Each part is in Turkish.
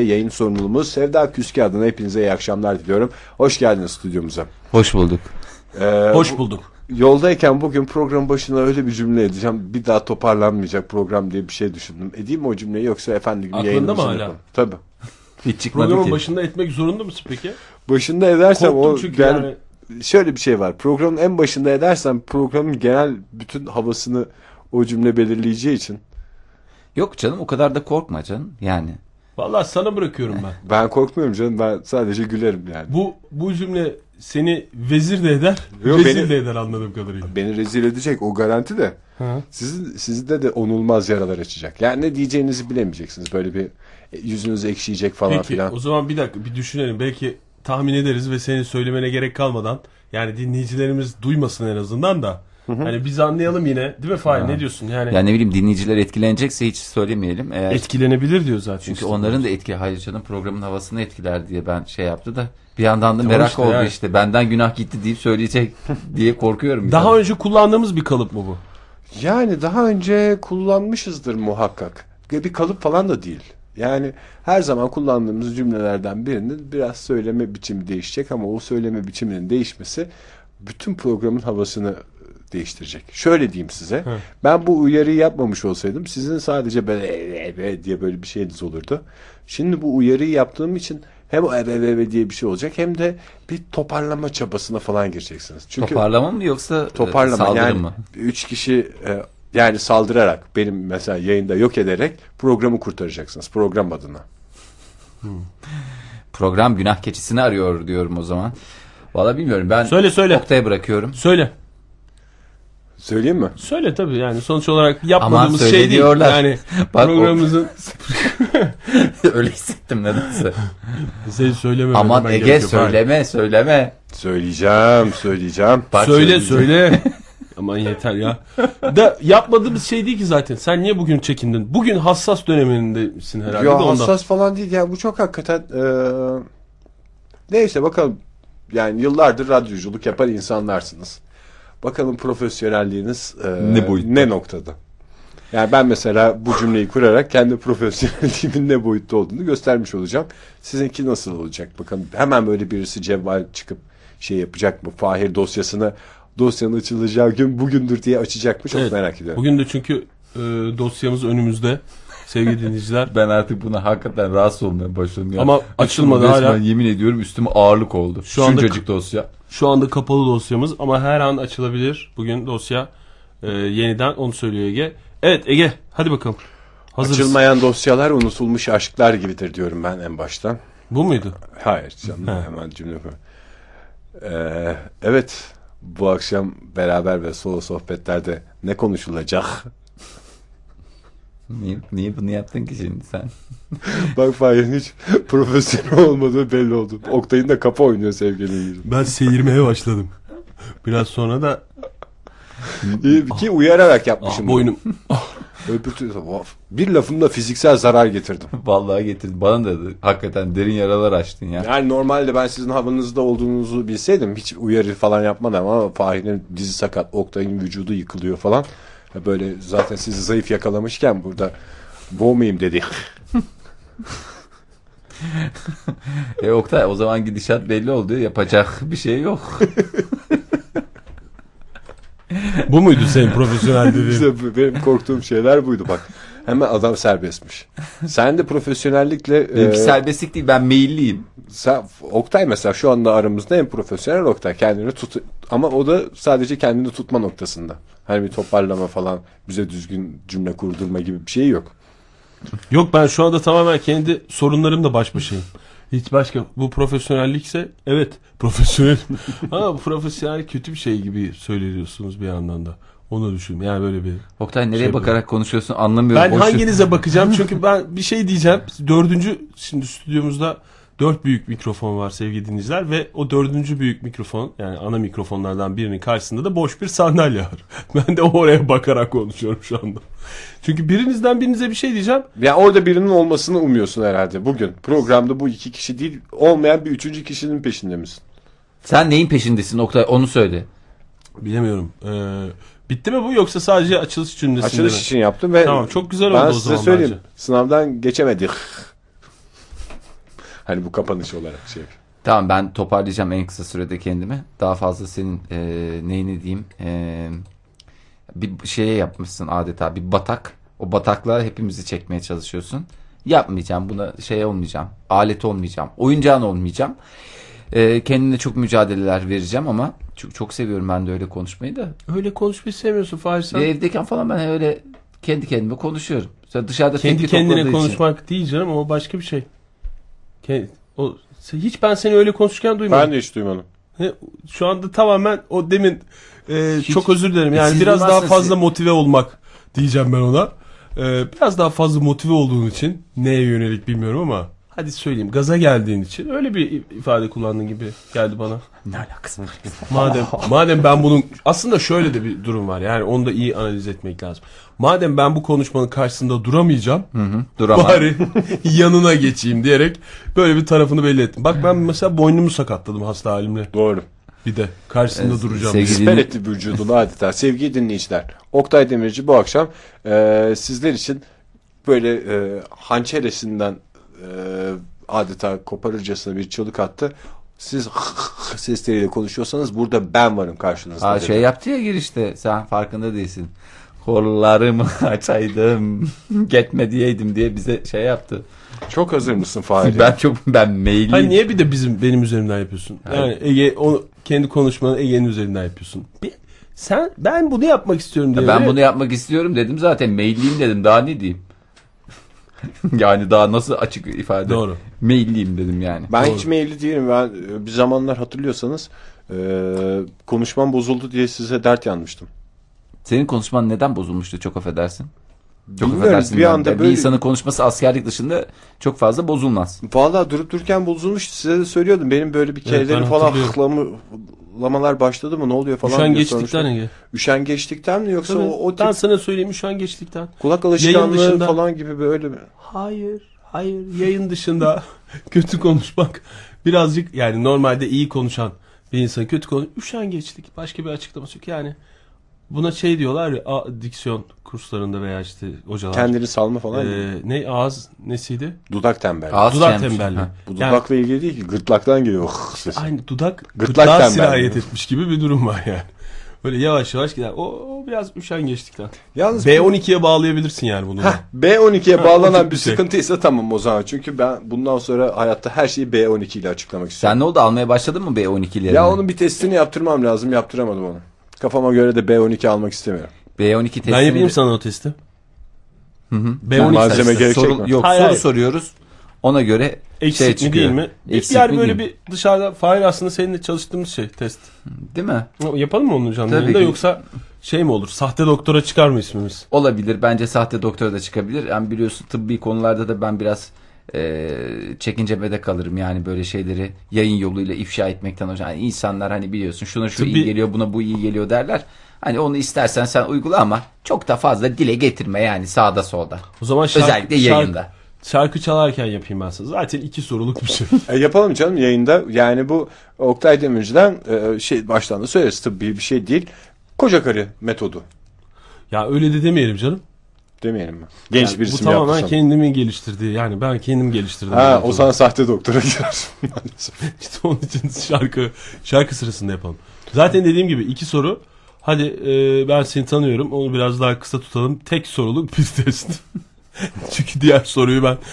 yayın sorumlumuz Sevda Küske adına hepinize iyi akşamlar diliyorum. Hoş geldiniz stüdyomuza. Hoş bulduk. Hoş bulduk. Yoldayken bugün programın başına öyle bir cümle edeceğim. Bir daha toparlanmayacak program diye bir şey düşündüm. Edeyim mi o cümleyi yoksa efendim gibi yayınımızı mı hala? yapalım? Tabii. Hiç çıkmadı Programın ki. başında etmek zorunda mısın peki? Başında edersem Korktum o çünkü yani şöyle bir şey var. Programın en başında edersem programın genel bütün havasını o cümle belirleyeceği için. Yok canım, o kadar da korkma canım yani. Vallahi sana bırakıyorum ben. Ben korkmuyorum canım, ben sadece gülerim yani. Bu cümle seni vezir de eder, Yok, rezil de eder anladığım kadarıyla. Beni rezil edecek, o garanti de. Hı. Sizde de onulmaz yaralar açacak. Yani ne diyeceğinizi bilemeyeceksiniz. Böyle bir yüzünüz ekşiyecek falan Peki filan. o zaman bir dakika bir düşünelim. Belki tahmin ederiz ve senin söylemene gerek kalmadan, yani dinleyicilerimiz duymasın en azından da. Hani biz anlayalım yine, değil mi Fahir? Ne diyorsun? Yani ne bileyim, dinleyiciler etkilenecekse hiç söylemeyelim. Eğer... etkilenebilir diyor zaten. Çünkü işte. onların da hayır canım, programın havasını etkiler diye ben şey yaptı da bir yandan da Tamam merak işte oldu yani. işte. Benden günah gitti deyip söyleyecek diye korkuyorum. Daha önce kullandığımız bir kalıp mı bu? Yani daha önce kullanmışızdır muhakkak. Bir kalıp falan da değil. Yani her zaman kullandığımız cümlelerden birinin biraz söyleme biçimi değişecek ama o söyleme biçiminin değişmesi bütün programın havasını değiştirecek. Şöyle diyeyim size. Ben bu uyarıyı yapmamış olsaydım sizin sadece böyle diye böyle bir şeyiniz olurdu. Şimdi bu uyarıyı yaptığım için hem o diye bir şey olacak hem de bir toparlama çabasına falan gireceksiniz. Çünkü toparlama mı yoksa toparlama saldırı yani mı? 3 kişi yani saldırarak, benim mesela yayında yok ederek programı kurtaracaksınız program adına. Program günah keçisini arıyor diyorum o zaman. Valla bilmiyorum, ben Söyle. Oktay'a bırakıyorum. Söyle. Söyleyeyim mi? Söyle tabii, yani sonuç olarak yapmadığımız Aman şey değil. diyorlar. Yani Bak, programımızın öyle hissettim nedense. seni söyleme. Aman Ege, söyleme. Söyleyeceğim. Bak, Söyle. Aman yeter ya. Da yapmadığımız şey değil ki zaten. Sen niye bugün çekindin? Bugün hassas dönemindesin herhalde de Ya ondan. hassas falan değil ya, bu çok hakikaten neyse bakalım, yani yıllardır radyoculuk yapar insanlarsınız. Bakalım profesyonelliğiniz Ne boyutta? ne noktada? Yani ben mesela bu cümleyi kurarak kendi profesyonelliğimin ne boyutta olduğunu göstermiş olacağım. Sizinki nasıl olacak bakalım. Hemen böyle birisi cevval çıkıp şey yapacak mı? Fahir dosyanın açılacağı gün bugündür diye açacak mı? Çok Evet, merak ediyorum. bugün de çünkü dosyamız önümüzde sevgili dinleyiciler. Ben artık buna hakikaten rahatsız olmaya başladım ya. Ama açılmadı hala. Yemin ediyorum üstüme ağırlık oldu. Şu anda Şuncacık dosya. Şu anda kapalı dosyamız ama her an açılabilir. Bugün dosya yeniden, onu söylüyor Ege. Evet Ege, hadi bakalım. Hazırız. Açılmayan dosyalar unutulmuş aşklar gibidir diyorum ben en baştan. Bu muydu? Hayır canım, hemen cümle kur. Evet, bu akşam beraber ve solo sohbetlerde ne konuşulacak? Niye bunu yaptın ki şimdi sen? Bak Fahir'in hiç profesyonel olmadığı belli oldu. Oktay'ın da kafa oynuyor sevgili dinleyiciler. Ben seyirmeye başladım. Biraz sonra da Ki uyararak yapmışım. boynum. Bir lafımda fiziksel zarar getirdim. Vallahi getirdin. Bana da hakikaten derin yaralar açtın ya. Yani normalde ben sizin havanızda olduğunuzu bilseydim hiç uyarı falan yapmadım ama Fahir'in dizi sakat, Oktay'ın vücudu yıkılıyor falan. Böyle zaten sizi zayıf yakalamışken burada boğmayayım dedi. Oktay, o zaman gidişat belli oldu. Yapacak bir şey yok. Bu muydu senin profesyonel dediğin? İşte benim korktuğum şeyler buydu bak. Hemen adam serbestmiş. Sen de profesyonellikle Benimki serbestlik değil, ben meyilliyim. Oktay mesela şu anda aramızda en profesyonel Oktay. Kendini tut, ama o da sadece kendini tutma noktasında. Hani bir toparlama falan, bize düzgün cümle kurdurma gibi bir şey yok. Yok, ben şu anda tamamen kendi sorunlarımla baş başayım. Hiç başka, bu profesyonellikse evet profesyonel. Ama bu profesyonel kötü bir şey gibi söylüyorsunuz bir yandan da. Onu düşün. Yani böyle bir Oktay, nereye şey bakarak konuşuyorsun anlamıyorum. Ben hanginize bakacağım? Çünkü ben bir şey diyeceğim. Şimdi stüdyomuzda 4 büyük mikrofon var sevgili dinleyiciler ve o 4. büyük mikrofon, yani ana mikrofonlardan birinin karşısında da boş bir sandalye var. Ben de oraya bakarak konuşuyorum şu anda. Çünkü birinize bir şey diyeceğim. Ya orada birinin olmasını umuyorsun herhalde. Bugün programda bu 2 kişi değil, olmayan bir 3. kişinin peşinde misin? Sen neyin peşindesin Oktay, onu söyle. Bilemiyorum. Bitti mi bu, yoksa sadece açılış cümlesinde Açılış mi? için yaptım ve Tamam, çok güzel oldu ben o size zaman söyleyeyim. bence. Sınavdan geçemedik. Hani bu kapanış olarak şey. Tamam, ben toparlayacağım en kısa sürede kendimi. Daha fazla senin neyini diyeyim, bir şeye yapmışsın adeta bir batak. O bataklığa hepimizi çekmeye çalışıyorsun. Yapmayacağım, buna şey olmayacağım. Alet olmayacağım. Oyuncağın olmayacağım. Kendine çok mücadeleler vereceğim ama çok seviyorum ben de öyle konuşmayı da. Öyle konuşmayı sevmiyorsun Fahir sen. Evdeyken falan ben öyle kendi kendime konuşuyorum. Sen dışarıda Kendi tepki kendine topladığı için. konuşmak değil canım, o başka bir şey. Hiç ben seni öyle konuşurken duymadım. Ben de hiç duymadım. Şu anda tamamen o demin çok özür dilerim. Yani Siz biraz daha duymazsınız fazla motive olmak diyeceğim ben ona. Biraz daha fazla motive olduğun için, neye yönelik bilmiyorum ama hadi söyleyeyim, gaza geldiğin için öyle bir ifade kullandığın gibi geldi bana. Ne alakası var? Madem ben bunun aslında şöyle de bir durum var. Yani onu da iyi analiz etmek lazım. Madem ben bu konuşmanın karşısında duramayacağım. Duramam. Bari yanına geçeyim diyerek böyle bir tarafını belli ettim. Bak ben mesela boynumu sakatladım hasta halimle. Doğru. Bir de karşısında duracağım. sevgili- Siper etti vücudunu adeta. Sevgili dinleyiciler, Oktay Demirci bu akşam sizler için böyle hançeresinden adeta koparırcasına bir çığlık attı. Siz sesleriyle konuşuyorsanız burada ben varım karşınızda. dedi. Şey yaptı ya girişte, sen farkında değilsin. Kollarımı açaydım, gitme diyeydim diye bize şey yaptı. Çok hazır mısın Fahir? Ben meyilliyim. Hayır, niye bir de benim üzerimden yapıyorsun? Yani Ege, onu kendi konuşmanı Ege'nin üzerinden yapıyorsun. Ben bunu yapmak istiyorum diye. Ben böyle- bunu yapmak istiyorum dedim zaten, meyilliyim dedim, daha ne diyeyim. Yani daha nasıl açık ifade. Doğru. Meyilliyim dedim yani. Ben Doğru. hiç meyilli değilim. Ben bir zamanlar hatırlıyorsanız konuşmam bozuldu diye size dert yanmıştım. Senin konuşman neden bozulmuştu, çok affedersin? Çok Bilmiyorum, affedersin. bir ben anda de. böyle- Bir insanın konuşması askerlik dışında çok fazla bozulmaz. Vallahi durup dururken bozulmuştu. Size de söylüyordum. Benim böyle bir Evet, ben kerelerim falan hatırlıyorum. hıklamalar başladı mı? Ne oluyor falan Üşen diye geçtikten sormuştum. Ege. Üşengeçlikten mi yoksa Tabii. o Ben tip sana söyleyeyim, üşen geçtikten. kulak Yayın alışkanlığı dışında- falan gibi böyle mi? Hayır yayın dışında kötü konuşmak birazcık, yani normalde iyi konuşan bir insan kötü üşengeçlik, başka bir açıklaması yok yani. Buna şey diyorlar ya, diksiyon kurslarında veya işte hocalar. Kendini salma falan mı? Ne ağız nesiydi? Dudak tembelliği. Ağız Dudak çenmiş. tembelliği. Ha. Bu Yani- dudakla ilgili değil ki. Gırtlaktan geliyor. Sesi. Aynı dudak Gırtlak gırtlağa tembelliği. sirayet etmiş gibi bir durum var yani. Böyle yavaş yavaş gider. O biraz üşengeçlikten. Yalnız B12'ye bağlayabilirsin yani bunu. da. B12'ye o bağlanan tip bir bir şey. sıkıntıysa tamam o zaman. Çünkü ben bundan sonra hayatta her şeyi B12 ile açıklamak istiyorum. Sen ne oldu, almaya başladın mı B12'lerini? Ya onun bir testini yaptırmam lazım. Yaptıramadım onu. Kafama göre de B12 almak istemiyorum. B12 testini... Ben yapayım sana o testi. B12 Malzeme testi. gerekecek mi? Yok, Hayır, soru hayır. soruyoruz. Ona göre Eksik şey mi çıkıyor. değil mi? Eksik Yani mi böyle değil mi? bir dışarıda Fahir aslında seninle çalıştığımız şey test. Değil mi? Yapalım mı onun canlı Tabii yayında, ki. yoksa şey mi olur? Sahte doktora çıkar mı ismimiz? Olabilir. Bence sahte doktora da çıkabilir. Yani biliyorsun, tıbbi konularda da ben biraz çekincemede kalırım. Yani böyle şeyleri yayın yoluyla ifşa etmekten hoca. Yani insanlar hani biliyorsun, şuna şu iyi Tıbbi- geliyor, buna bu iyi geliyor derler. Hani onu istersen sen uygula ama çok da fazla dile getirme yani, sağda solda. O zaman Özellikle yayında. Şarkı çalarken yapayım ben sana. Zaten 2 soruluk bir şey. Yapalım canım yayında. Yani bu Oktay Demirci'den baştan da söyleriz. Tıbbi bir şey değil. Koca karı metodu Ya öyle de demeyelim canım. demeyelim mi? Genç Yani birisi bu mi tamamen yaptı? kendimi geliştirdiği. Yani ben kendim geliştirdim. Ha, o zaman sahte doktora girer. İşte onun için şarkı sırasında yapalım. Zaten dediğim gibi 2 soru. Hadi ben seni tanıyorum. Onu biraz daha kısa tutalım. Tek soruluk bir test. Çünkü diğer soruyu ben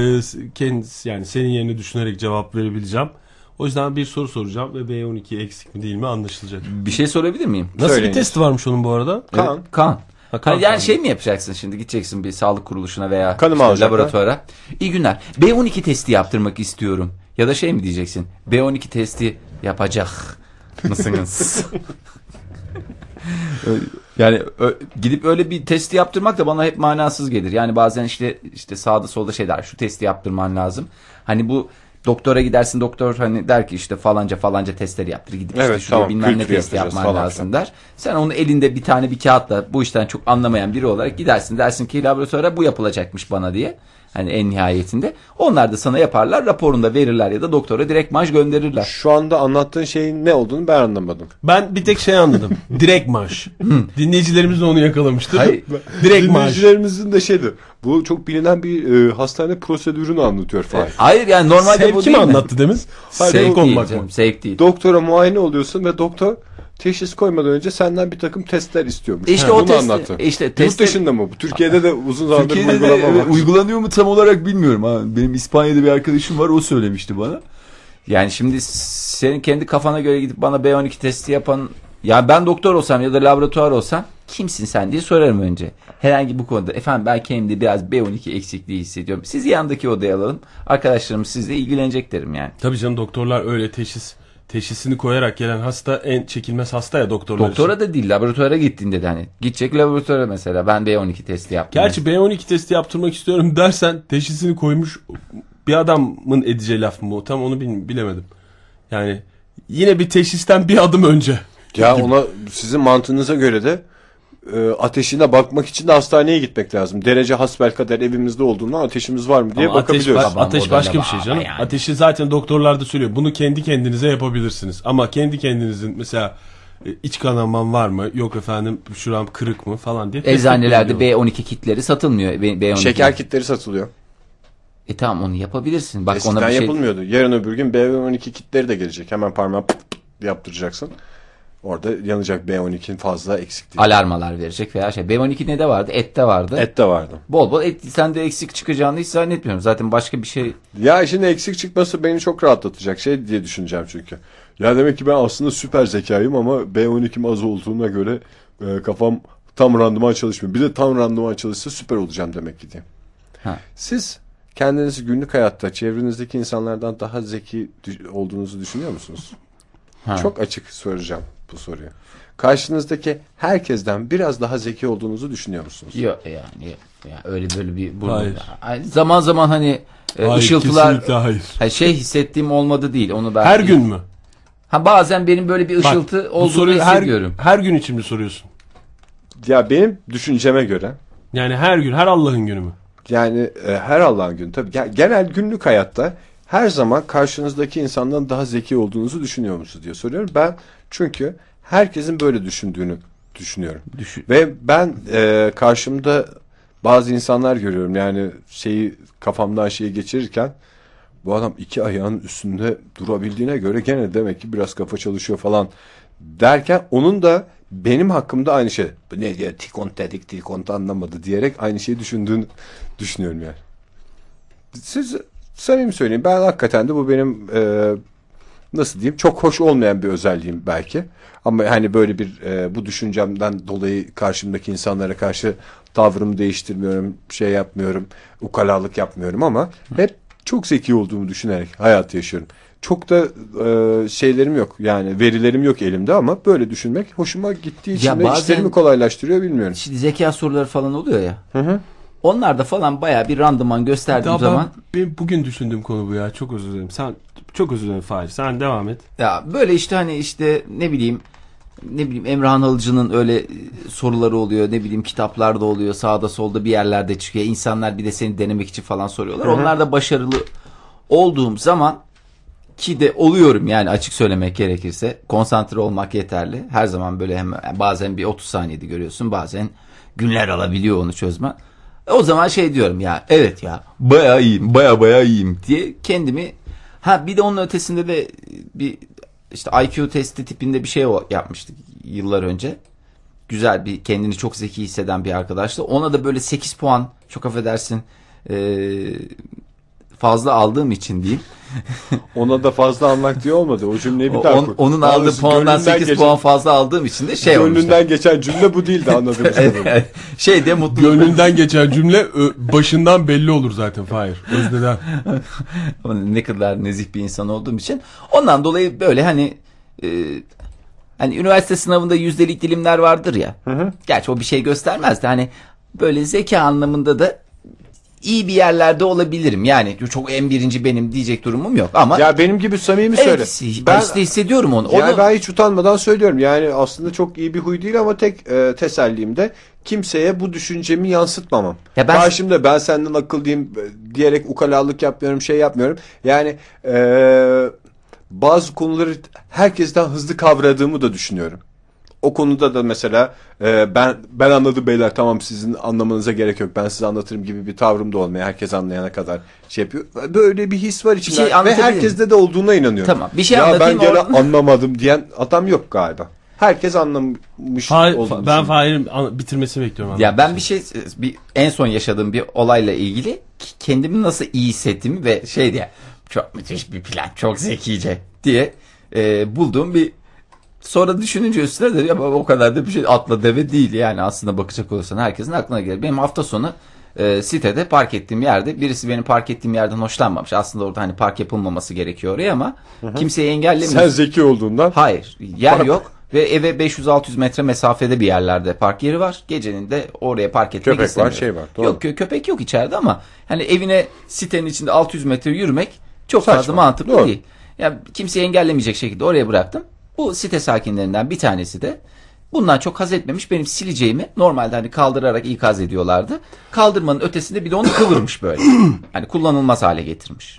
yani senin yerine düşünerek cevap verebileceğim. O yüzden bir soru soracağım ve B12 eksik mi değil mi anlaşılacak. Bir şey sorabilir miyim? Nasıl Söyleyiniz. bir test varmış onun bu arada? Kan. Kan. Ha, kan. Yani şey mi yapacaksın şimdi, gideceksin bir sağlık kuruluşuna veya Kanımı işte alacaklar. laboratuvara. İyi günler. B12 testi yaptırmak istiyorum. Ya da şey mi diyeceksin? B12 testi yapacak mısınız? Yani gidip öyle bir testi yaptırmak da bana hep manasız gelir. Yani bazen işte sağda solda şey der, şu testi yaptırman lazım. Hani bu doktora gidersin, doktor hani der ki işte falanca testleri yaptır, gidip Evet, işte şuraya tamam, bilmem ne kültür testi yapacağız yapman falan lazım der. Sen onu elinde bir kağıtla, bu işten çok anlamayan biri olarak gidersin, dersin ki laboratuvara bu yapılacakmış bana diye. Hani en nihayetinde. Onlar da sana yaparlar, raporunu da verirler ya da doktora direkt maaş gönderirler. Şu anda anlattığın şeyin ne olduğunu ben anlamadım. Ben bir tek şey anladım. Direkt maaş. Dinleyicilerimiz de onu yakalamıştır. Hayır. Direkt maaş. Dinleyicilerimizin de şeydi. Bu çok bilinen bir hastane prosedürünü anlatıyor Fahir. Hayır yani normalde bu Sevki değil mi mi? anlattı demin? Sevk Sevk değil olmak canım, mı? sevk değil. Doktora muayene oluyorsun ve doktor teşhis koymadan önce senden bir takım testler istiyormuş. İşte Bunu o test, anlattı. işte Yurt test dışında mı bu? Türkiye'de de uzun zamandır Türkiye'de de uygulama var. uygulanıyor mu tam olarak bilmiyorum. Ha. Benim İspanya'da bir arkadaşım var, o söylemişti bana. Yani şimdi senin kendi kafana göre gidip bana B12 testi yapan, ya ben doktor olsam ya da laboratuvar olsam kimsin sen diye sorarım önce. Herhangi bu konuda efendim ben kendimde biraz B12 eksikliği hissediyorum. Sizi yandaki odaya alalım. Arkadaşlarımız sizle ilgilenecek derim yani. Tabii canım, doktorlar öyle teşhisini koyarak gelen hasta en çekilmez hasta ya doktorlar Doktora için. da değil, laboratuvara gittiğinde de hani gidecek laboratuvara mesela ben B12 testi yaptım. Gerçi B12 testi yaptırmak istiyorum dersen teşhisini koymuş bir adamın edeceği laf mı o? Tam onu bilemedim. Yani yine bir teşhisten bir adım önce. Ya ona sizin mantığınıza göre de ateşine bakmak için de hastaneye gitmek lazım. Derece hasbelkader evimizde olduğundan ateşimiz var mı diye Ama bakabiliyoruz. ateş o da başka bir var şey canım. yani. Ateşi zaten doktorlar da söylüyor. Bunu kendi kendinize yapabilirsiniz. Ama kendi kendinizin mesela iç kanaman var mı? Yok efendim şuram kırık mı falan diye. Eczanelerde tespit ediyor. B12 kitleri satılmıyor. B12. Şeker kitleri satılıyor. Tamam onu yapabilirsin. Bak Eskiden ona bir şey yapılmıyordu. Yarın öbür gün B12 kitleri de gelecek. Hemen parmağı yaptıracaksın. Orada yanacak B12'nin fazla eksikliği. alarmalar verecek veya şey. B12 ne de vardı? Ette vardı. Et de vardı. Bol bol et, sen de eksik çıkacağını hiç zannetmiyorum. Zaten başka bir şey. Ya şimdi eksik çıkması beni çok rahatlatacak şey diye düşüneceğim çünkü. Ya demek ki ben aslında süper zekayım ama B12'm az olduğuna göre kafam tam randıman çalışmıyor. Bir de tam randıman çalışsa süper olacağım demek ki diye. Ha. Siz kendinizi günlük hayatta çevrenizdeki insanlardan daha zeki olduğunuzu düşünüyor musunuz? Ha. Çok açık soracağım bu soruyu. Karşınızdaki herkesten biraz daha zeki olduğunuzu düşünüyor musunuz? Yok yani öyle böyle bir Hayır. Yani zaman zaman hani Hayır, ışıltılar kesinlikle hayır. şey hissettiğim olmadı değil. Onu ben Her gün mü? Ha bazen benim böyle bir ışıltı Bak, bu olduğunu soruyu hissediyorum. her gün için mi soruyorsun? Ya benim düşünceme göre Yani her gün, her Allah'ın günü mü? yani her Allah'ın günü tabii genel günlük hayatta her zaman karşınızdaki insandan daha zeki olduğunuzu düşünüyor musunuz diye soruyorum. Ben çünkü herkesin böyle düşündüğünü düşünüyorum. Ve ben karşımda bazı insanlar görüyorum. Yani kafamdan şeyi geçirirken bu adam iki ayağının üstünde durabildiğine göre gene demek ki biraz kafa çalışıyor falan derken onun da benim hakkımda aynı şey. Ne diyor? Tikont dedik, Tikont anlamadı diyerek aynı şeyi düşündüğünü düşünüyorum yani. Siz samimi söyleyeyim. Ben hakikaten de bu benim nasıl diyeyim? Çok hoş olmayan bir özelliğim belki. Ama hani böyle bir bu düşüncemden dolayı karşımdaki insanlara karşı tavrımı değiştirmiyorum, şey yapmıyorum, ukalalık yapmıyorum ama hep çok zeki olduğumu düşünerek hayatı yaşıyorum. Çok da şeylerim yok yani verilerim yok elimde ama böyle düşünmek hoşuma gittiği için Ya de bazen- işlerimi kolaylaştırıyor bilmiyorum. Şimdi zeka soruları falan oluyor ya. Hı. Onlarda falan bayağı bir randıman gösterdiğim zaman Benim bugün düşündüğüm konu bu ya. Çok özür dilerim. Çok özür dilerim Fahir. Sen devam et. ya böyle işte hani işte ne bileyim Emrah Alıcı'nın öyle soruları oluyor, ne bileyim kitaplarda oluyor, sağda solda bir yerlerde çıkıyor. İnsanlar bir de seni denemek için falan soruyorlar. Onlar da başarılı olduğum zaman ki de oluyorum yani açık söylemek gerekirse konsantre olmak yeterli. Her zaman böyle hemen bazen bir 30 saniyede görüyorsun, bazen günler alabiliyor onu çözme. O zaman şey diyorum ya evet ya bayağı iyiyim, bayağı iyiyim diye kendimi bir de onun ötesinde de bir işte IQ testi tipinde bir şey yapmıştık yıllar önce. Güzel bir kendini çok zeki hisseden bir arkadaşla. Ona da böyle 8 puan çok affedersin fazla aldığım için diyeyim. Ona da fazla anlak diye olmadı. O cümleyi bir daha kur. Onun Daha aldığı doğrusu puandan gönlünden 8 geçen- puan fazla aldığım için de şey olmuştu. Gönlünden geçen cümle bu değildi anladığımız kadarıyla. Şey de mutlu. Gönlünden geçen cümle başından belli olur zaten Fahir. Özneden. Ne kadar nezih bir insan olduğum için. Ondan dolayı böyle hani üniversite sınavında yüzdelik dilimler vardır ya. Gerçi o bir şey göstermez de hani böyle zeka anlamında da iyi bir yerlerde olabilirim. Yani çok en birinci benim diyecek durumum yok ama Ya benim gibi samimi evet, söyle. ben işte hissediyorum onu. Yani Onu ben hiç utanmadan söylüyorum. Yani aslında çok iyi bir huy değil ama tek tesellim de kimseye bu düşüncemi yansıtmamam. Ya ben- Karşımda ben senden akıllıyım diyerek ukalalık yapmıyorum, şey yapmıyorum. Yani bazı konuları herkesten hızlı kavradığımı da düşünüyorum. O konuda da mesela ben anladım beyler, tamam sizin anlamanıza gerek yok, ben size anlatırım gibi bir tavrım da olmuyor. Herkes anlayana kadar şey yapıyor. Böyle bir his var içimde şey ve anlatabilirim. herkeste de olduğuna inanıyorum. Tamam, bir şey ya ben anlatayım gene orada. anlamadım diyen adam yok galiba. Herkes anlamış olduğunu Ben düşünüyor. Fahir'in bitirmesini bekliyorum. Ya ben en son yaşadığım bir olayla ilgili kendimi nasıl iyi hissettiğimi ve şey diye çok müthiş bir plan, çok zekice diye bulduğum bir, sonra düşününce üstüne de ya o kadar da bir şey atla deve değil yani, aslında bakacak olursan herkesin aklına gelir. Benim hafta sonu sitede park ettiğim yerde birisi benim park ettiğim yerden hoşlanmamış. Aslında orada hani park yapılmaması gerekiyor oraya ama kimseyi engellemiyor. Sen zeki olduğundan. Hayır, yer Park- yok ve eve 500-600 metre mesafede bir yerlerde park yeri var. Gecenin de oraya park etmek Köpek var, istemiyorum. şey var, doğru. Yok, köpek yok içeride ama hani evine sitenin içinde 600 metre yürümek çok Saçma, fazla mantıklı doğru. değil. Ya kimseyi engellemeyecek şekilde oraya bıraktım. Bu site sakinlerinden bir tanesi de bundan çok haz etmemiş, benim sileceğimi normalde hani kaldırarak ikaz ediyorlardı. Kaldırmanın ötesinde bir de onu kıvırmış böyle. Hani kullanılmaz hale getirmiş.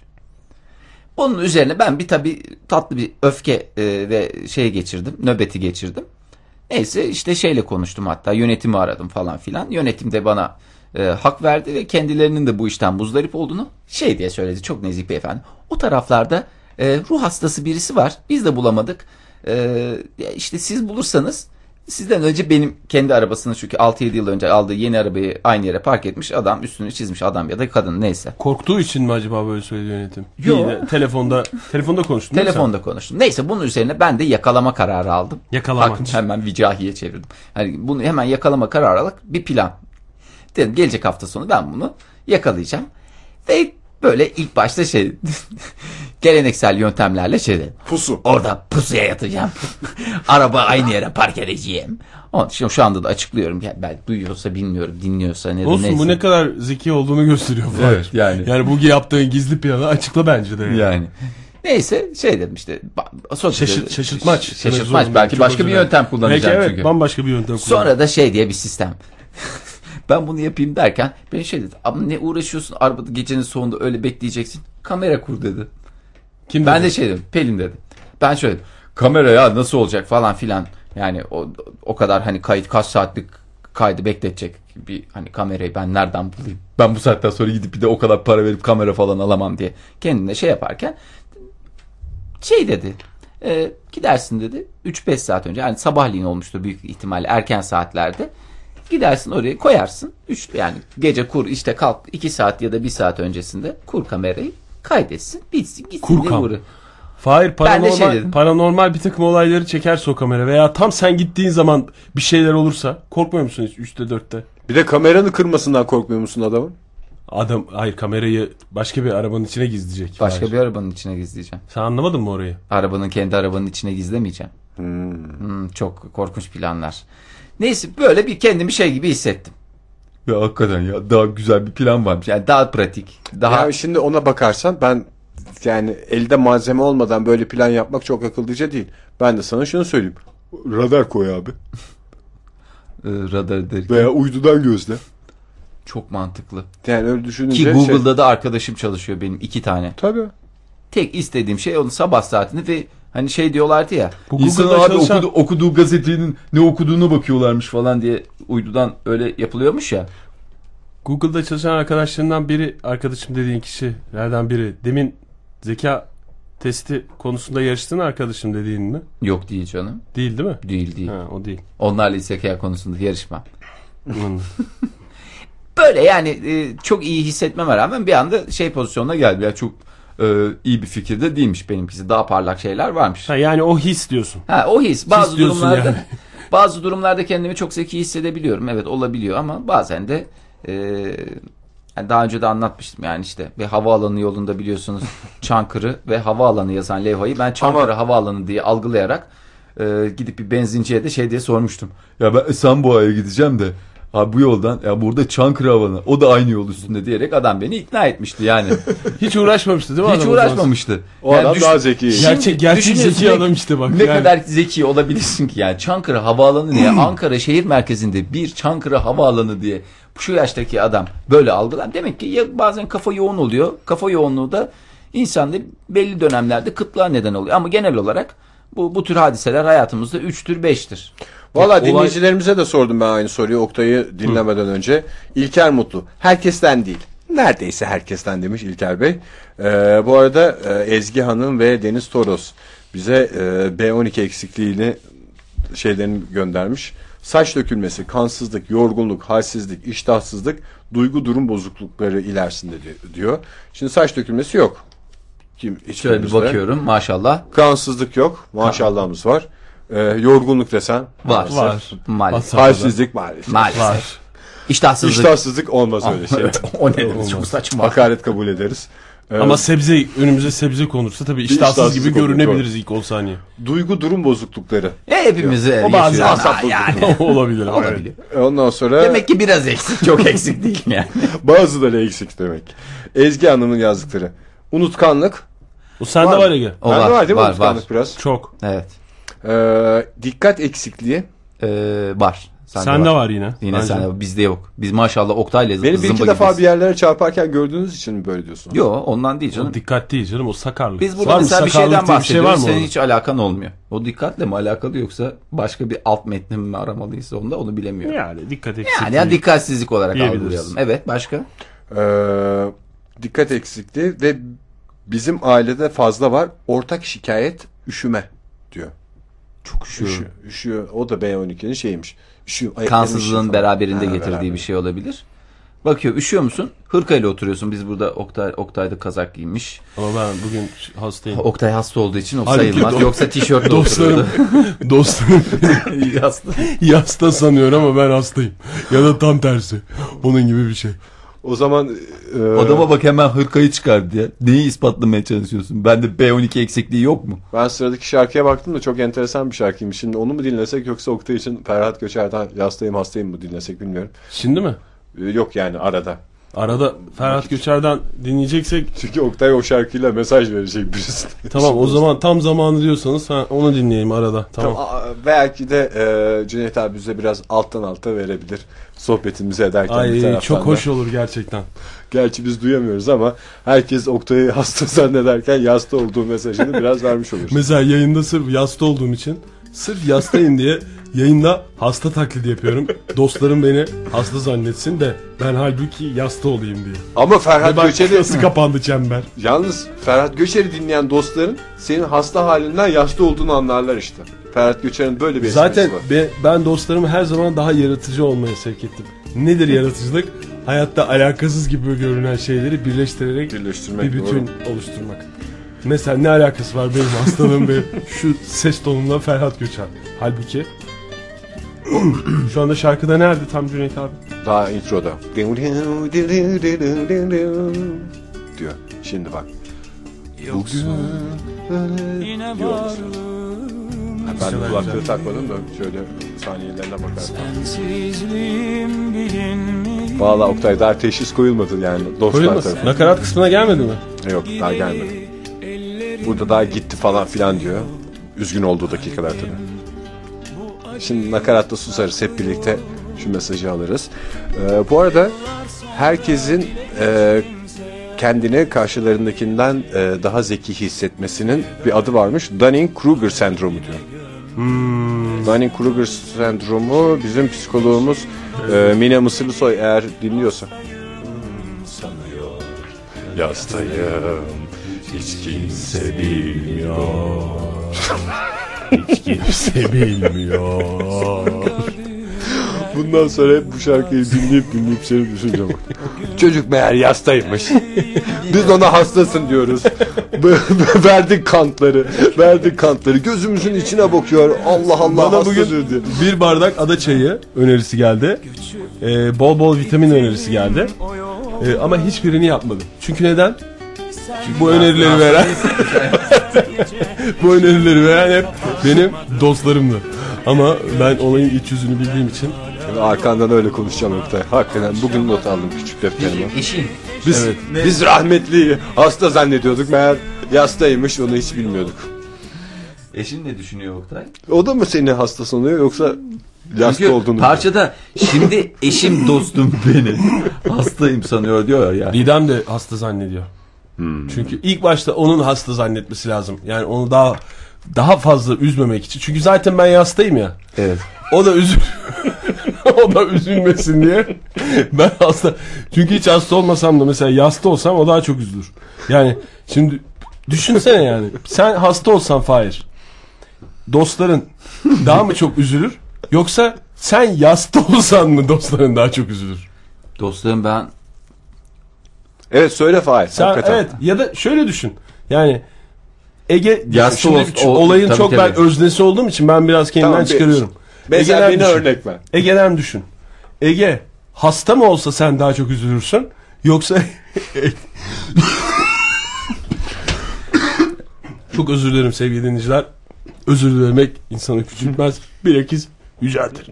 Onun üzerine ben tabii tatlı bir öfke ve geçirdim. Nöbeti geçirdim. Neyse işte şeyle konuştum, hatta yönetimi aradım falan filan. Yönetim de bana hak verdi ve kendilerinin de bu işten muzdarip olduğunu diye söyledi. Çok nezih beyefendi. O taraflarda ruh hastası birisi var. Biz de bulamadık. İşte siz bulursanız, sizden önce benim kendi arabasını, çünkü 6-7 yıl önce aldığı yeni arabayı aynı yere park etmiş adam, üstünü çizmiş, adam ya da kadın neyse. Korktuğu için mi acaba böyle söyledi yönetim? Yok. İyi de telefonda konuştun değil mi Telefonda konuştum. Neyse, bunun üzerine ben de yakalama kararı aldım. Yakalamak. Hemen vicahiye çevirdim. Hani bunu hemen yakalama kararı alarak bir plan. Dedim gelecek hafta sonu ben bunu yakalayacağım. Ve böyle ilk başta geleneksel yöntemlerle dedim. Pusu. Orada pusuya yatacağım. Araba aynı yere park edeceğim. Şimdi şu anda da açıklıyorum. Yani belki duyuyorsa bilmiyorum, dinliyorsa ne Olsun, neyse. bu ne kadar zeki olduğunu gösteriyor. Evet, yani. Yani bu yaptığın gizli planı açıkla bence de. Yani. Neyse dedim işte. Şaşırtmaç. Şaşırtmaç. Belki başka bir yöntem kullanacağım Belki çünkü. bambaşka bir yöntem kullanacağım. Sonra da diye bir sistem. Ben bunu yapayım derken ben dedi. Ama ne uğraşıyorsun arabada gecenin sonunda öyle bekleyeceksin. Kamera kur dedi. Kim Ben dedi? de dedim. Pelin dedi. Ben şöyle kamera ya nasıl olacak falan filan. Yani o kadar hani kayıt, kaç saatlik kaydı bekletecek bir hani kamerayı ben nereden bulayım? Ben bu saatten sonra gidip bir de o kadar para verip kamera falan alamam diye kendine yaparken dedi. Gidersin dedi. 3-5 saat önce, yani sabahleyin olmuştur büyük ihtimalle, erken saatlerde. Gidersin oraya koyarsın. Yani gece kur, işte kalk 2 saat ya da 1 saat öncesinde kur kamerayı, kaydetsin, bitsin, gitsin. Kurkam. Fahir, Ben de dedim. paranormal bir takım olayları çekerse o kamera veya tam sen gittiğin zaman bir şeyler olursa korkmuyor musun hiç 3'te 4'te? Bir de kameranın kırmasından korkmuyor musun adamın? Hayır, kamerayı başka bir arabanın içine gizleyecek. Başka Fahir. bir arabanın içine gizleyeceğim. Sen anlamadın mı orayı? Kendi arabanın içine gizlemeyeceğim. Çok korkunç planlar. Neyse, böyle bir kendimi gibi hissettim. Ya hakikaten ya, daha güzel bir plan varmış. Yani daha pratik. Daha Yani şimdi ona bakarsan ben, yani elde malzeme olmadan böyle plan yapmak çok akıllıca değil. Ben de sana şunu söyleyeyim. Radar koy abi. radar derken Veya uydudan gözle. çok mantıklı. Yani öyle düşününce Ki Google'da da arkadaşım çalışıyor benim, 2 tane. Tabii. Tek istediğim şey onun sabah saatini ve hani diyorlardı ya. Bu İnsan Google'da abi çalışan- okuduğu gazetenin ne okuduğuna bakıyorlarmış falan diye uydudan öyle yapılıyormuş ya. Google'da çalışan arkadaşlarından biri, arkadaşım dediğin kişilerden biri. Demin zeka testi konusunda yarıştığın arkadaşım dediğin mi? Yok değil canım. Değil mi? Değil. Ha, o değil. Onlarla zeka konusunda yarışmam. Hmm. Böyle yani çok iyi hissetmeme rağmen bir anda pozisyonuna geldi. Yani çok iyi bir fikir de değilmiş benimkisi. Daha parlak şeyler varmış. Ha, yani o his diyorsun. O his. Bazı diyorsun durumlarda yani. bazı durumlarda kendimi çok zeki hissedebiliyorum. Evet, olabiliyor ama bazen de yani daha önce de anlatmıştım yani işte bir havaalanı yolunda biliyorsunuz Çankırı ve havaalanı yazan levhayı ben Çankırı havaalanı diye algılayarak gidip bir benzinciye de diye sormuştum. Ya ben Esenboğa'ya gideceğim de Ha bu yoldan ya burada Çankırı Havanı o da aynı yol üstünde diyerek adam beni ikna etmişti yani. Hiç uğraşmamıştı değil mi Hiç adam o zaman? uğraşmamıştı. O adam daha zeki. Gerçek düşünüyorsun zeki adam işte bak. Ne yani. kadar zeki olabilirsin ki yani Çankırı Havaalanı diye Ankara şehir merkezinde bir Çankırı Havaalanı diye şu yaştaki adam böyle algılar. Demek ki ya bazen kafa yoğun oluyor. Kafa yoğunluğu da insanda belli dönemlerde kıtlığa neden oluyor. Ama genel olarak bu tür hadiseler hayatımızda 3'tür 5'tir. Valla dinleyicilerimize de sordum ben aynı soruyu Oktay'ı dinlemeden önce. İlker Mutlu. Herkesten değil. Neredeyse herkesten demiş İlker Bey. Bu arada Ezgi Hanım ve Deniz Toros bize B12 eksikliğini şeylerini göndermiş. Saç dökülmesi, kansızlık, yorgunluk, halsizlik, iştahsızlık, duygu durum bozuklukları ilerisinde diyor. Şimdi saç dökülmesi yok. Şöyle bir bakıyorum maşallah. Kansızlık yok. Maşallahımız var. Yorgunluk desen Var. Maalesef. halsizlik maalesef. Var. İştahsızlık. İştahsızlık olmaz öyle şey. Evet, o ne? Çok saçma. Hakaret kabul ederiz. Ama önümüze sebze konursa tabii iştahsız gibi iştahsızlık olur, görünebiliriz ilk 10 saniye. Duygu durum bozuklukları. Hepimiz O bazen yaşıyoruz. asap Yani. Olabilir. Olabilir. Ondan sonra Demek ki biraz eksik. Çok eksik değil yani. bazıları eksik demek. Ezgi Hanım'ın yazdıkları. Unutkanlık. O sende var Ege. O Bende var değil mi var, unutkanlık var. biraz? Çok. Evet. Dikkat eksikliği. Var. Sende var yine. Yine Bence. sende var. Bizde yok. Biz maşallah Oktay'la Beni bir iki zımba defa gibiyiz. bir yerlere çarparken gördüğünüz için mi böyle diyorsun? Yok ondan değil canım. O dikkat değil canım, o sakarlık. Biz burada Var mı? mesela bir Sakarlık şeyden diye bir şey var bahsediyoruz. mı Senin orada? hiç alakan olmuyor. O dikkatle mi alakalı yoksa başka bir alt metni mi aramalıysa onu bilemiyorum. Yani dikkat eksikliği. Yani dikkatsizlik olarak Diyebiliriz. algılayalım. Evet başka? Dikkat eksikliği ve bizim ailede fazla var. Ortak şikayet üşüme diyor. Çok üşüyorum. Üşüyor. O da B12'nin şeymiş. Üşüyor. Kansızlığın beraberinde getirdiği beraber. bir şey olabilir. Bakıyor üşüyor musun? Hırkayla oturuyorsun. Biz burada Oktay'da kazak giymiş. Ama ben bugün hastayım. Oktay hasta olduğu için o Halbuki sayılmaz. Yoksa tişörtle Dostlarım, oturuyordu. dostlarım Hasta. yasta sanıyor ama ben hastayım. Ya da tam tersi. Onun gibi bir şey. O zaman Adama bak hemen hırkayı çıkardı ya. Neyi ispatlamaya çalışıyorsun? Bende B12 eksikliği yok mu? ben sıradaki şarkıya baktım da çok enteresan bir şarkıymış. Şimdi onu mu dinlesek yoksa Oktay için Ferhat Göçer'den Yastayım Hastayım mı dinlesek bilmiyorum. Şimdi mi? Yok yani arada. Arada Ferhat Göçer'den dinleyeceksek Çünkü Oktay o şarkıyla mesaj verecek birisi. tamam, o zaman tam zamanı diyorsanız onu dinleyelim arada. Tamam. Belki de Cüneyt abi bize biraz alttan alta verebilir sohbetimizi ederken. bir Ay taraftan çok da. hoş olur gerçekten. Gerçi biz duyamıyoruz ama herkes Oktay'ı hasta zannederken yasta olduğu mesajını biraz vermiş olur. Mesela yayında sırf yasta olduğum için, sırf yastayım diye yayında hasta taklidi yapıyorum. Dostlarım beni hasta zannetsin de ben halbuki yasta olayım diye. Ama Ve Ferhat bak Göçer'i nasıl kapandı çember. yalnız Ferhat Göçer'i dinleyen dostların senin hasta halinden yasta olduğunu anlarlar işte. Ferhat Göçer'in böyle bir Zaten esprisi var. ben dostlarımı her zaman daha yaratıcı olmaya sevk ettim. Nedir yaratıcılık? Hayatta alakasız gibi görünen şeyleri birleştirerek Birleştirmek, bir bütün doğru. oluşturmak. Mesela ne alakası var benim hastalığım ve şu ses tonumla Ferhat Göçer? Halbuki şu anda şarkıda nerede tam Cüneyt abi? Daha introda. Diyor. Şimdi bak. Yine Diyor varlığım Ben de kulaklığı takmadım da şöyle saniyelerine bakarsam. sensizliğim bilinmiyor. Valla Oktay daha teşhis koyulmadı yani dostlar Koyulmasın. tarafından. Nakarat kısmına gelmedi mi? Yok daha gelmedi. Burada daha gitti falan filan diyor. Üzgün olduğu dakikalar tabii. Şimdi nakaratta susarız hep birlikte şu mesajı alırız. Bu arada herkesin kendini karşılarındakinden daha zeki hissetmesinin bir adı varmış. Dunning-Kruger sendromu diyor. Dunning-Kruger sendromu bizim psikoloğumuz Mine Mısırlısoy eğer dinliyorsa. Sanıyor yastayım hiç kimse bilmiyor. Kimse bilmiyor. Bundan sonra hep bu şarkıyı dinleyip seni düşüneceğim. Çocuk meğer yastaymış. Biz ona hastasın diyoruz. Verdik kantları. Gözümüzün içine bakıyor. Allah Allah Bana hastadır bugün diye. bir bardak ada çayı önerisi geldi. Bol bol vitamin önerisi geldi. Ama hiçbirini yapmadım. Çünkü neden? Çünkü bu önerileri veren hep benim dostlarımdı. Ama ben olayın iç yüzünü bildiğim için Arkandan öyle konuşacağım Oktay. Hakikaten bugün not aldım küçük defterime. Eşin. Biz rahmetliyi hasta zannediyorduk. Meğer yastaymış, onu hiç bilmiyorduk. Eşin ne düşünüyor Oktay? O da mı seni hasta sanıyor yoksa yasta Çünkü olduğunu? parçada şimdi eşim dostum beni hastayım sanıyor diyor ya. Didem de hasta zannediyor. Çünkü ilk başta onun hasta zannetmesi lazım. Yani onu daha fazla üzmemek için. Çünkü zaten ben yastayım ya. Evet. O da o da üzülmesin diye. Ben hasta. Çünkü hiç hasta olmasam da mesela yasta olsam o daha çok üzülür. Yani şimdi düşünsene yani. Sen hasta olsan Fahir, dostların daha mı çok üzülür? Yoksa sen yasta olsan mı dostların daha çok üzülür? Dostlarım ben Evet söyle Fahir. Sen, Hakikaten. evet, ya da şöyle düşün. Yani Ege Yasta şimdi ol- olayın tabii, çok tabii. ben öznesi olduğum için ben biraz kendimden Tamam, çıkarıyorum. Mesela Ege'den beni düşün. örnek ver. Ege'den düşün. Ege hasta mı olsa sen daha çok üzülürsün yoksa çok özür dilerim sevgili dinleyiciler. Özür dilemek insanı küçültmez, bilakis yüceltir.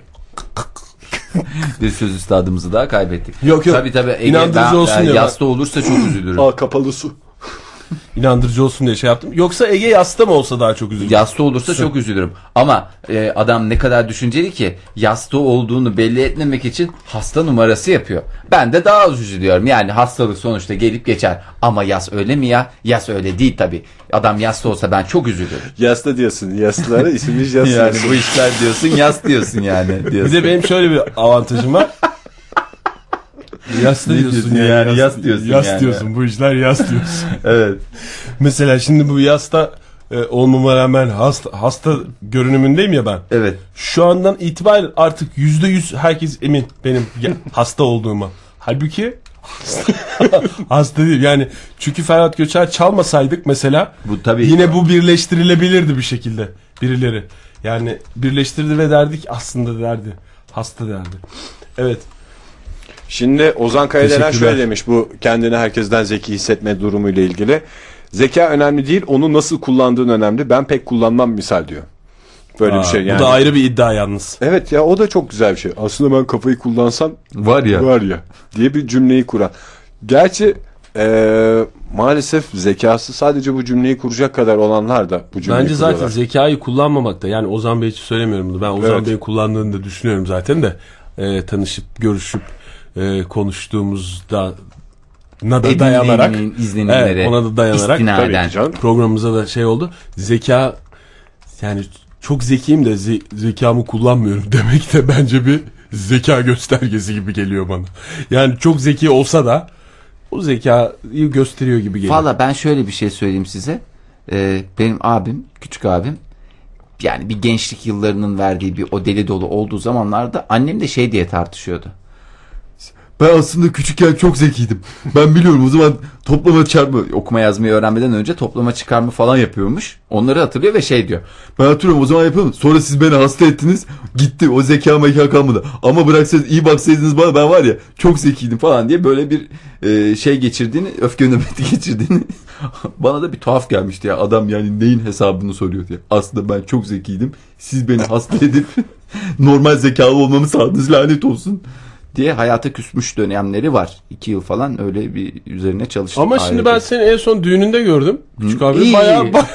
bir söz üstadımızı daha kaybettik. Yok. Tabii Ege, İnandırıcı olsun diye yasta olursa çok üzülürüm. Al kapalı su. İnandırıcı olsun diye şey yaptım. Yoksa Ege yasta mı olsa daha çok üzülür? Yasta olursa çok üzülürüm. Ama adam ne kadar düşünceli ki yasta olduğunu belli etmemek için hasta numarası yapıyor. Ben de daha az üzülüyorum. Yani hastalık sonuçta gelip geçer. Ama yas öyle mi ya? Yas öyle değil tabii. Adam yasta olsa ben çok üzülürüm. Yasta diyorsun. Yastılara isimli yas Yani diyorsun. bu işler diyorsun yas diyorsun yani. Bir de benim şöyle bir avantajım var. Yasta Ne diyorsun diyorsun yani? Yas diyorsun Yas yani. diyorsun. Bu işler yas diyorsun. Evet. Mesela şimdi bu yasta olmama rağmen hasta görünümündeyim ya ben. Evet. Şu andan itibaren artık %100 herkes emin benim hasta olduğuma. Halbuki hasta değil. Yani çünkü Ferhat Göçer çalmasaydık mesela Bu tabii. yine bu birleştirilebilirdi bir şekilde birileri. Yani birleştirdi ve derdik aslında derdi. Hasta derdi. Evet. Şimdi Ozan Kayadelen Teşekkürler. şöyle demiş bu kendini herkesten zeki hissetme durumuyla ilgili. Zeka önemli değil, onu nasıl kullandığın önemli. Ben pek kullanmam misal diyor. Böyle bir şey yani. Bu da ayrı bir iddia yalnız. Evet ya, o da çok güzel bir şey. Aslında ben kafayı kullansam Var ya. var ya diye bir cümleyi kuran. Gerçi maalesef zekası sadece bu cümleyi kuracak kadar olanlar da bu cümleyi Bence zaten kuruyorlar. zekayı kullanmamakta. Yani Ozan Bey için söylemiyorum bunu. Ben Ozan Evet. Bey'in kullandığını da düşünüyorum zaten de. Tanışıp görüşüp konuştuğumuzda da dayanarak Edindiğimin izlenimleri, evet, ona da dayanarak istinaden. Tabii ki canım. programımıza da şey oldu. Zeka, yani çok zekiyim de zekamı kullanmıyorum demek de bence bir zeka göstergesi gibi geliyor bana. Yani çok zeki olsa da o zekayı gösteriyor gibi geliyor. Valla ben şöyle bir şey söyleyeyim size. Benim abim, küçük abim, yani bir gençlik yıllarının verdiği bir o deli dolu olduğu zamanlarda annem de şey diye tartışıyordu. Ben aslında küçükken çok zekiydim. Ben biliyorum, o zaman toplama çarpma, okuma yazmayı öğrenmeden önce toplama çıkarma falan yapıyormuş. Onları hatırlıyor ve şey diyor. Ben hatırlıyorum, o zaman yapıyordum. Sonra siz beni hasta ettiniz. Gitti. O zeka kalmadı. Ama bıraksaydınız, iyi baksaydınız bana, ben var ya çok zekiydim falan diye böyle bir şey geçirdiğini, öfke nöbeti geçirdiğini bana da bir tuhaf gelmişti ya. Adam yani neyin hesabını soruyor diye. Aslında ben çok zekiydim. Siz beni hasta edip normal zekalı olmamı sağladınız, lanet olsun diye hayata küsmüş dönemleri var. 2 yıl falan öyle bir üzerine çalıştım. Ama şimdi ben seni en son düğününde gördüm. Küçük abi İyi.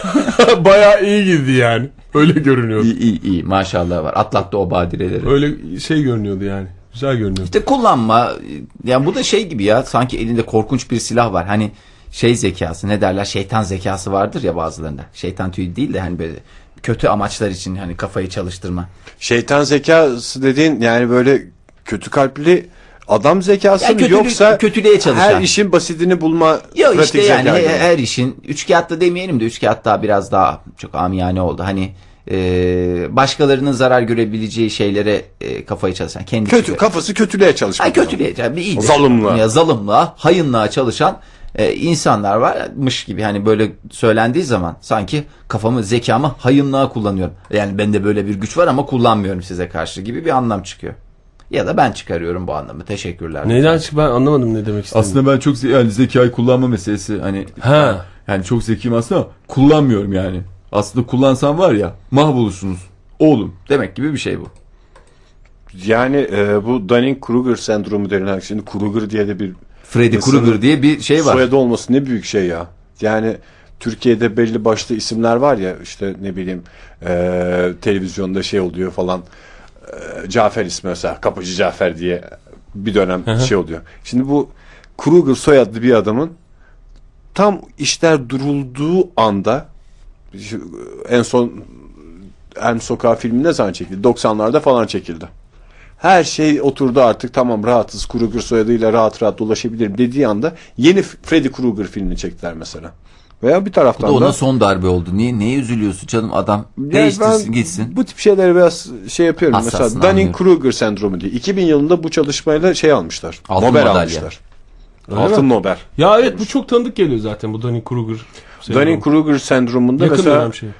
bayağı iyi girdi yani. Öyle görünüyordu. iyi maşallah var. Atlattı o badireleri. Öyle şey görünüyordu yani. Güzel görünüyordu. İşte kullanma. Yani bu da şey gibi ya. Sanki elinde korkunç bir silah var. Hani şey zekası, ne derler? Şeytan zekası vardır ya bazılarında. Şeytan tüyü değil de hani böyle kötü amaçlar için hani kafayı çalıştırma. Şeytan zekası dediğin yani böyle kötü kalpli adam zekası Ya mı, kötülük- yoksa kötüliğe çalışan. her işin basitini bulma Yok pratik işte yani zeka gibi? her işin üçkağıtta demeyelim de üçkağıtta biraz daha çok amiyane oldu. Hani başkalarının zarar görebileceği şeylere kafayı çalışan, kendisi Kötü, kafası kötülüğe çalışmak. Ay kötülüğe, yani iyice. Zalimliğe. Ya, zalimliğe, hayınlığa çalışan insanlar varmış gibi, hani böyle söylendiği zaman sanki kafamı, zekamı hayınlığa kullanıyorum. Yani bende böyle bir güç var ama kullanmıyorum size karşı gibi bir anlam çıkıyor. Ya da ben çıkarıyorum bu anlamı. Teşekkürler. Neyden çık, ben anlamadım ne demek istediğini. Aslında ben çok yani zekayı kullanma meselesi, hani Ha. yani çok zekiyim aslında ama kullanmıyorum yani. Aslında kullansam var ya mahvolursunuz oğlum demek gibi bir şey bu. Yani bu Dunning-Kruger sendromu denilen, şimdi Kruger diye de bir Freddy insanın Krueger diye bir şey var. soyadı olması ne büyük şey ya. Yani Türkiye'de belli başlı isimler var ya, işte ne bileyim televizyonda şey oluyor falan, Cafer ismi mesela, Kapıcı Cafer diye bir dönem şey oluyor. Şimdi bu Kruger soyadlı bir adamın tam işler durulduğu anda, en son Elm Sokağı filmi ne zaman çekildi? 90'larda falan çekildi. Her şey oturdu artık, tamam rahatız, Kruger soyadıyla rahat rahat dolaşabilirim dediği anda yeni Freddy Krueger filmini çektiler mesela. Veya bir Bu taraftan da ona da son darbe oldu. Neye üzülüyorsun canım, adam yani değiştirsin ben gitsin. bu tip şeyleri biraz şey yapıyorum. Hassasın, Mesela Dunning-Kruger sendromu diye 2000 yılında bu çalışmayla şey almışlar. Altın Nobel madalya. almışlar. Öyle Altın mi? Nobel. Ya evet, bu çok tanıdık geliyor zaten, bu Dunning-Kruger. Dunning-Kruger sendromunda Yakın mesela dönem şey.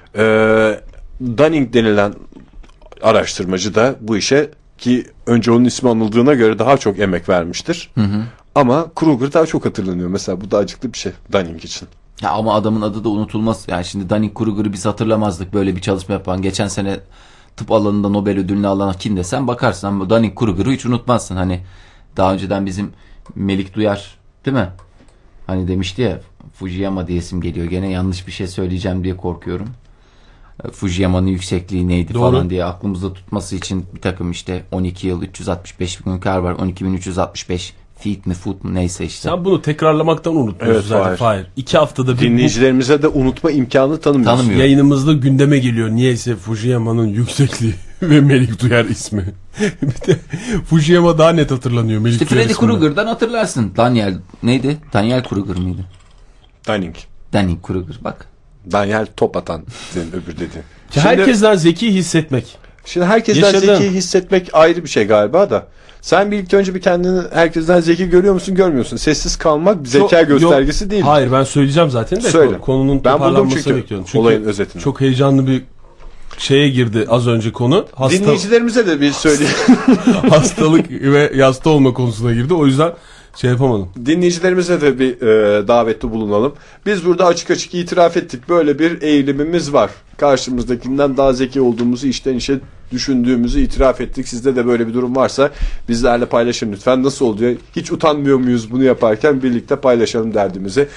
Dunning denilen araştırmacı da bu işe, ki önce onun ismi anıldığına göre daha çok emek vermiştir. Ama Kruger daha çok hatırlanıyor. Mesela bu da acıklı bir şey Dunning için. Ya ama adamın adı da unutulmaz. Yani şimdi Dunning-Kruger'ı biz hatırlamazdık, böyle bir çalışma yapan. Geçen sene tıp alanında Nobel ödülünü alan kim desen bakarsın, ama Dunning-Kruger'ı hiç unutmazsın. Hani daha önceden bizim Melik Duyar, değil mi? Hani demişti ya, Fujiyama diyesim geliyor. Gene yanlış bir şey söyleyeceğim diye korkuyorum. Fujiyama'nın yüksekliği neydi Doğru. falan diye aklımızda tutması için bir takım işte 12 yıl 365 gün kar var. 12.365 feet mi foot mu neyse işte. Sen bunu tekrarlamaktan unutuyorsun Evet, zaten. Fahir. 2 haftada bir bu Dinleyicilerimize de unutma imkanı tanımıyoruz. Tanımıyor. yayınımızda gündeme geliyor. Niyeyse Fujiyama'nın yüksekliği ve Melik Duyar ismi. Bir de Fujiyama daha net hatırlanıyor Melik İşte Duyar Freddy isminden. Krueger'dan hatırlarsın. Daniel neydi? Daniel Krueger mıydı? Dunning. Daniel Krueger bak. Daniel top atan öbür dedi. Herkesten zeki hissetmek. Şimdi herkesten Yaşadım. zeki hissetmek ayrı bir şey galiba da. Sen bir ilk önce bir kendini herkesten zeki görüyor musun, görmüyor musun? Sessiz kalmak bir zeka Yok, göstergesi değil. Hayır, ben söyleyeceğim zaten de Söyle. konunun Ben buldum toparlanmasını çünkü bekliyorum. olayın özetini. Çok heyecanlı bir şeye girdi az önce konu. Dinleyicilerimize de bir söyleyeyim. Hastalık ve yasta olma konusuna girdi. O yüzden şey yapamadım. Dinleyicilerimize de bir davette bulunalım. Biz burada açık açık itiraf ettik. Böyle bir eğilimimiz var. Karşımızdakinden daha zeki olduğumuzu, içten içe düşündüğümüzü itiraf ettik. Sizde de böyle bir durum varsa bizlerle paylaşın lütfen. Nasıl oluyor? Hiç utanmıyor muyuz bunu yaparken? Birlikte paylaşalım derdimizi.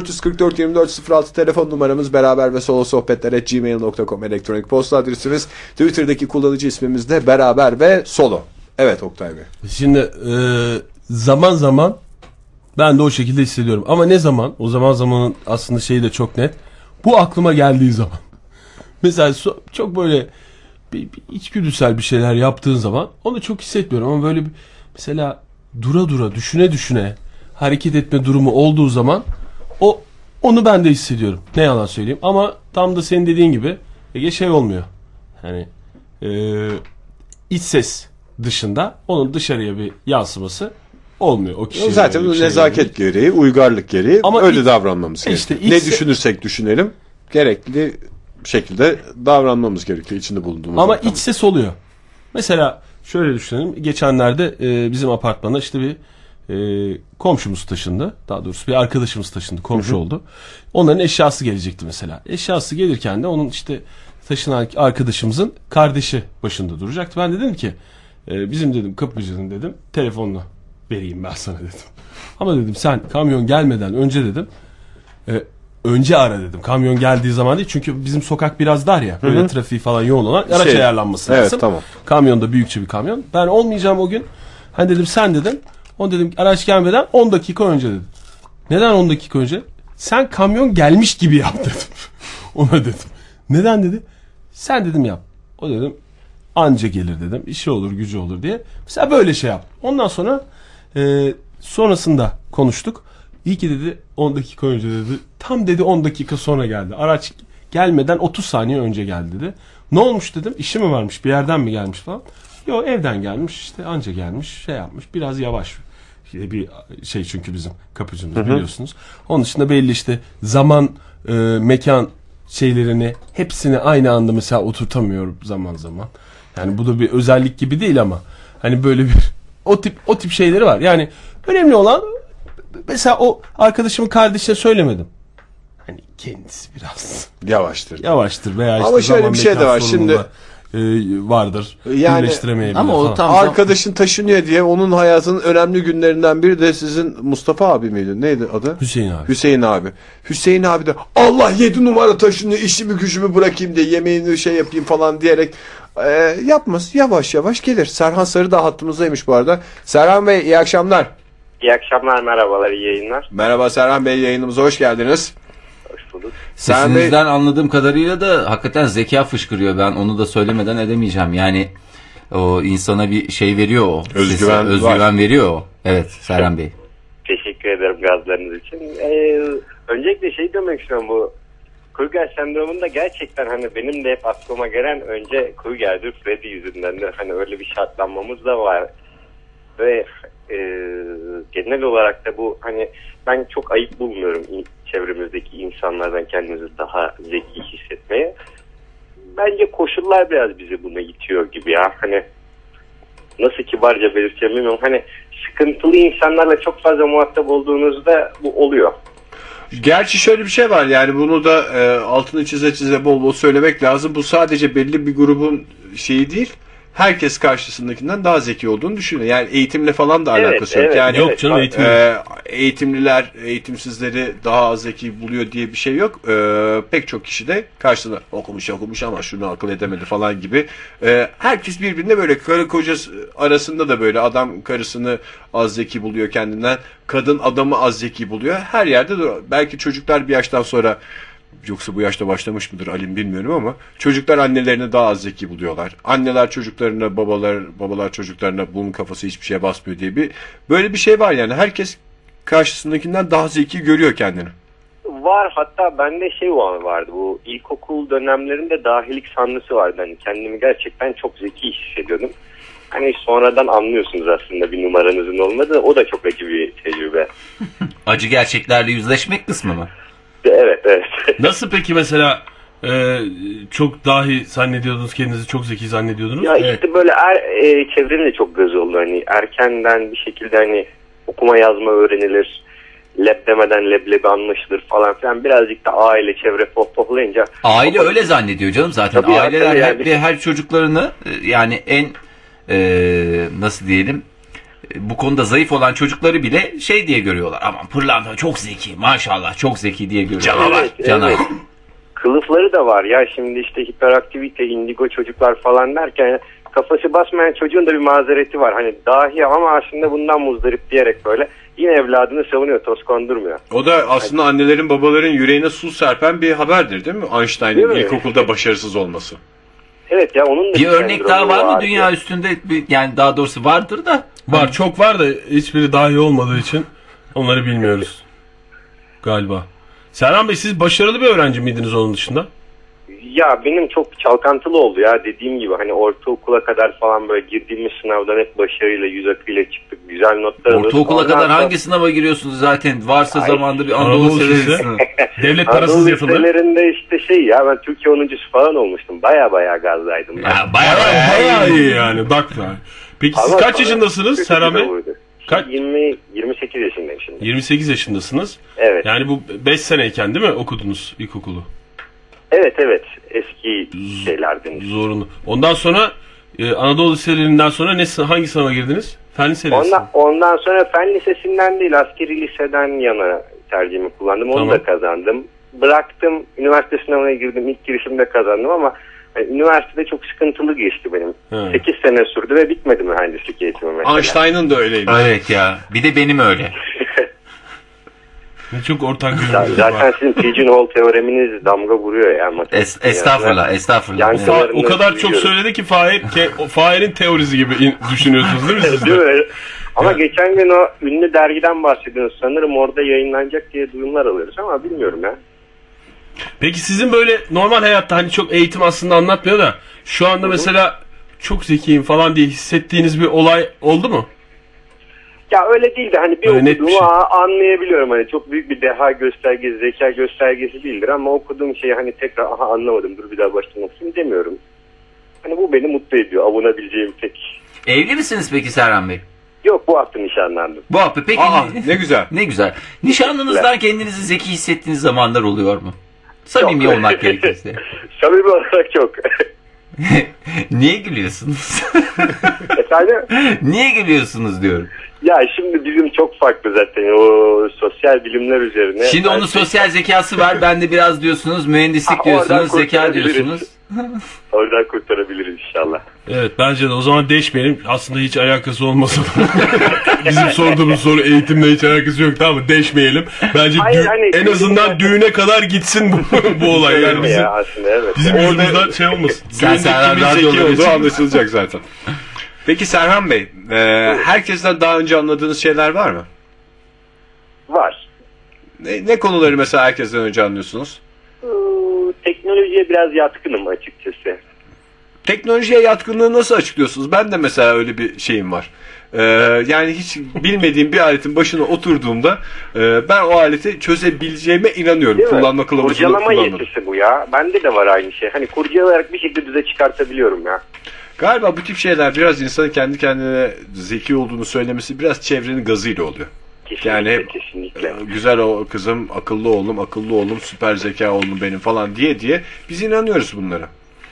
444-2406 telefon numaramız, beraber ve solo sohbetler@gmail.com elektronik posta adresimiz. Twitter'daki kullanıcı ismimiz de beraber ve solo. Evet Oktay Bey. Şimdi zaman zaman ben de o şekilde hissediyorum. Ama ne zaman? O zamanın aslında şeyi de çok net. Bu aklıma geldiği zaman. Mesela çok böyle bir içgüdüsel bir şeyler yaptığın zaman onu çok hissetmiyorum. Ama böyle mesela dura düşüne hareket etme durumu olduğu zaman onu ben de hissediyorum. Ne yalan söyleyeyim. Ama tam da senin dediğin gibi şey olmuyor. Yani iç ses dışında onun dışarıya bir yansıması olmuyor. O kişinin Zaten öyle bir nezaket gereği, uygarlık gereği Ama öyle davranmamız gerekiyor. işte Ne düşünürsek düşünelim, gerekli şekilde davranmamız gerekiyor içinde bulunduğumuz Ama ortamda. iç ses oluyor. Mesela şöyle düşünelim. Geçenlerde bizim apartmana işte bir komşumuz taşındı. Daha doğrusu bir arkadaşımız taşındı. Komşu oldu. Onların eşyası gelecekti mesela. Eşyası gelirken de onun işte taşınan arkadaşımızın kardeşi başında duracaktı. Ben de dedim ki bizim dedim kapıcının dedim telefonunu vereyim ben sana dedim. Ama dedim sen kamyon gelmeden önce dedim önce ara dedim. Kamyon geldiği zaman değil. Çünkü bizim sokak biraz dar ya. Böyle trafiği falan yoğun olan araç ayarlanması lazım. Evet, tamam. Kamyon da büyükçe bir kamyon. Ben olmayacağım o gün. Hani dedim sen dedim. Onu dedim araç gelmeden 10 dakika önce dedim. Neden 10 dakika önce? Sen kamyon gelmiş gibi yap dedim. Ona dedim. Neden dedi? Sen dedim yap. O dedim anca gelir dedim. İşi olur gücü olur diye. Mesela böyle şey yap. Ondan sonra sonrasında konuştuk. İyi ki dedi 10 dakika önce dedi. Tam dedi 10 dakika sonra geldi. Araç gelmeden 30 saniye önce geldi dedi. Ne olmuş dedim. İşi mi varmış, bir yerden mi gelmiş falan. Yok evden gelmiş işte, anca gelmiş, şey yapmış, biraz yavaş bir şey çünkü bizim kapıcımız biliyorsunuz. Onun dışında belli işte zaman mekan şeylerini hepsini aynı anda mesela oturtamıyorum zaman zaman. Yani bu da bir özellik gibi değil ama hani böyle bir o tip şeyleri var. Yani önemli olan mesela o arkadaşımın kardeşine söylemedim. Hani kendisi biraz Yavaştır. yavaştır veya işte Ama şöyle zaman bir şey de mekan var. sorununda Şimdi vardır. Yani- Birleştiremeyebilir Ama o falan. tam Arkadaşın taşınıyor diye onun hayatının önemli günlerinden biri de sizin Mustafa abi miydi? Neydi adı? Hüseyin abi. Hüseyin abi. Hüseyin abi de Allah 7 numara taşınıyor, işimi gücümü bırakayım diye, yemeğini şey yapayım falan diyerek yapmaz. Yavaş yavaş gelir. Serhan Sarı da hattımızdaymış bu arada. Serhan Bey iyi akşamlar. İyi akşamlar, merhabalar, iyi yayınlar. Merhaba Serhan Bey, yayınımıza hoş geldiniz. Hoş bulduk. sesinizden anladığım kadarıyla da hakikaten zeka fışkırıyor. Ben onu da söylemeden edemeyeceğim. Yani o insana bir şey veriyor o. Özgüven Özgüven veriyor o. Evet Serhan Bey. Teşekkür ederim gazlarınız için. Öncelikle şey demek istiyorum, bu Kruger sendromunda gerçekten hani benim de hep aklıma gelen önce Kruger'dir, Freddy yüzünden de hani öyle bir şartlanmamız da var. Ve genel olarak da bu hani ben çok ayıp bulmuyorum çevremizdeki insanlardan kendimizi daha zeki hissetmeye. Bence koşullar biraz bizi buna itiyor gibi ya. Hani nasıl kibarca belirteceğim bilmiyorum. Hani sıkıntılı insanlarla çok fazla muhatap olduğunuzda bu oluyor. Gerçi şöyle bir şey var, yani bunu da altını çize çize bol bol söylemek lazım. Bu sadece belli bir grubun şeyi değil. Herkes karşısındakinden daha zeki olduğunu düşünüyor. Yani eğitimle falan da alakası yok. evet, Yani Yok canım, eğitim yok. eğitimliler eğitimsizleri daha az zeki buluyor diye bir şey yok. Pek çok kişi de karşısında okumuş ama şunu akıl edemedi falan gibi. Herkes birbirine böyle, karı koca arasında da böyle, adam karısını az zeki buluyor kendinden. Kadın adamı az zeki buluyor. Her yerde de belki çocuklar bir yaştan sonra, yoksa bu yaşta başlamış mıdır Alim bilmiyorum ama çocuklar annelerini daha az zeki buluyorlar. Anneler çocuklarına, babalar çocuklarına bunun kafası hiçbir şeye basmıyor diye böyle bir şey var yani. Herkes karşısındakinden daha zeki görüyor kendini. Var, hatta bende şey vardı, bu ilkokul dönemlerinde dahilik sanrısı vardı. Hani kendimi gerçekten çok zeki hissediyordum. Hani sonradan anlıyorsunuz aslında bir numaranızın olmadığı, o da çok acı bir tecrübe. Acı gerçeklerle yüzleşmek kısmı mı? Evet. Nasıl peki mesela çok dahi zannediyordunuz, kendinizi çok zeki zannediyordunuz? Ya işte böyle çevrenin de çok gözü oldu. Hani erkenden bir şekilde hani okuma yazma öğrenilir. Leb demeden leblebi anlaşılır falan filan. Birazcık da aile, çevre pohpohlayınca. Aile öyle zannediyor canım zaten. Tabii ya, Aileler tabii yani. her çocuklarını yani en nasıl diyelim, bu konuda zayıf olan çocukları bile şey diye görüyorlar. Aman pırlanta çok zeki, maşallah çok zeki diye görüyorlar. Evet, Canavar. evet. Kılıfları da var ya, şimdi işte hiperaktivite, indigo çocuklar falan derken kafası basmayan çocuğun da bir mazereti var. Hani dahi ama aslında bundan muzdarip diyerek böyle yine evladını savunuyor, toz kondurmuyor. O da aslında annelerin babaların yüreğine su serpen bir haberdir değil mi? Einstein'ın Değil mi? ilkokulda başarısız olması. Evet ya, onun da Bir örnek daha var mı vardı. dünya üstünde? Yani daha doğrusu vardır da. Var, çok var da hiçbiri dahi olmadığı için onları bilmiyoruz galiba. Serhan Bey, siz başarılı bir öğrenci miydiniz onun dışında? Ya benim çok çalkantılı oldu ya, dediğim gibi hani ortaokula kadar falan böyle girdiğimiz sınavdan hep başarıyla, yüz akıyla çıktık, güzel notlar alıyorduk. Ortaokula Ondan kadar sonra hangi sınava giriyorsunuz zaten? Varsa Ay, zamanda bir Anadolu Anadolu Lisesi. Lisesi. Devlet parasız Anadolu yapıldı. liselerinde işte şey ya, ben Türkiye 10.'su falan olmuştum. Baya gazdaydım. Ben. Ya bayağı Bayağı iyi yani. Dakla. Peki siz Ama kaç sonra yaşındasınız kötü Serhan bir Bey? buydu. Kaç? 28 yaşındayım şimdi. 28 yaşındasınız. Evet. Yani bu 5 seneyken değil mi okudunuz ilkokulu? Evet. Eski şeylerden. Zorunlu. Ondan sonra Anadolu liselerinden sonra hangi sınava girdiniz? Fen lisesi. Ondan sonra fen lisesinden değil, askeri liseden yana tercihimi kullandım. Onu Tamam. da kazandım. Bıraktım, üniversite sınavına girdim. İlk girişimde kazandım ama üniversitede çok sıkıntılı geçti benim. He. 8 sene sürdü ve bitmedi mühendislik eğitimi mesela. Einstein'ın da öyleydi. Evet ya. Bir de benim öyle. Ne çok ortak yönümüz Zaten var. sizin pigeonhole teoreminiz damga vuruyor ya. matematik Estağfurullah, dünyasına. estağfurullah. Yani- Evet. O kadar çok Biliyorum. söyledi ki Fahir'in teorisi gibi düşünüyorsunuz değil mi siz de? Değil mi? Ama Ya. geçen gün o ünlü dergiden bahsediyorsunuz. Sanırım orada yayınlanacak diye duyumlar alıyoruz ama bilmiyorum ya. Peki sizin böyle normal hayatta hani çok eğitim aslında anlatmıyor da şu anda mesela çok zekiyim falan diye hissettiğiniz bir olay oldu mu? Ya öyle değil de hani bir Öyle net bir okuduğumu şey. anlayabiliyorum. Hani çok büyük bir deha göstergesi, zeka göstergesi değildir ama okuduğum şeyi hani tekrar anlamadım, dur bir daha baştan okuyayım demiyorum. Hani bu beni mutlu ediyor. Avunabileceğim tek. Evli misiniz peki Serhan Bey? Yok, bu hafta nişanlandım. Bu hafta peki Ne güzel. ne güzel. Nişanlınızdan kendinizi zeki hissettiğiniz zamanlar oluyor mu? Samimi Yok. olmak gerekirse. Samimi olarak çok. Niye gülüyorsunuz? Efendim? Niye gülüyorsunuz diyorum. Ya şimdi bizim çok farklı zaten o sosyal bilimler üzerine. Şimdi onun sosyal zekası var. Ben de biraz diyorsunuz mühendislik Ha, oradan diyorsunuz, zeka kurtarabiliriz. diyorsunuz. Oradan kurtarabiliriz inşallah. Evet bence de o zaman deşmeyelim. Aslında hiç alakası olmasa bizim sorduğumuz soru eğitimle hiç alakası yok, tamam mı? Deşmeyelim. Bence Hayır, hani en azından düğüne kadar gitsin bu olay. Yani bizim, Ya aslında evet. bizim yüzümüzden şey olmasın. Sen Serhan Kimin zeki radyoları olduğu için- anlaşılacak zaten. Peki Serhan Bey, herkesten daha önce anladığınız şeyler var mı? Var. Ne konuları mesela herkesten önce anlıyorsunuz? Teknolojiye biraz yatkınım açıkçası. Teknolojiye yatkınlığı nasıl açıklıyorsunuz? Ben de mesela öyle bir şeyim var. Yani hiç bilmediğim bir aletin başına oturduğumda ben o aleti çözebileceğime inanıyorum. Değil mi? Kullanma kılavuzunu Kurcalama kullanmadım. yetisi bu ya. Bende de var aynı şey. Hani kurcalayarak bir şekilde düze çıkartabiliyorum ya. Galiba bu tip şeyler biraz insanın kendi kendine zeki olduğunu söylemesi biraz çevrenin gazıyla oluyor. Kesinlikle, Yani kesinlikle. güzel o kızım, akıllı oğlum, süper zeka oğlum benim falan diye biz inanıyoruz bunlara.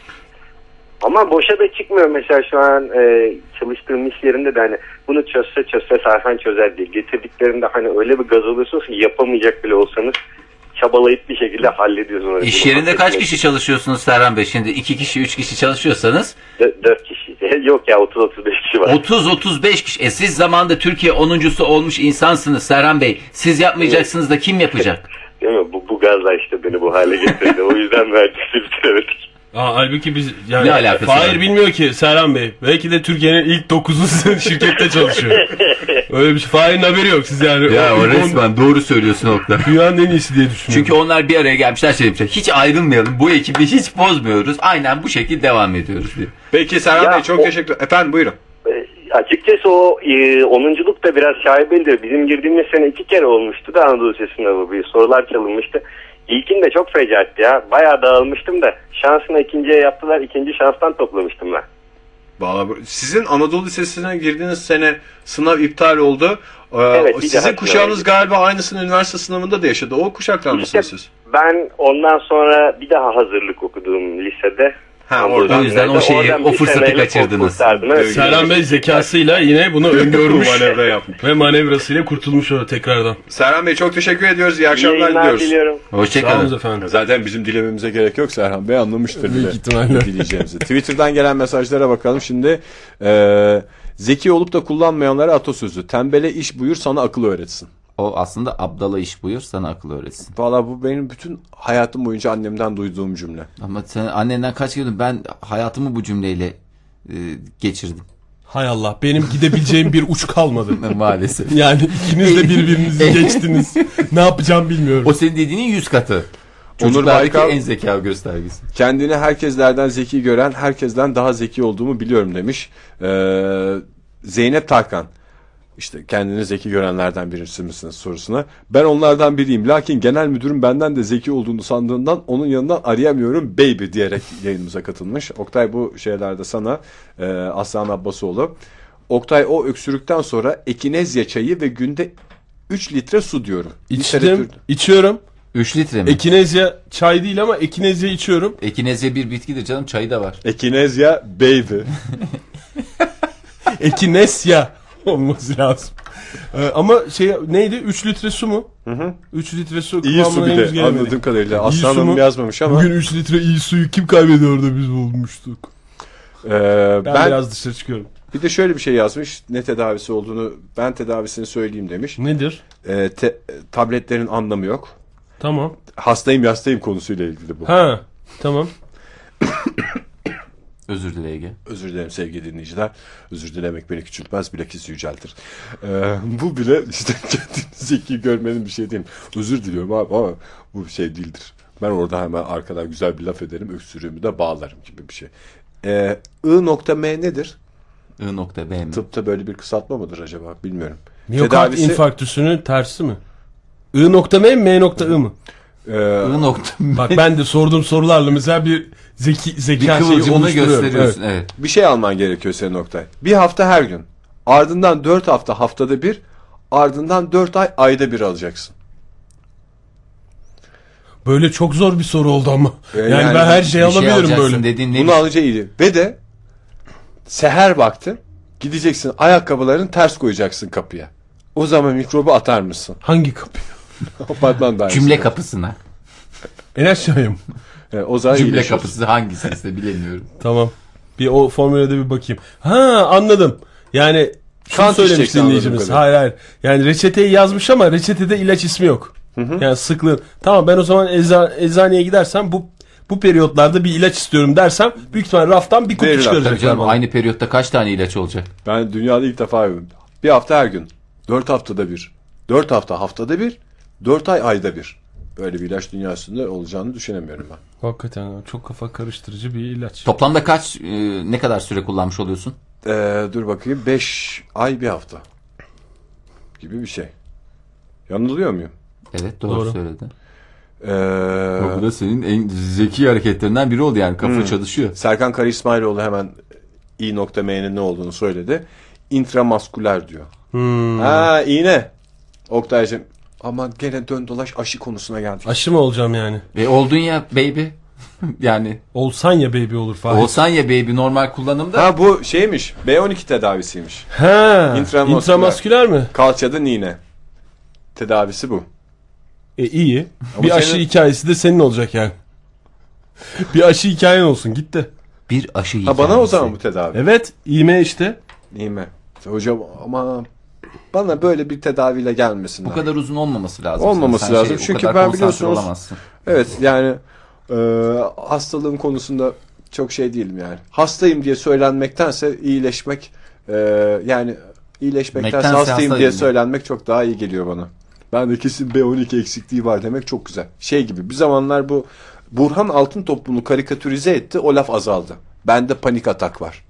Ama boşa da çıkmıyor mesela şu an çalıştığım iş yerinde de hani bunu çözse Serhan çözer diye getirdiklerinde hani öyle bir gaz alıyorsunuz ki yapamayacak bile olsanız çabalayıp bir şekilde hallediyorsunuz. İş yerinde kaç kişi çalışıyorsunuz Serhan Bey? Şimdi 2 kişi 3 kişi çalışıyorsanız 4 kişi. Yok ya 30-35 kişi var. 30-35 kişi. Siz zamanda Türkiye 10.'su olmuş insansınız Serhan Bey. Siz yapmayacaksınız da kim yapacak? Değil mi? Bu gazla işte beni bu hale getirdi. O yüzden mühendislik bitiremedik. Halbuki biz yani Ne alakası Fahir var? bilmiyor ki Serhan Bey. Belki de Türkiye'nin ilk 9'u sizin şirkette çalışıyor. Öyle bir şey. Fahir'in haberi yok, siz yani. Ya o resmen doğru söylüyorsun Oktay. Dünyanın en iyisi diye düşünüyorum. Çünkü onlar bir araya gelmişler şey demişler. Hiç ayrılmayalım. Bu ekibi hiç bozmuyoruz. Aynen bu şekilde devam ediyoruz diye. Peki Serhan Ya, Bey çok teşekkür ederim. Efendim buyurun. Açıkçası o 10'unculuk da biraz şaibelidir. Bizim girdiğimiz sene 2 kere olmuştu da Anadolu Lisesi'nde bu bir sorular çalınmıştı. İlkinde çok fecaatti ya. Bayağı dağılmıştım da şansına ikinciye yaptılar. İkinci şanstan toplamıştım ben. Vallahi sizin Anadolu Lisesi'ne girdiğiniz sene sınav iptal oldu. Evet, bir Sizin daha kuşağınız sınav galiba aynısını üniversite sınavında da yaşadı. O kuşaktan İşte mısınız siz? ben ondan sonra bir daha hazırlık okuduğum lisede. Ha, oradan. O yüzden o şeyi, Oradan o bir fırsatı seneyle kaçırdınız. kurtardım, evet. Serhan Bey zekasıyla yine bunu öngörmüş. Manevra yapmış. Ve manevrasıyla kurtulmuş o tekrardan. Serhan Bey çok teşekkür ediyoruz. İyi İyi akşamlar yayınlar diliyoruz. diliyorum. Sağ olun Hoşçakalın. efendim. Zaten bizim dilememize gerek yok. Serhan Bey anlamıştır bile. Büyük ihtimalle. Dileyeceğimizi. Twitter'dan gelen mesajlara bakalım. Şimdi zeki olup da kullanmayanlara atasözü. Tembele iş buyur sana akıl öğretsin. O aslında Abdal'a iş buyur sana akıl öğretsin. Valla bu benim bütün hayatım boyunca annemden duyduğum cümle. Ama sen annenden kaç yıldır ben hayatımı bu cümleyle geçirdim. Hay Allah, benim gidebileceğim bir uç kalmadı. Maalesef. Yani ikiniz de birbirinizi geçtiniz. Ne yapacağım bilmiyorum. O senin dediğinin 100 katı. Onur Çocuklardaki Baykal en zeka göstergesi. kendini herkeslerden zeki gören herkesten daha zeki olduğumu biliyorum demiş. Zeynep Tarkan. İşte kendini zeki görenlerden birisi misiniz sorusuna. Ben onlardan biriyim. Lakin genel müdürüm benden de zeki olduğunu sandığından onun yanından arayamıyorum baby diyerek yayınımıza katılmış. Oktay bu şeylerde sana Aslan Abbasoğlu. Oktay o öksürükten sonra ekinezya çayı ve günde 3 litre su diyorum. İçtim, içiyorum. 3 litre mi? Ekinezya çay değil ama ekinezya içiyorum. Ekinezya bir bitkidir canım, çayı da var. Ekinezya baby. Ekinesya olması lazım. Ama neydi? 3 litre su mu? 3 litre su İyi su kıvamına bir henüz de gelemedik. anladığım kadarıyla. İyi Aslan su Hanım mu? yazmamış ama. Bugün 3 litre iyi suyu kim kaybediyor da biz olmuştuk. Ben biraz dışarı çıkıyorum. Bir de şöyle bir şey yazmış. Ne tedavisi olduğunu ben tedavisini söyleyeyim demiş. Nedir? Tabletlerin anlamı yok. Tamam. Hastayım konusuyla ilgili bu. Ha, tamam. Özür dile Ege. Özür dilerim sevgili dinleyiciler. Özür dilemek beni küçültmez, bilakis yüceltir. Bu bile işte kendini zeki görmenin bir şey değil. Özür diliyorum abi ama bu bir şey değildir. Ben orada hemen arkadan güzel bir laf ederim. Öksürüğümü de bağlarım gibi bir şey. I.M nedir? I.B mi? Tıpta böyle bir kısaltma mıdır acaba? Bilmiyorum. Miyokard infarktüsünün tersi mi? I.M mi M.I mı? I. Bak ben de sorduğum sorularla mesela bir Bir zeka şeyi kıvılcımını oluşturuyorum. gösteriyorsun. Evet. Evet. Bir şey alman gerekiyor senin Oktay. Bir hafta her gün. Ardından 4 hafta haftada bir. Ardından 4 ay ayda bir alacaksın. Böyle çok zor bir soru oldu ama. Yani yani ben her şeyi Bir şey alabilirim alacaksın böyle. dediğin ne? Bunu alacağı iyiydi. Ve de seher vakti gideceksin, ayakkabılarını ters koyacaksın kapıya. O zaman mikrobu atar mısın? Hangi kapı? Apartman dairesi. Cümle kapısına. En aşağıya mı? O zaman Cümle iyileşiyorsun. kapısı hangisi ise bilemiyorum. Tamam. Bir o formüle de bir bakayım. Ha, anladım. Yani şunu Kan söylemiş içeceksin dinleyicimiz. anladığım Hayır hayır. Yani reçeteyi yazmış ama reçetede ilaç ismi yok. Yani sıklığın. Tamam, ben o zaman eczaneye gidersem bu periyotlarda bir ilaç istiyorum dersem büyük ihtimal raftan bir kutu Verirler. Tabii çıkaracaklar canım, bana. aynı periyotta kaç tane ilaç olacak? Ben dünyada ilk defa gördüm. Bir hafta her gün. 4 haftada bir. 4 hafta haftada bir. 4 ay ayda bir. Böyle bir ilaç dünyasında olacağını düşünemiyorum ben. Hakikaten çok kafa karıştırıcı bir ilaç. Toplamda ne kadar süre kullanmış oluyorsun? Dur bakayım. 5 ay bir hafta. Gibi bir şey. Yanılıyor muyum? Evet, doğru söyledin. Ee, Bu da senin en zeki hareketlerinden biri oldu yani. Kafa çalışıyor. Serkan Kara İsmailoğlu hemen i.m'nin ne olduğunu söyledi. İntramasküler diyor. Ha, iğne. Oktay'cığım, aman gene dön dolaş aşı konusuna geldik. Aşı mı olacağım yani? Oldun ya baby. Yani Olsan ya baby olur falan. olsan ya baby normal kullanımda. Ha, bu şeymiş. B12 tedavisiymiş. Ha, İntramasküler. intramasküler mi? Kalçada iğne. Tedavisi bu. İyi. Ama Bir aşı senin- hikayesi de senin olacak yani. Bir aşı hikayen olsun, git de. Bir aşı Ha, bana o zaman bu tedavi. Evet, iğme işte. İğme. Hocam ama bana böyle bir tedaviyle gelmesinler. Bu kadar uzun olmaması lazım. Olmaması Sen lazım. o Çünkü kadar ben konsantre biliyorsunuz- olamazsın. Evet, yani hastalığım konusunda çok şey değilim yani. Hastayım diye söylenmektense iyileşmek, yani iyileşmektense Mektense hastayım hastayım diye diye. söylenmek çok daha iyi geliyor bana. Ben de kesin B12 eksikliği var demek çok güzel. Şey gibi, bir zamanlar bu Burhan Altıntop bunu karikatürize etti, o laf azaldı. Bende panik atak var.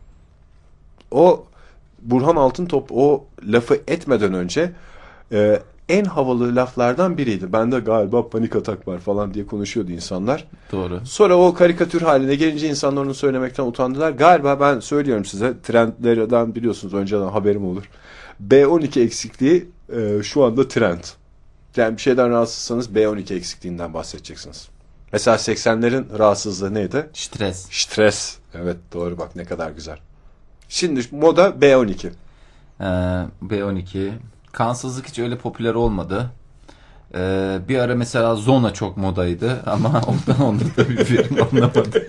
O Burhan Altıntop o lafı etmeden önce en havalı laflardan biriydi. Bende galiba panik atak var falan diye konuşuyordu insanlar. Doğru. Sonra o karikatür haline gelince insanlar onu söylemekten utandılar. Galiba ben söylüyorum size, trendlerden biliyorsunuz, önceden haberim olur. B12 eksikliği şu anda trend. Yani bir şeyden rahatsızsanız B12 eksikliğinden bahsedeceksiniz. Mesela 80'lerin rahatsızlığı neydi? Stres. Stres. Evet, doğru, bak ne kadar güzel. Şimdi moda B12. B12. Kansızlık hiç öyle popüler olmadı. Bir ara mesela zona çok modaydı ama ondan da bir anlamadı.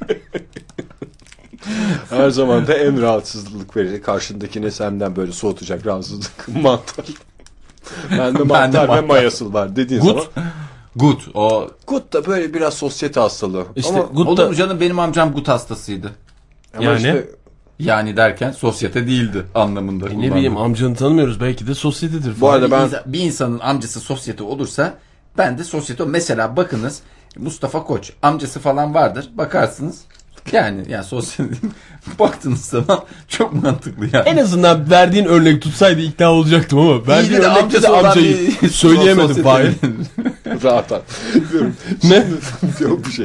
Her zaman da en rahatsızlık verici. Karşındakini senden böyle soğutacak rahatsızlık. Mantar. Bende mantar ve mantar. mayasıl var dediğin Gut. zaman. Gut. O Gut da böyle biraz sosyete hastalığı. İşte Ama, gut olur da mu canım, benim amcam gut hastasıydı. ama yani- işte Yani derken sosyete değildi anlamında. ne kullandım. bileyim, amcanı tanımıyoruz, belki de sosyetedir bu falan. arada ben Bir insanın amcası sosyete olursa ben de sosyete. Mesela bakınız, Mustafa Koç amcası falan vardır, bakarsınız. Yani sosyete baktığınız zaman çok mantıklı yani. En azından verdiğin örnek tutsaydı ikna olacaktım ama verdiğin İyi de örnekte de olan amcayı bir söyleyemedim sosyete. Fahir. rahat at. Diyorum. Ne? Yok bir şey.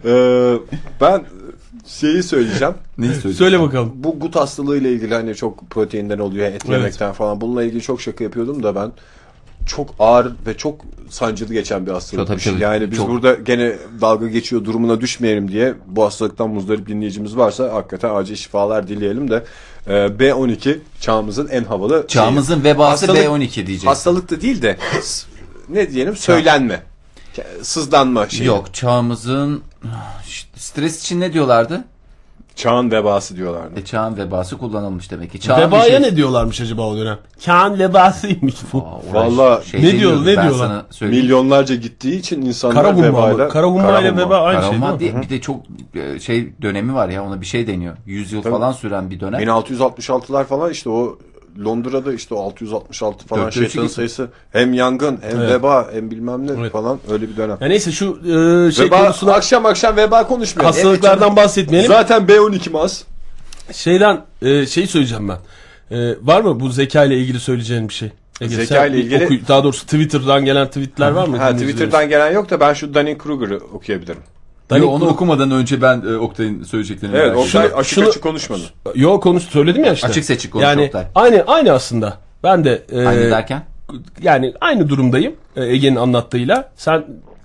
Ben şeyi söyleyeceğim. Neyi söyleyeyim? Söyle bakalım. Bu gut hastalığı ile ilgili, hani çok proteinden oluyor, et yemekten falan. Bununla ilgili çok şaka yapıyordum da ben çok ağır ve çok sancılı geçen bir hastalıkmış. Tabii, Yani biz çok. burada gene dalga geçiyor durumuna düşmeyelim diye bu hastalıktan muzdarip dinleyicimiz varsa hakikaten acil şifalar dileyelim de B12 çağımızın en havalı Çağımızın vebası Hastalık- B12 diyeceksin. hastalık da değil de ne diyelim, söylenme. Sızlanma şeyi. Yok, çağımızın stres için ne diyorlardı? Çağın vebası diyorlardı. Çağın vebası kullanılmış demek ki. Çağın Vebaya bir şey- ne diyorlarmış acaba o dönem? Kağan vebasıymış bu. Vallahi şey ne demiyorum, diyor- ne ben diyorlar? sana söyleyeyim. Milyonlarca gittiği için insanlar Kara humma vebayla... mı? Kara humma ile veba aynı şey Karaman değil mi? diye bir de çok şey dönemi var ya, ona bir şey deniyor. 100 yıl Tabii. falan süren bir dönem. 1666'lar falan, işte o Londra'da işte o 666 falan Dörtte üçü şeytanın gitti. sayısı, hem yangın hem Evet. veba hem bilmem ne Evet. falan, öyle bir dönem. Ya neyse şu şey Veba, konusuna, akşam veba konuşmuyor. hastalıklardan bahsetmeyelim. Zaten B12 mas. Şeyden şeyi söyleyeceğim ben. Var mı bu zeka ile ilgili söyleyeceğin bir şey? Ege, Zeka sen ile ilgili- daha doğrusu Twitter'dan gelen tweetler var mı? Ha, Twitter'dan gelen yok da ben şu Dunning-Kruger'ı okuyabilirim. Yo, onu okumadan önce ben Oktay'ın söyleyeceklerini Evet, merak Oktay ediyorum. açık şunu- açık konuşmadı. Yok, söyledim ya işte. Açık seçik konuş yani Oktay. aynı aslında. Ben de Aynı derken? yani aynı durumdayım Ege'nin anlattığıyla. Sen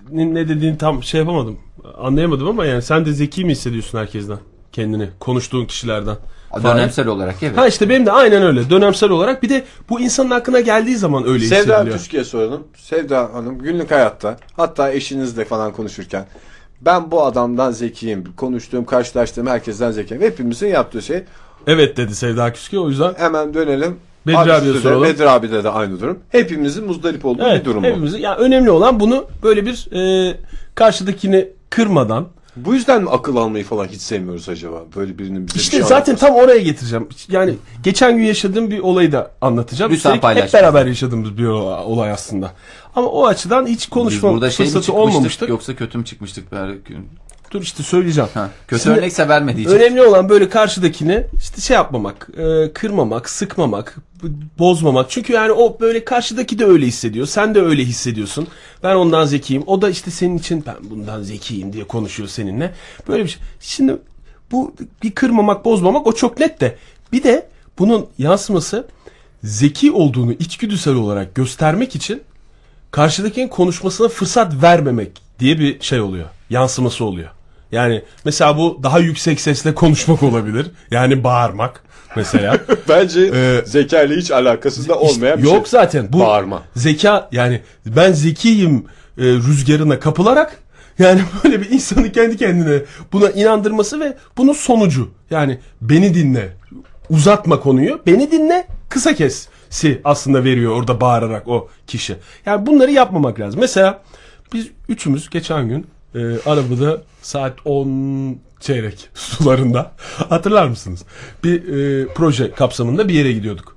senin ne dediğini tam şey yapamadım. Anlayamadım ama yani sen de zeki mi hissediyorsun herkesten? Kendini. Konuştuğun kişilerden. Dönemsel olarak evet. Ha işte benim de aynen öyle. Dönemsel olarak. Bir de bu insanın aklına geldiği zaman öyle Sevda hissediliyor. Küskü'ye soralım. Sevda Hanım günlük hayatta, hatta eşinizle falan konuşurken, ben bu adamdan zekiyim, konuştuğum, karşılaştığım herkesten zekiyim. Hepimizin yaptığı şey. Evet dedi Sevda Küskü, o yüzden. Hemen dönelim. Bedri abiye soralım. Bedri abide de aynı durum. Hepimizin muzdarip olduğu bir durum bu. Hepimizin. Yani önemli olan bunu böyle bir karşıdakini kırmadan. Bu yüzden mi akıl almayı falan hiç sevmiyoruz acaba? Böyle birinin bize İşte bir şey zaten anlatması. tam oraya getireceğim. Yani geçen gün yaşadığım bir olayı da anlatacağım. Lütfen Üstelik paylaş. hep beraber yaşadığımız bir olay aslında. Ama o açıdan hiç Biz konuşma burada şey mi fırsatı çıkmıştık olmamıştı. yoksa kötü mü çıkmıştık? Dur işte söyleyeceğim. Kötü Şimdi örnekse verme diyeceğim. önemli olan böyle karşıdakini işte şey yapmamak, kırmamak, sıkmamak, bozmamak. Çünkü yani o böyle karşıdaki de öyle hissediyor. Sen de öyle hissediyorsun. Ben ondan zekiyim. O da işte senin için ben bundan zekiyim diye konuşuyor seninle. Böyle bir şey. Şimdi bu bir kırmamak, bozmamak o çok net de. Bir de bunun yansıması zeki olduğunu içgüdüsel olarak göstermek için karşıdakinin konuşmasına fırsat vermemek diye bir şey oluyor. Yansıması oluyor. Yani mesela bu daha yüksek sesle konuşmak olabilir. Yani bağırmak mesela. Bence zeka ile hiç alakası da olmayan bir şey. Yok zaten bu Bağırma. zeka, yani ben zekiyim rüzgarına kapılarak, yani böyle bir insanı kendi kendine buna inandırması ve bunun sonucu, yani beni dinle, uzatma konuyu, beni dinle, kısa kessi aslında veriyor orada bağırarak o kişi. Yani bunları yapmamak lazım. Mesela biz üçümüz geçen gün arabada saat 10 çeyrek sularında, hatırlar mısınız? Bir proje kapsamında bir yere gidiyorduk.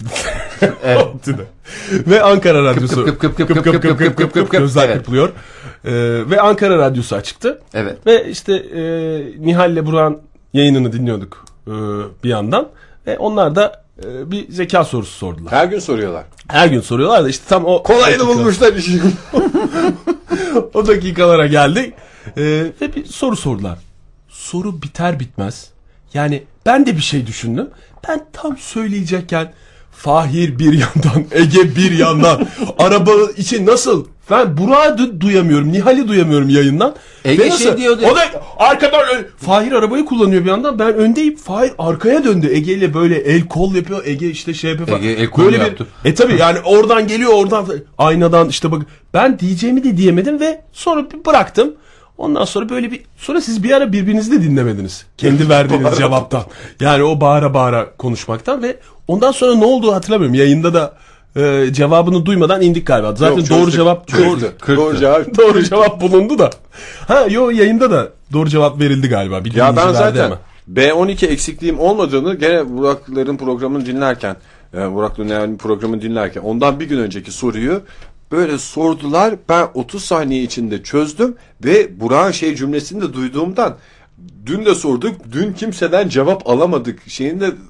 ODTÜ'de. Ve Ankara Radyosu Kıp gözler Evet. kırpılıyor. Ve Ankara Radyosu açıktı. Evet. Ve işte Nihal'le Burak'ın yayınını dinliyorduk bir yandan. Ve onlar da bir zeka sorusu sordular. Her gün soruyorlar. Her gün soruyorlar da işte tam o Kolayını bulmuşlar işi. o dakikalara geldik. Ve bir soru sordular. Soru biter bitmez. Yani ben de bir şey düşündüm. Ben tam söyleyecekken Fahir bir yandan, Ege bir yandan. Araba için nasıl? Ben Burak'ı duyamıyorum, Nihal'i duyamıyorum yayından. Ege Ve nasıl? şey diyordu. O da arkadan Fahir arabayı kullanıyor bir yandan. Ben öndeyim. Fahir arkaya döndü. Ege ile böyle el kol yapıyor. Ege işte şey yapıyor falan. Ege el kol böyle yaptı. Tabii yani oradan geliyor, oradan aynadan işte bak. Ben diyeceğimi de diyemedim ve sonra bir bıraktım. Ondan sonra böyle sonra siz bir ara birbirinizi de dinlemediniz. Kendi verdiğiniz cevaptan. Yani o bağıra bağıra konuşmaktan ve ondan sonra ne olduğu hatırlamıyorum. Yayında da cevabını duymadan indik galiba. Zaten Yok, doğru çözdük. cevap Doğru cevap. doğru cevap bulundu da. Yayında da doğru cevap verildi galiba. Bir Ya ben dinleyici verdi zaten ama. B12 eksikliğim olmadığını gene Burak'ların programını dinlerken, Burak Dünyan'ın programını dinlerken ondan bir gün önceki soruyu böyle sordular. Ben 30 saniye içinde çözdüm ve Burak'ın cümlesini de duyduğumdan, dün de sorduk, dün kimseden cevap alamadık şeyini de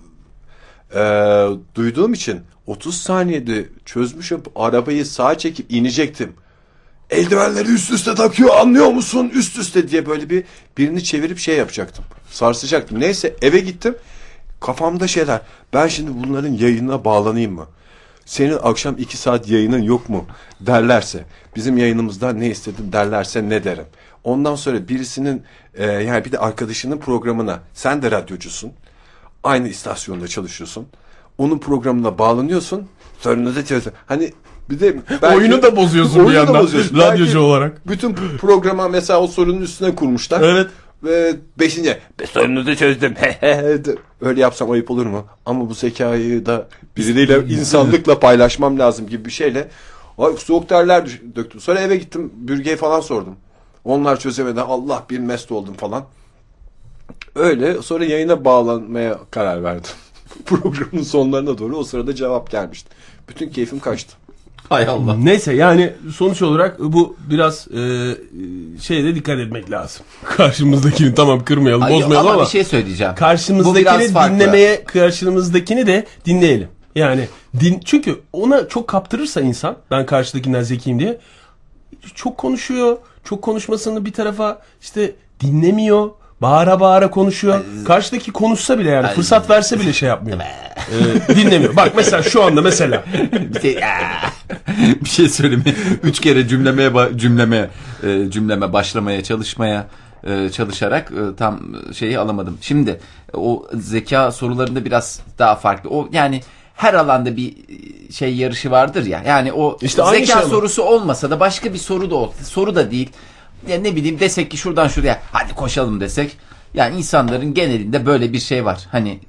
duyduğum için 30 saniyede çözmüşüm. Arabayı sağa çekip inecektim. Eldivenleri üst üste takıyor, anlıyor musun? Üst üste diye böyle birini çevirip şey yapacaktım. Sarsacaktım. Neyse eve gittim. Kafamda şeyler. Ben şimdi bunların yayınına bağlanayım mı? Senin akşam 2 saat yayının yok mu derlerse, bizim yayınımızdan ne istedin derlerse ne derim? Ondan sonra birisinin yani bir de arkadaşının programına, sen de radyocusun, aynı istasyonda çalışıyorsun, onun programına bağlanıyorsun, sorunu da çözün. Hani bir de belki, Oyunu da bozuyorsun bir oyunu da yandan bozuyorsun. radyocu Belki olarak. bütün programa mesela o sorunun üstüne kurmuşlar. Evet. Ve 5. sorunuzu çözdüm. Öyle yapsam ayıp olur mu? Ama bu zekayı da biriyle insanlıkla paylaşmam lazım gibi bir şeyle. Soğuk terler döktüm. Sonra eve gittim. Bürge'ye falan sordum. Onlar çözemeden Allah bir mest oldum falan. Öyle sonra yayına bağlanmaya karar verdim. Programın sonlarına doğru o sırada cevap gelmişti. Bütün keyfim kaçtı. Hay Allah. Neyse yani sonuç olarak bu biraz şeyde dikkat etmek lazım. Karşımızdakini tamam kırmayalım, bozmayalım ama bir şey söyleyeceğim. Bu karşımızdakini biraz farklı. dinlemeye, karşımızdakini de dinleyelim. Yani çünkü ona çok kaptırırsa insan, ben karşıdakinden zekiyim diye, çok konuşuyor. Çok konuşmasını bir tarafa işte dinlemiyor. Bağıra bağıra konuşuyor. Karşıdaki konuşsa bile yani fırsat verse bile şey yapmıyor. dinlemiyor. Bak mesela şu anda mesela. Bir şey söyleyeyim mi? 3 kere cümleme başlamaya çalışarak tam şeyi alamadım. Şimdi o zeka sorularında biraz daha farklı. O yani her alanda bir şey yarışı vardır ya. Yani o İşte aynı zeka şey sorusu olmasa da başka bir soru da olsa, soru da değil. Ya ne bileyim, desek ki şuradan şuraya hadi koşalım desek. Yani insanların genelinde böyle bir şey var. Hani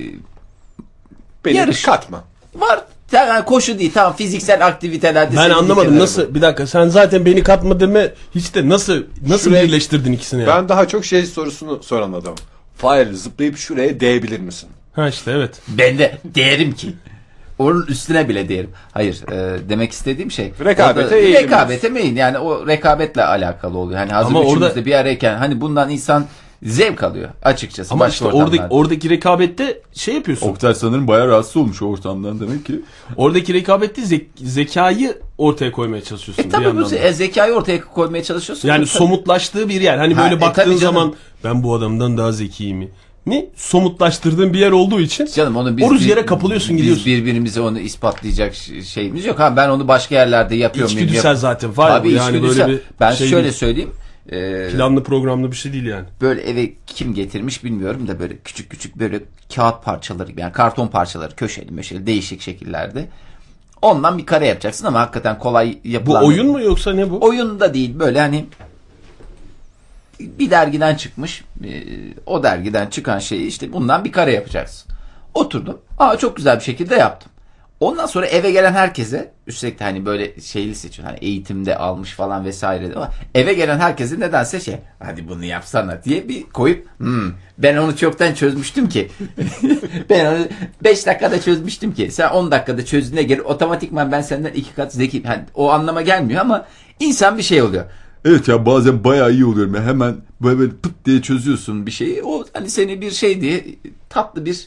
Beni yarış katma. var. Yani koşu değil, tamam, fiziksel aktivitelerde. Ben anlamadım kenara nasıl, bir dakika, sen zaten beni katma deme, hiç de nasıl Şuraya- birleştirdin ikisini ya? Ben daha çok şey sorusunu soran adamım. Fire, zıplayıp şuraya değebilir misin? Ha işte evet. Ben de değerim ki. Onun üstüne bile değerim. Hayır, demek istediğim şey. Rekabete orada eğilim. rekabete meyil. Yani o rekabetle alakalı oluyor. Hani hazır Ama üçümüz orada- de bir arayken hani bundan insan zevk alıyor açıkçası. Ama başka işte ortamlarda. oradaki rekabette şey yapıyorsun. Oktay sanırım bayağı rahatsız olmuş o ortamdan demek ki. Oradaki rekabette zekayı ortaya koymaya çalışıyorsun. bir Tabii bu yandan da. zekayı ortaya koymaya çalışıyorsun. Yani Tabii. somutlaştığı bir yer. Hani Ha, böyle tabii baktığın canım. zaman ben bu adamdan daha zekiyim mi somutlaştırdığın bir yer olduğu için Canım onu o rüzgara kapılıyorsun, gidiyorsun. Biz birbirimize onu ispatlayacak şeyimiz yok. Ha ben onu başka yerlerde yapıyorum. İçgüdüsel zaten var. Tabii yani içgüdüsel. böyle bir Ben şey şöyle değil. söyleyeyim. Planlı programlı bir şey değil yani. Böyle eve kim getirmiş bilmiyorum da böyle küçük küçük böyle kağıt parçaları gibi, yani karton parçaları, köşeli meşeli değişik şekillerde. Ondan bir kare yapacaksın ama hakikaten kolay Bu yapılan. oyun mu yoksa ne bu? Oyun da değil, böyle hani bir dergiden çıkmış, o dergiden çıkan şeyi işte bundan bir kare yapacaksın. Oturdum. Çok güzel bir şekilde yaptım. Ondan sonra eve gelen herkese, üstelik de hani böyle şeyli seçiyor, hani eğitimde almış falan vesaire, ama eve gelen herkese nedense hadi bunu yapsana diye bir koyup ben onu çoktan çözmüştüm ki ben onu 5 dakikada çözmüştüm ki sen 10 dakikada çözdüğüne göre otomatikman ben senden 2 kat zeki, hani o anlama gelmiyor ama insan bir şey oluyor. Evet ya, bazen bayağı iyi oluyorum ya, hemen böyle pıt diye çözüyorsun bir şeyi, o hani seni bir şey diye tatlı bir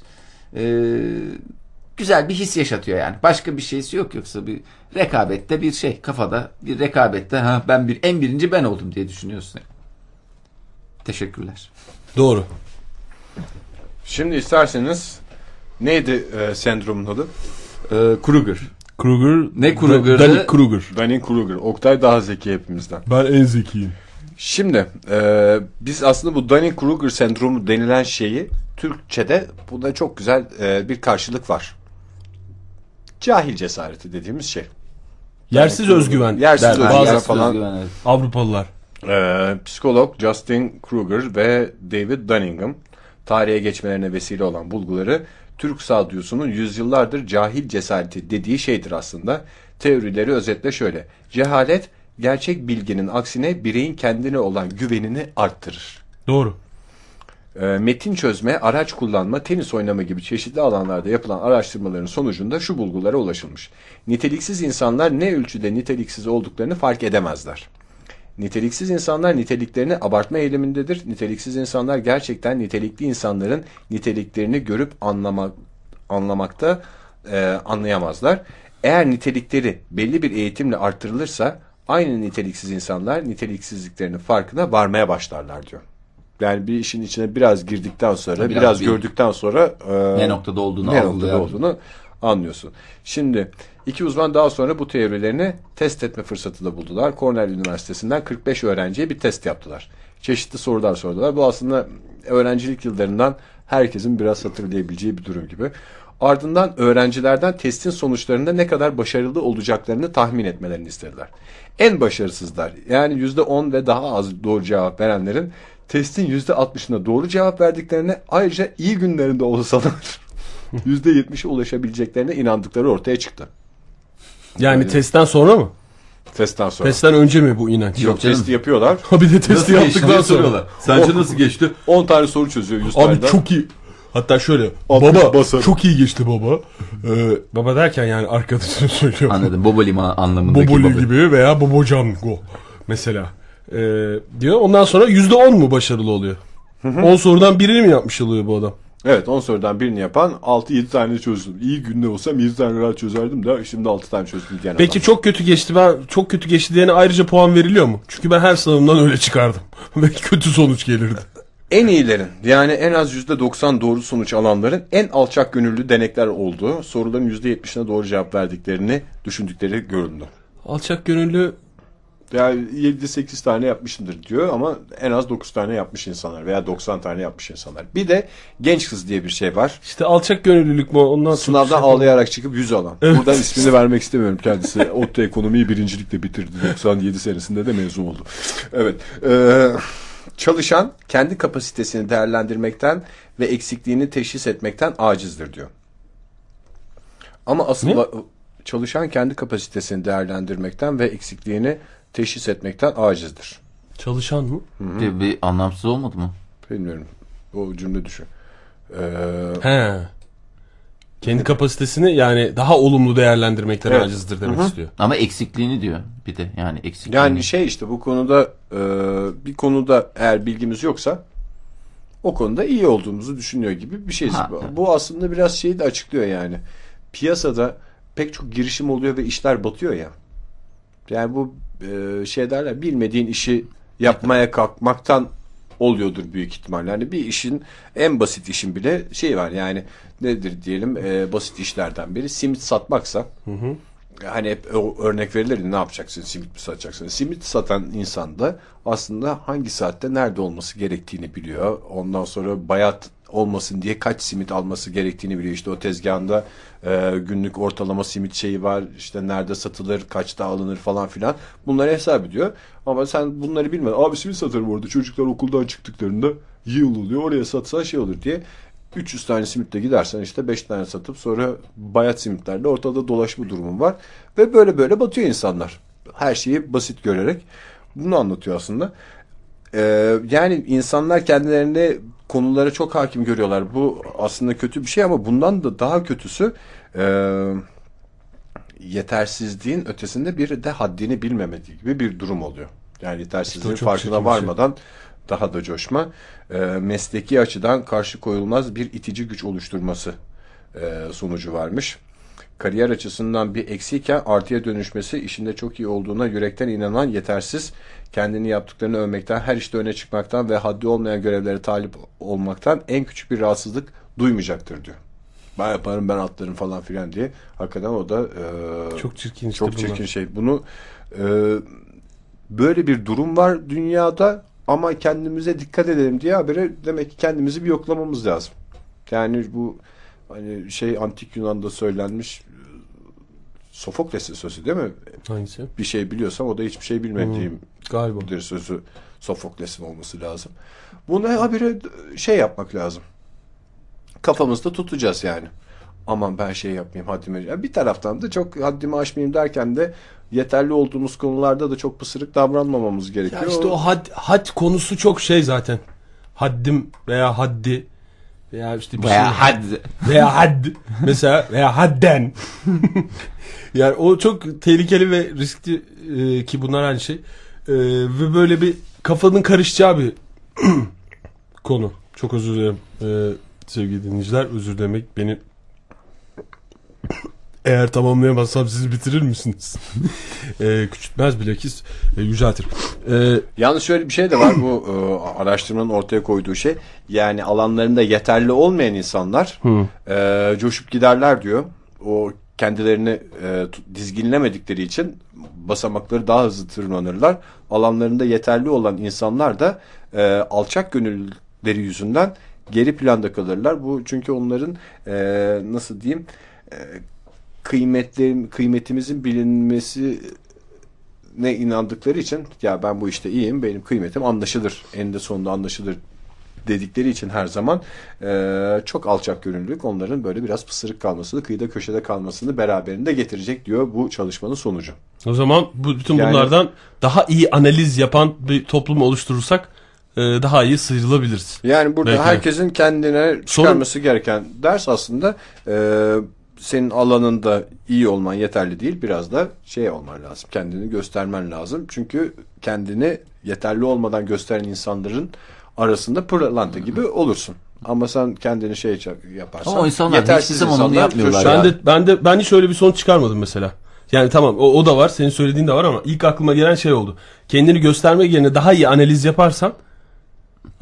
güzel bir his yaşatıyor yani. Başka bir şeysi yok, yoksa bir rekabette bir şey, kafada bir rekabette ben en birinci ben oldum diye düşünüyorsun. Teşekkürler. Doğru. Şimdi isterseniz neydi sendromun adı? Kruger. Kruger. Ne Kruger'dı? Danny Kruger. Dunning-Kruger. Oktay daha zeki hepimizden. Ben en zekiyim. Şimdi biz aslında bu Dunning-Kruger sendromu denilen şeyi Türkçe'de bunda çok güzel bir karşılık var. Cahil cesareti dediğimiz şey. Yersiz özgüven. Yersiz derler. özgüven Bazı falan. evet. Avrupalılar. Psikolog Justin Kruger ve David Dunningham tarihe geçmelerine vesile olan bulguları Türk sağduyusunun yüzyıllardır cahil cesareti dediği şeydir aslında. Teorileri özetle şöyle: cehalet gerçek bilginin aksine bireyin kendine olan güvenini arttırır. Doğru. Metin çözme, araç kullanma, tenis oynama gibi çeşitli alanlarda yapılan araştırmaların sonucunda şu bulgulara ulaşılmış. Niteliksiz insanlar ne ölçüde niteliksiz olduklarını fark edemezler. Niteliksiz insanlar niteliklerini abartma eğilimindedir. Niteliksiz insanlar gerçekten nitelikli insanların niteliklerini görüp anlamakta anlayamazlar. Eğer nitelikleri belli bir eğitimle artırılırsa aynı niteliksiz insanlar niteliksizliklerinin farkına varmaya başlarlar diyor. Yani bir işin içine biraz girdikten sonra, biraz gördükten sonra ne noktada olduğunu anlıyorsun. Şimdi iki uzman daha sonra bu teorilerini test etme fırsatı da buldular. Cornell Üniversitesi'nden 45 öğrenciye bir test yaptılar. Çeşitli sorular sordular. Bu aslında öğrencilik yıllarından herkesin biraz hatırlayabileceği bir durum gibi. Ardından öğrencilerden testin sonuçlarında ne kadar başarılı olacaklarını tahmin etmelerini istediler. En başarısızlar, yani %10 ve daha az doğru cevap verenlerin testin %60'ına doğru cevap verdiklerine, ayrıca iyi günlerinde olsalar %70'e ulaşabileceklerine inandıkları ortaya çıktı. Yani testten sonra mı? Testten sonra. Testten önce mi bu inanç? Yok, testi yapıyorlar. Ha bir de testi yaptıktan sonra. Sence nasıl geçti? 10 tane soru çözüyor 100 Abi taneden. çok iyi. Hatta şöyle. Altmış Baba basarım. çok iyi geçti baba. Baba derken yani arkadaşını söylüyor. Anladım. Boboli anlamındaki Boboli Boboli. gibi veya Bobocan go mesela. Diyor. Ondan sonra %10 mu başarılı oluyor? 10 sorudan birini mi yapmış oluyor bu adam? Evet, 10 sorudan birini yapan 6-7 tane çözdüm. İyi günde olsam 7 tane rahat çözerdim de şimdi 6 tane çözdüm diyen Peki adam. çok kötü geçti. Ben çok kötü geçti diyene ayrıca puan veriliyor mu? Çünkü ben her sınavımdan öyle çıkardım. Ve kötü sonuç gelirdi. En iyilerin, yani en az %90 doğru sonuç alanların en alçak gönüllü denekler olduğu, soruların %70'ine doğru cevap verdiklerini düşündükleri görüldü. Alçak gönüllü Yani 7-8 tane yapmışımdır diyor ama en az 9 tane yapmış insanlar veya 90 tane yapmış insanlar. Bir de genç kız diye bir şey var. işte alçak gönüllülük mü ondan Sınavdan ağlayarak çıkıp 100 alan. Buradan ismini vermek istemiyorum kendisi. ODTÜ ekonomiyi birincilikle bitirdi. 97 senesinde de mezun oldu. Evet. Çalışan kendi kapasitesini değerlendirmekten ve eksikliğini teşhis etmekten acizdir diyor. Ama asıl çalışan kendi kapasitesini değerlendirmekten ve eksikliğini teşhis etmekten acizdir. Çalışan mı? Bir anlamsız olmadı mı? Bilmiyorum. O cümle düşün. He. Kendi kapasitesini yani daha olumlu değerlendirmekten Evet. acizdir demek istiyor. Ama eksikliğini diyor bir de yani eksikliğini. Yani işte bu konuda bir konuda eğer bilgimiz yoksa o konuda iyi olduğumuzu düşünüyor gibi bir şey. Bu aslında biraz şeyi de açıklıyor yani. Piyasada pek çok girişim oluyor ve işler batıyor ya. Yani bu şey derler, bilmediğin işi yapmaya kalkmaktan oluyordur büyük ihtimalle. Yani bir işin, en basit işin bile şey var yani, nedir diyelim, basit işlerden biri simit satmaksa. Hani hep örnek verilir, ne yapacaksın, simit mi satacaksın? Simit satan insan da aslında hangi saatte nerede olması gerektiğini biliyor. Ondan sonra bayat olmasın diye kaç simit alması gerektiğini biliyor. İşte o tezgahında günlük ortalama simit şeyi var. İşte nerede satılır, kaçta alınır falan filan. Bunları hesap ediyor. Ama sen bunları bilmeden, abi simit satarım orada, çocuklar okuldan çıktıklarında yıl oluyor, oraya satsan şey olur diye 300 tane simitle gidersen işte 5 tane satıp sonra bayat simitlerle ortada dolaşma durumu var. Ve böyle böyle batıyor insanlar. Her şeyi basit görerek. Bunu anlatıyor aslında. Yani insanlar kendilerini konulara çok hakim görüyorlar. Bu aslında kötü bir şey ama bundan da daha kötüsü yetersizliğin ötesinde bir de haddini bilmemediği gibi bir durum oluyor. Yani yetersizliğin İşte farkına varmadan daha da coşma, mesleki açıdan karşı koyulmaz bir itici güç oluşturması sonucu varmış. Kariyer açısından bir eksiyken artıya dönüşmesi, işinde çok iyi olduğuna yürekten inanan yetersiz, kendini yaptıklarını övmekten, her işte öne çıkmaktan ve haddi olmayan görevlere talip olmaktan en küçük bir rahatsızlık duymayacaktır diyor. Ben yaparım, ben atlarım falan filan diye. Hakikaten o da çok çirkin işte çok çirkin şey. Bunu böyle bir durum var dünyada ama kendimize dikkat edelim diye habere, demek ki kendimizi bir yoklamamız lazım. Yani bu hani şey, antik Yunan'da söylenmiş Sofokles'in sözü değil mi? Hangisi? Bir şey biliyorsam o da hiçbir şey bilmediğim galiba sözü Sofokles'in olması lazım. Bunu habire şey yapmak lazım. Kafamızda tutacağız yani. Aman ben şey yapmayayım, haddimi. Yani bir taraftan da çok haddimi aşmayayım derken de yeterli olduğumuz konularda da çok pısırık davranmamamız gerekiyor. ya işte o had konusu çok şey zaten. Haddim veya haddi veya işte bir Veya şey haddi. veya hadd mesela veya hadden. Yani o çok tehlikeli ve riskli ki bunlar aynı şey. Ve böyle bir kafanın karışacağı bir konu. Çok özür dilerim sevgili dinleyiciler. Özür demek beni eğer tamamlayamazsam siz bitirir misiniz? Küçültmez bilakis yüceltir. Yalnız şöyle bir şey de var, bu araştırmanın ortaya koyduğu şey. Yani alanlarında yeterli olmayan insanlar coşup giderler diyor. O kendilerini dizginlemedikleri için basamakları daha hızlı tırmanırlar. Alanlarında yeterli olan insanlar da alçak gönüllüleri yüzünden geri planda kalırlar. Bu çünkü onların nasıl diyeyim, kıymetimizin bilinmesine inandıkları için, ya ben bu işte iyiyim, benim kıymetim anlaşılır, eninde sonunda anlaşılır dedikleri için her zaman çok alçak gönüllülük onların böyle biraz pısırık kalmasını, kıyıda köşede kalmasını beraberinde getirecek diyor bu çalışmanın sonucu. O zaman bütün bunlardan daha iyi analiz yapan bir toplum oluşturursak daha iyi sıyrılabiliriz. Yani burada belki herkesin kendine çıkarması gereken ders aslında senin alanında iyi olman yeterli değil. Biraz da şey olman lazım. Kendini göstermen lazım. Çünkü kendini yeterli olmadan gösteren insanların arasında pırlanta gibi olursun. Ama sen kendini şey yaparsan, ama o insanlar yetersiz hiçbir zaman onu yapmıyorlar. Ben hiç öyle bir sonuç çıkarmadım mesela. Yani tamam o da var, senin söylediğin de var ama ilk aklıma gelen şey oldu. Kendini göstermek yerine daha iyi analiz yaparsan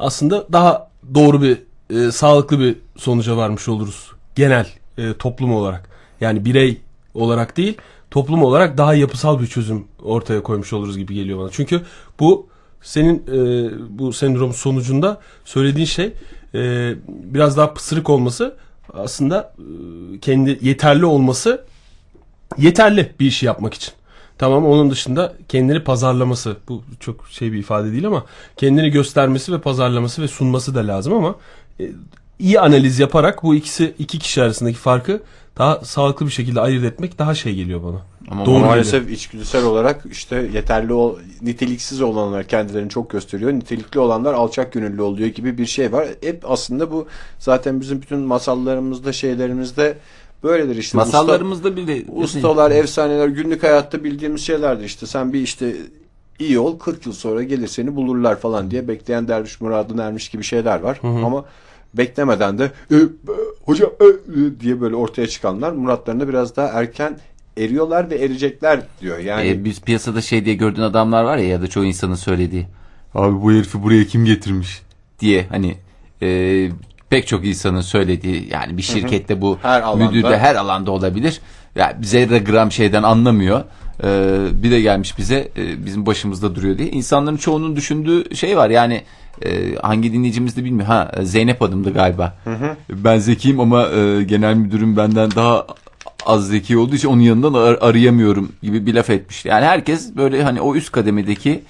aslında daha doğru bir sağlıklı bir sonuca varmış oluruz. Genel toplum olarak. Yani birey olarak değil, toplum olarak daha yapısal bir çözüm ortaya koymuş oluruz gibi geliyor bana. Çünkü bu senin bu sendromun sonucunda söylediğin şey biraz daha pısırık olması, aslında kendi yeterli olması yeterli bir işi yapmak için. Tamam, onun dışında kendini pazarlaması, bu çok bir ifade değil ama kendini göstermesi ve pazarlaması ve sunması da lazım ama iyi analiz yaparak bu iki kişi arasındaki farkı daha sağlıklı bir şekilde ayırt etmek daha geliyor bana. Ama Doğru maalesef geliyor. içgüdüsel olarak işte niteliksiz olanlar kendilerini çok gösteriyor. Nitelikli olanlar alçak gönüllü oluyor gibi bir şey var. Hep aslında bu zaten bizim bütün masallarımızda, şeylerimizde böyledir işte. Masallarımızda bile Ustalar, efsaneler, günlük hayatta bildiğimiz şeylerdir işte. Sen bir işte iyi ol, 40 yıl sonra gelir seni bulurlar falan diye bekleyen derviş muradına ermiş gibi şeyler var. Ama beklemeden de hocam diye böyle ortaya çıkanlar muratlarına biraz daha erken eriyorlar ve erecekler diyor. Yani biz piyasada diye gördüğün adamlar var ya da çoğu insanın söylediği. Abi bu herifi buraya kim getirmiş diye hani pek çok insanın söylediği, yani bir şirkette bu müdür de her alanda olabilir. Yani zerre gram şeyden anlamıyor. Bir de gelmiş bize bizim başımızda duruyor diye. İnsanların çoğunun düşündüğü şey var yani, hangi dinleyicimiz de bilmiyor. Zeynep adımdı galiba. Ben zekiyim ama genel müdürüm benden daha az zeki olduğu için onun yanından arayamıyorum gibi bir laf etmiş. Yani herkes böyle hani o üst kademedeki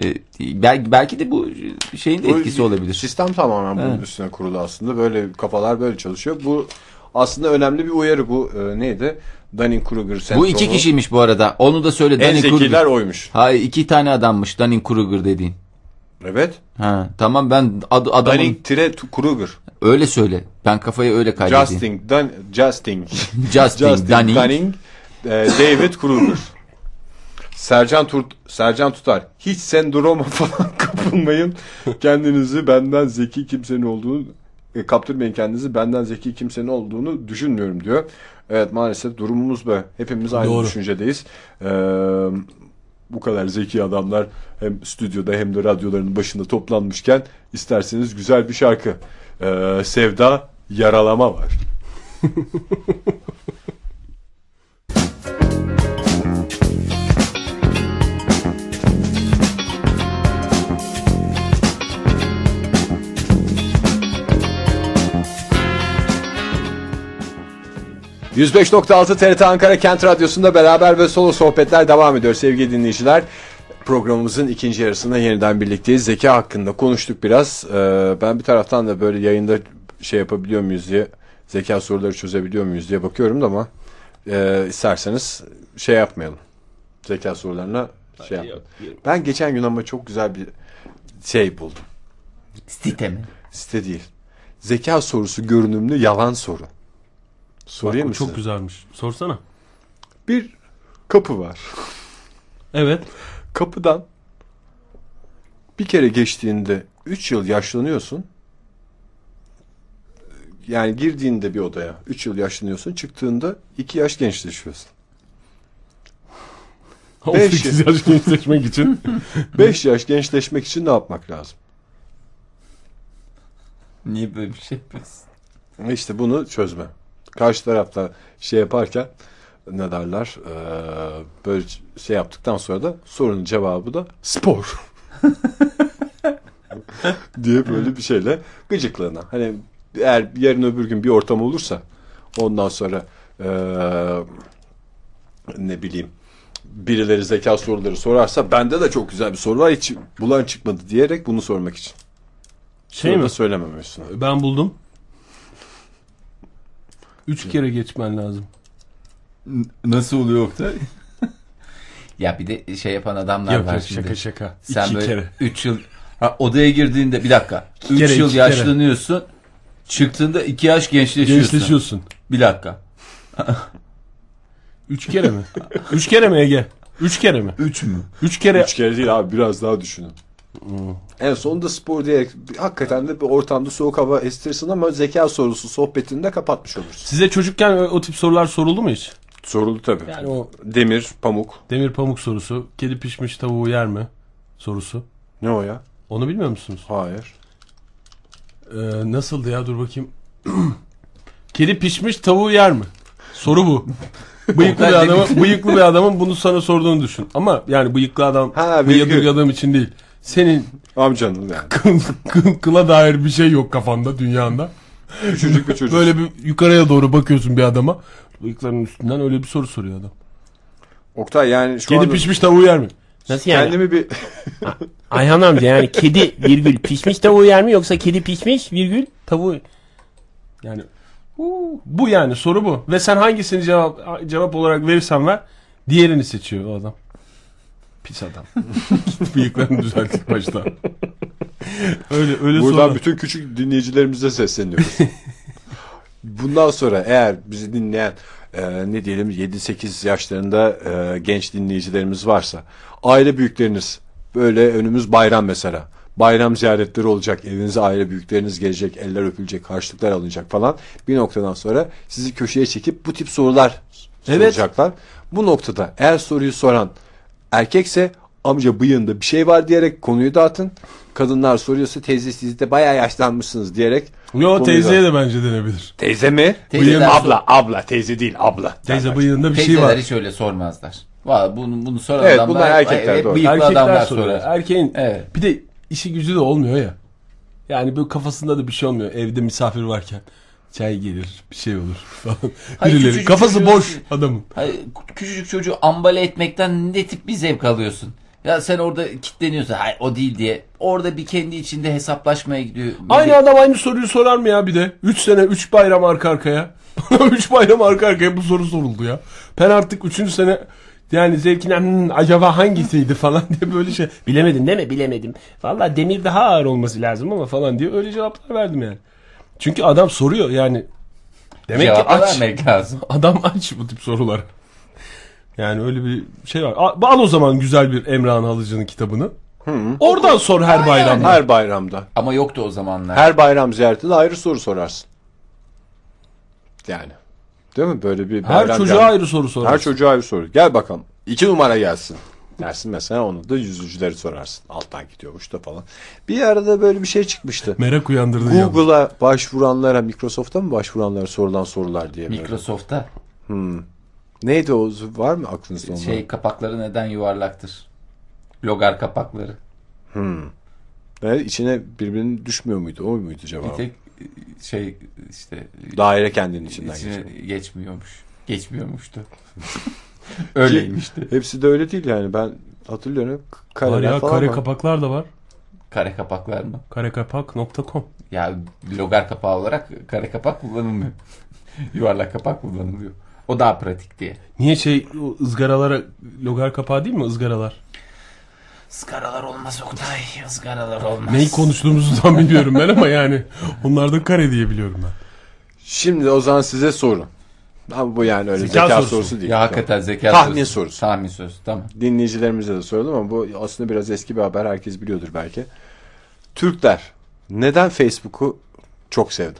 belki de bu şeyin de etkisi olabilir. Sistem tamamen bunun üstüne kurulu aslında. Böyle kafalar böyle çalışıyor. Bu aslında önemli bir uyarı. Bu neydi? Dunning-Kruger sendromu. Bu 2 kişiymiş bu arada. Onu da söyle. En zekiler oymuş. Hayır, 2 tane adammış Dunning-Kruger dediğin. Evet. Tamam, ben adamın... Dunning-Kruger. Öyle söyle. Ben kafayı öyle kaydedeyim. Justin Dunning. David Kruger. Sercan Tutar. Hiç sendroma falan kapılmayın. Kendinizi benden zeki kimsenin olduğunu kaptırmayın kendinizi. Benden zeki kimsenin olduğunu düşünmüyorum diyor. Evet, maalesef durumumuz bu. Hepimiz aynı düşüncedeyiz. Bu kadar zeki adamlar hem stüdyoda hem de radyoların başında toplanmışken isterseniz güzel bir şarkı. Sevda Yaralama var. 105.6 TRT Ankara Kent Radyosu'nda beraber ve solo sohbetler devam ediyor sevgili dinleyiciler. Programımızın ikinci yarısında yeniden birlikteyiz. Zeka hakkında konuştuk biraz. Ben bir taraftan da böyle yayında yapabiliyor muyuz diye, zeka soruları çözebiliyor muyuz diye bakıyorum da ama isterseniz yapmayalım. Zeka sorularına yapmayalım. Ben geçen gün ama çok güzel bir buldum. Site mi? Site değil. Zeka sorusu görünümlü yalan soru. Sorayım mı size? Çok güzelmiş. Sorsana. Bir kapı var. Evet. Kapıdan bir kere geçtiğinde 3 yıl yaşlanıyorsun. Yani girdiğinde bir odaya 3 yıl yaşlanıyorsun. Çıktığında 2 yaş gençleşiyorsun. 18 yaş gençleşmek için. 5 yaş gençleşmek için ne yapmak lazım? Niye böyle bir şey yapıyorsun? İşte bunu çözme. Karşı tarafta yaparken ne derler, böyle yaptıktan sonra da sorunun cevabı da spor diye böyle bir şeyle gıcıklığına. Hani eğer yarın öbür gün bir ortam olursa ondan sonra ne bileyim birileri zeka soruları sorarsa bende de çok güzel bir soru var hiç bulan çıkmadı diyerek bunu sormak için. Mi? Söylememiyorsun. Ben buldum. 3 kere geçmen lazım. Nasıl oluyor Oktay? Ya bir de yapan adamlar var şimdi. Şaka. Sen 2 böyle kere. 3 yıl odaya girdiğinde bir dakika. 3 kere, yıl 2 yaşlanıyorsun. Çıktığında 2 yaş gençleşiyorsun. Bir dakika. 3 kere mi? 3 kere mi Ege? 3 kere mi? 3 mü? 3 kere. 3 kere değil abi, biraz daha düşünün. En sonunda spor diyerek hakikaten de bir ortamda soğuk hava estirsin ama zeka sorusu sohbetini de kapatmış olursun. Size çocukken o tip sorular soruldu mu hiç? Soruldu tabii. Yani o demir, pamuk. demir pamuk sorusu, kedi pişmiş tavuğu yer mi sorusu. Ne o ya? Onu bilmiyor musunuz? Hayır. Nasıldı ya, dur bakayım. Kedi pişmiş tavuğu yer mi? Soru bu. Bıyıklı bir adamın bunu sana sorduğunu düşün. Ama yani bıyıklı adam bıyıklı adam için değil. Senin Amcanın yani. kıla dair bir şey yok kafanda, dünyanda. Küçücük bir çocuk. Böyle bir yukarıya doğru bakıyorsun bir adama. Bıyıkların üstünden öyle bir soru soruyor adam. Oktay yani şu Kedi anda pişmiş tavuğu yer mi? Nasıl yani? kendimi bir Ayhan amca, yani kedi virgül pişmiş tavuğu yer mi, yoksa kedi pişmiş virgül tavuğu? Yani bu yani soru bu. Ve sen hangisini cevap olarak verirsen ver, diğerini seçiyor o adam. Pis adam. Bıyıklarını düzelttik başta. öyle buradan sorular. bütün küçük dinleyicilerimize sesleniyoruz. Bundan sonra eğer bizi dinleyen ne diyelim 7-8 yaşlarında genç dinleyicilerimiz varsa, aile büyükleriniz, böyle önümüz bayram mesela, bayram ziyaretleri olacak, evinize aile büyükleriniz gelecek, eller öpülecek, harçlıklar alınacak falan, bir noktadan sonra sizi köşeye çekip bu tip sorular soracaklar. Bu noktada eğer soruyu soran erkekse amca bıyığında bir şey var diyerek konuyu dağıtın. Kadınlar soruyorsa teyze siz de bayağı yaşlanmışsınız diyerek. Yo, teyzeye de bence denebilir. Teyze mi? Teyzeler Abla teyze değil abla. Teyze bıyığında bir şey Teyzeler var. hiç öyle sormazlar. Valla bunu soran Evet, adamlar bunlar erkekler, doğru. bıyıklı Erkekler adamlar soruyor. sorar. Erkeğin Evet. bir de işi gücü de olmuyor ya. Yani böyle kafasında da bir şey olmuyor. Evde misafir varken çay gelir, bir şey olur falan. Hayır, Birileri küçücük kafası çocuğu- boş adamın. Hayır, küçücük çocuğu ambale etmekten ne tip bir zevk alıyorsun? Ya sen orada kitleniyorsun. Hayır, o değil diye. Orada bir kendi içinde hesaplaşmaya gidiyor. Aynı adam aynı soruyu sorar mı ya bir de? 3 sene 3 bayram arka arkaya. 3 bayram arka arkaya bu soru soruldu ya. Ben artık 3. sene yani zevkine acaba hangisiydi falan diye böyle şey. Bilemedin değil mi? Bilemedim. Vallahi demir daha ağır olması lazım ama Falan diye öyle cevaplar verdim yani. Çünkü adam soruyor yani. Demek ki Cevap aç. vermek lazım. Adam aç bu tip sorular. Yani öyle bir şey var. Al o zaman güzel bir Emrah'ın Halıcı'nın kitabını. Oradan sor her bayramda. Her bayramda. Ama yoktu o zamanlar. Her bayram ziyaretinde ayrı soru sorarsın. Yani. Değil mi? Böyle bir Her bayram çocuğa yani. ayrı soru sorarsın. Her çocuğa ayrı soru. Gel bakalım. 2 numara gelsin. Dersin mesela, onu da yüzücüleri sorarsın. Alttan gidiyormuş da falan. Bir arada böyle bir şey çıkmıştı. Merak uyandırdı ya. Google'a başvuranlara, Microsoft'a mı başvuranlara sorulan sorular diye. böyle. Microsoft'ta Neydi o? Var mı aklınızda onlar? kapakları neden yuvarlaktır? Logar kapakları. Ve içine birbirinin düşmüyor muydu? O muydu Bir cevabı? tek işte Daire kendinin içinden içine geçiyor. geçmiyormuş. Geçmiyormuştu. Öyleymişti. Hepsi de öyle değil yani. Ben hatırlıyorum. Var Kareler ya, falan kare var. kapaklar da var. Kare kapaklar mı? Karekapak.com. Ya logar kapağı olarak kare kapak kullanılmıyor. Yuvarlak kapak kullanılıyor. O daha pratik diye. Niye o ızgaralara logar kapağı değil mi ızgaralar? Izgaralar olmaz Oktay. Izgaralar olmaz. Neyi konuştuğumuzu tam bilmiyorum ben ama yani onlardan kare diye biliyorum ben. Şimdi o zaman size soru. Ama bu yani öyle Zeka zeka, sorusu. sorusu değil. Ya hakikaten zeka Tahmin sorusu. Tahmin sorusu, tamam. Dinleyicilerimize de sordum ama bu aslında biraz eski bir haber. Herkes biliyordur belki. Türkler neden Facebook'u çok sevdi?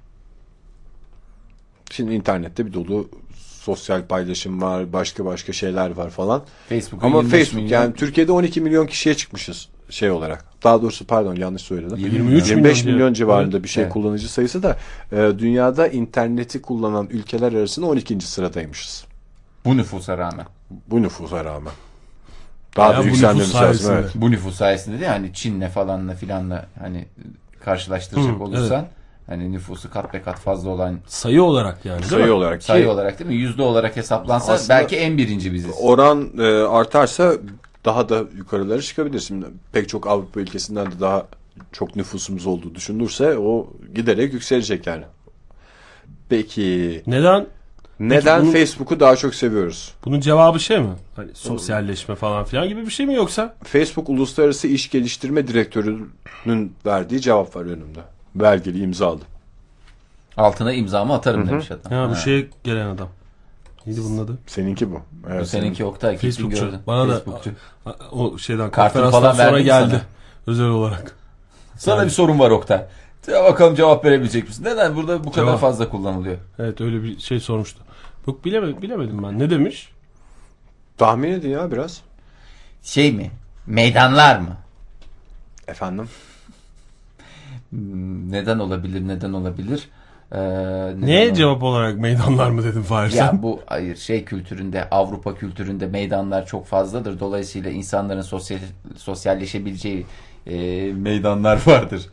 Şimdi internette bir dolu sosyal paylaşım var, başka şeyler var falan. Facebook'un Ama 25 Facebook milyon- yani Türkiye'de 12 milyon kişiye çıkmışız şey olarak. Daha doğrusu pardon, yanlış söyledim. 23 25 milyon milyon civarında evet. bir şey Evet. kullanıcı sayısı da dünyada interneti kullanan ülkeler arasında 12. sıradaymışız. Bu nüfusa rağmen. Bu nüfusa rağmen. Daha Ya da bu yükselmemiz nüfus lazım. sayesinde. Evet. Bu nüfus sayesinde değil, hani Çin'le falanla filanla hani karşılaştıracak olursan hani nüfusu kat be kat fazla olan Sayı olarak yani. değil mi? Sayı olarak. sayı Ki olarak değil mi? Yüzde olarak hesaplansa Aslında belki en birinci biziz. oran artarsa daha da yukarılara çıkabilir. Şimdi pek çok Avrupa ülkesinden de daha çok nüfusumuz olduğu düşünülürse o giderek yükselecek yani. Peki Neden? neden bunun- Facebook'u daha çok seviyoruz? Bunun cevabı şey mi? Hani sosyalleşme falan filan gibi bir şey mi yoksa? Facebook Uluslararası İş Geliştirme Direktörü'nün verdiği cevap var önümde. Belgeli, imzalı. Altına imzamı atarım demiş adam. Ya bu Ha. şeye gelen adam. Neydi bunun adı? Seninki bu. Evet, Bu seninki Oktay. Gittin Facebookçu. gördün. Bana Facebookçu. da o şeyden Kartını konferanstan falan sonra verdi mi geldi. sana? Özel olarak. Sana bir sorun var Oktay. Ya bakalım cevap verebilecek misin? Neden burada bu kadar Cevap. fazla kullanılıyor? Evet, öyle bir şey sormuştu. Yok, bilemedim ben. Ne demiş? Tahmin edin ya biraz. Şey mi? Meydanlar mı? Efendim? Neden olabilir? Neye cevap olarak meydanlar mı dedin Fahir sen? Ya bu hayır kültüründe, Avrupa kültüründe meydanlar çok fazladır. Dolayısıyla insanların sosyalleşebileceği meydanlar vardır.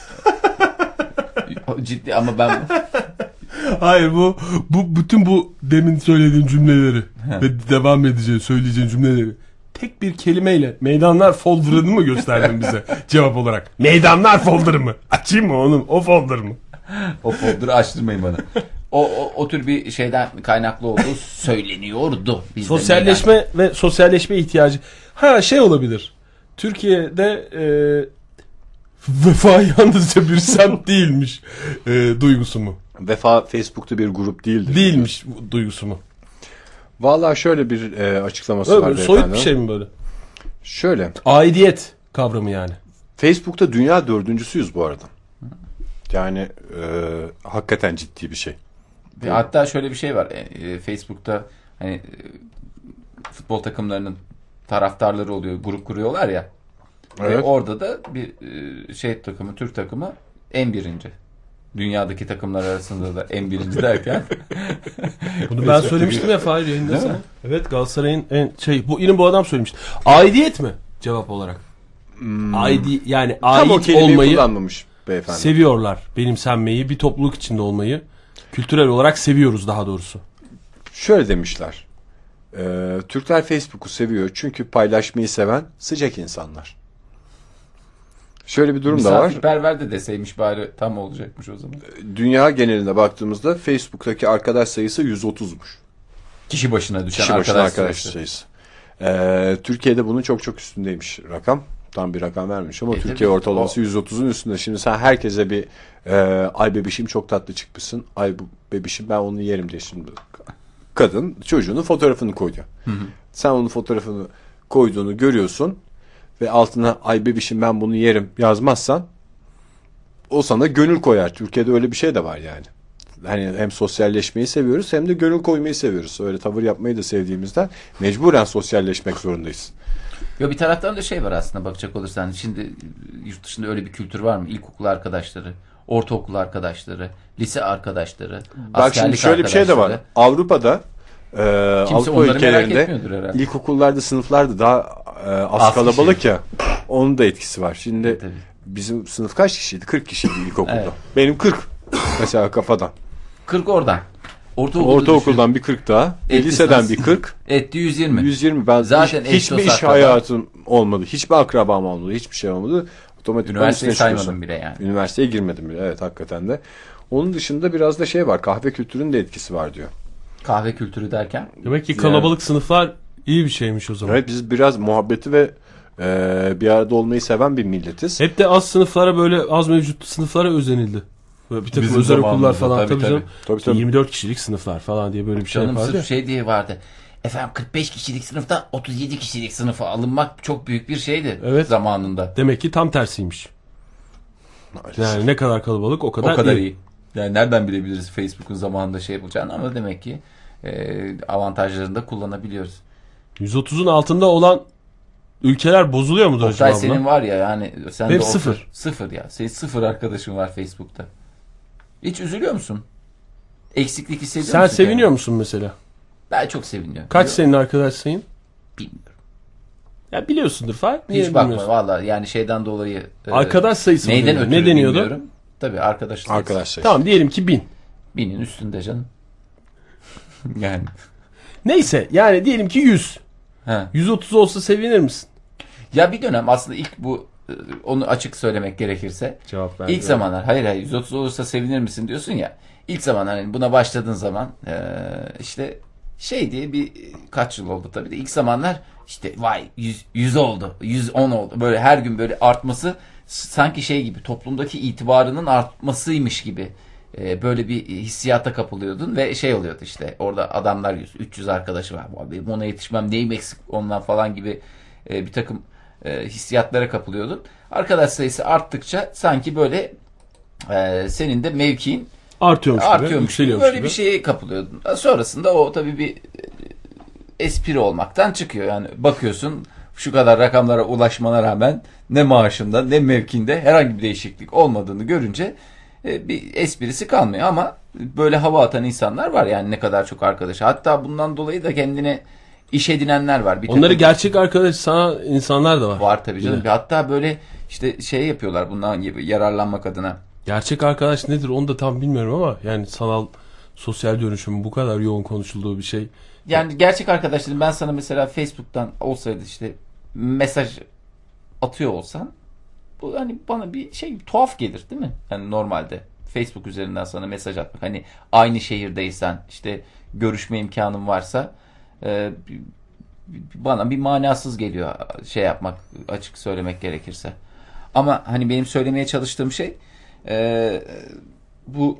Ciddi ama ben Hayır bu bütün bu demin söylediğin cümleleri ve devam edeceğin söyleyeceğin cümleleri tek bir kelimeyle meydanlar folder'ını mı gösterdin bize cevap olarak? Meydanlar folder'ı mı? Açayım mı onun? O folder mı? o folder'ı açtırmayın bana. O tür bir şeyden kaynaklı olduğu söyleniyordu. Bizde Sosyalleşme ve sosyalleşme ihtiyacı. Şey olabilir. Türkiye'de Vefa yalnızca bir semt değilmiş duygusu mu? Vefa Facebook'ta bir grup değildir. Değilmiş duygusu mu? Vallahi şöyle bir açıklaması Öyle var böyle soyut bir beyefendi. şey mi böyle? Şöyle. Aidiyet kavramı yani. Facebook'ta dünya 4.'süyüz bu arada. Yani hakikaten ciddi bir şey. Ve hatta şöyle bir şey var. Facebook'ta hani futbol takımlarının taraftarları oluyor, grup kuruyorlar ya. Evet. Ve orada da bir Türk takımı en birinci. Dünyadaki takımlar arasında da en birinci derken. Bunu ben söylemiştim ya Fahir yayında sana. Evet, Galatasaray'ın bu adam söylemişti. Aidiyet mi cevap olarak? Yani Tam o ait kelimeyi olmayı kullanmamış beyefendi. seviyorlar. Benimsenmeyi, bir topluluk içinde olmayı kültürel olarak seviyoruz daha doğrusu. Şöyle demişler. Türkler Facebook'u seviyor çünkü paylaşmayı seven sıcak insanlar. Şöyle bir durum da var. Misafirperver de deseymiş bari tam olacakmış o zaman. Dünya genelinde baktığımızda Facebook'taki arkadaş sayısı 130'muş. Kişi başına düşen Kişi başına arkadaş sayısı. Türkiye'de bunun çok çok üstündeymiş rakam. Tam bir rakam vermiş ama Türkiye tabii. ortalaması 130'un üstünde. Şimdi sen herkese bir ay bebişim çok tatlı çıkmışsın. Ay bu bebişim ben onu yerim diye şimdi. Kadın çocuğunun fotoğrafını koyuyor. Sen onun fotoğrafını koyduğunu görüyorsun ve altına ay bebişim ben bunu yerim yazmazsan o sana gönül koyar. Türkiye'de öyle bir şey de var yani. Hani hem sosyalleşmeyi seviyoruz hem de gönül koymayı seviyoruz. Öyle tavır yapmayı da sevdiğimizden mecburen sosyalleşmek zorundayız. Ya bir taraftan da var aslında bakacak olursan. Şimdi yurt dışında öyle bir kültür var mı? İlkokul arkadaşları, ortaokul arkadaşları, lise arkadaşları, Bak şimdi şöyle bir şey de var. Avrupa'da Avrupa onları merak ülkelerinde etmiyordur herhalde. ilkokullarda sınıflarda daha az Az kalabalık kişi. ya. Onun da etkisi var. Şimdi Tabii. bizim sınıf kaç kişiydi? 40 kişiydi ilkokulda. Evet. Benim 40 mesela kafadan. 40 oradan. Ortaokuldan bir 40 daha. Etti Liseden sınıf. bir 40. Etti 120. 120. Ben Zaten hiçbir eşit iş olsak da- hayatım olmadı. Hiçbir akrabam olmadı. Hiçbir şey olmadı. Otomatikman Üniversiteyi üstüne çıkıyorsun. saymadım bile yani. Üniversiteye girmedim bile. Evet hakikaten de. Onun dışında biraz da var. Kahve kültürünün de etkisi var diyor. Kahve kültürü derken. Demek ki kalabalık sınıflar iyi bir şeymiş o zaman. Evet biz biraz muhabbeti ve bir arada olmayı seven bir milletiz. Hep de az sınıflara, böyle az mevcut sınıflara özenildi. Böyle bir takım Bizim özel okullar zamanımızda falan tabii, canım. Tabii, İşte tabii. 24 kişilik sınıflar falan diye böyle bir şey Canım yapardı. sırf diye vardı. Efendim 45 kişilik sınıfta 37 kişilik sınıfa alınmak çok büyük bir şeydi Evet. zamanında. Demek ki tam tersiymiş. Yani ne kadar kalabalık o O kadar, kadar iyi. iyi. Yani nereden bilebiliriz Facebook'un zamanında yapılacağını, ama demek ki avantajlarını da kullanabiliyoruz. 130'un altında olan ülkeler bozuluyor mudur Oktay acaba buna? senin var ya, yani sen Benim de sıfır. Sıfır ya. Senin sıfır arkadaşın var Facebook'ta. Hiç üzülüyor musun? Eksiklik hissediyor Sen musun? seviniyor musun mesela? Ben çok seviniyorum. Kaç senin arkadaş sayın? Bilmiyorum. Ya biliyorsundur Fahir. Niye Hiç bakma bilmiyorsun? valla, yani şeyden dolayı. Arkadaş sayısı mı neyden deniyor? ötürü Ne deniyordu? bilmiyorum. Tabii arkadaş sayısı. Arkadaşlar. Tamam diyelim ki 1000. Binin üstünde canım. Yani. Neyse yani diyelim ki 100. He. 130 olsa sevinir misin? Ya bir dönem aslında ilk bu, onu açık söylemek gerekirse. Cevap ver. İlk zamanlar hayır 130 olursa sevinir misin diyorsun ya. İlk zamanlar hani buna başladığın zaman işte diye bir kaç yıl oldu tabii de, ilk zamanlar işte vay 100 oldu, 110 oldu, böyle her gün böyle artması sanki gibi, toplumdaki itibarının artmasıymış gibi böyle bir hissiyata kapılıyordun ve oluyordu işte orada adamlar 100-300 arkadaşı var, benim ona yetişmem, neyim eksik ondan falan gibi bir takım hissiyatlara kapılıyordun. Arkadaş sayısı arttıkça sanki böyle senin de mevkiin artıyormuş gibi, yükseliyormuş böyle gibi. bir şeye kapılıyordun. Sonrasında o tabii bir espri olmaktan çıkıyor. Yani bakıyorsun şu kadar rakamlara ulaşmana rağmen ne maaşında ne mevkinde herhangi bir değişiklik olmadığını görünce bir esprisi kalmıyor. Ama böyle hava atan insanlar var yani, ne kadar çok arkadaşı. Hatta bundan dolayı da kendine iş edinenler var. Onları gerçek arkadaş sanan insanlar da var. Var tabii canım. Hatta böyle işte şey yapıyorlar bundan yararlanmak adına. Gerçek arkadaş nedir onu da tam bilmiyorum ama yani sanal sosyal dönüşümün bu kadar yoğun konuşulduğu bir şey. Yani gerçek arkadaşlarım, ben sana mesela Facebook'tan olsaydı işte mesaj atıyor olsan, bu hani bana bir şey tuhaf gelir değil mi? Yani normalde Facebook üzerinden sana mesaj atmak, hani aynı şehirdeysen, işte görüşme imkanın varsa bana bir manasız geliyor şey yapmak, açık söylemek gerekirse. Ama hani benim söylemeye çalıştığım şey bu,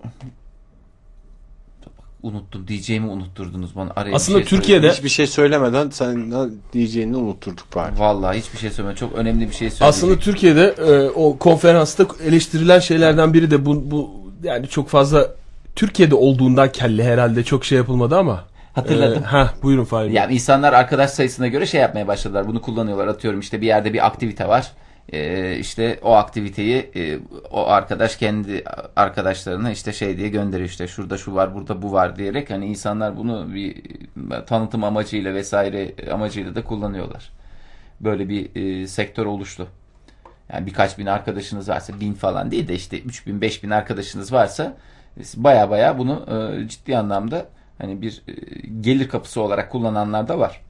unuttum diyeceğimi, unutturdunuz bana. Araya aslında bir şey Türkiye'de Hiçbir şey söylemeden sen diyeceğini unutturduk bari. vallahi hiçbir şey söylemedim. Çok önemli bir şey söyleyecek. aslında Türkiye'de o konferansta eleştirilen şeylerden biri de bu yani çok fazla Türkiye'de olduğundan kelle herhalde çok şey yapılmadı ama. Hatırladım. Buyurun Fahri. Yani insanlar arkadaş sayısına göre şey yapmaya başladılar. Bunu kullanıyorlar. Atıyorum işte bir yerde bir aktivite var. İşte o aktiviteyi o arkadaş kendi arkadaşlarına işte şey diye gönderiyor, işte şurada şu var, burada bu var diyerek, hani insanlar bunu bir tanıtım amacıyla vesaire amacıyla da kullanıyorlar. Böyle bir sektör oluştu. Yani birkaç bin arkadaşınız varsa, 1000 falan değil de işte 3000 5000 arkadaşınız varsa baya baya bunu ciddi anlamda hani bir gelir kapısı olarak kullananlar da var.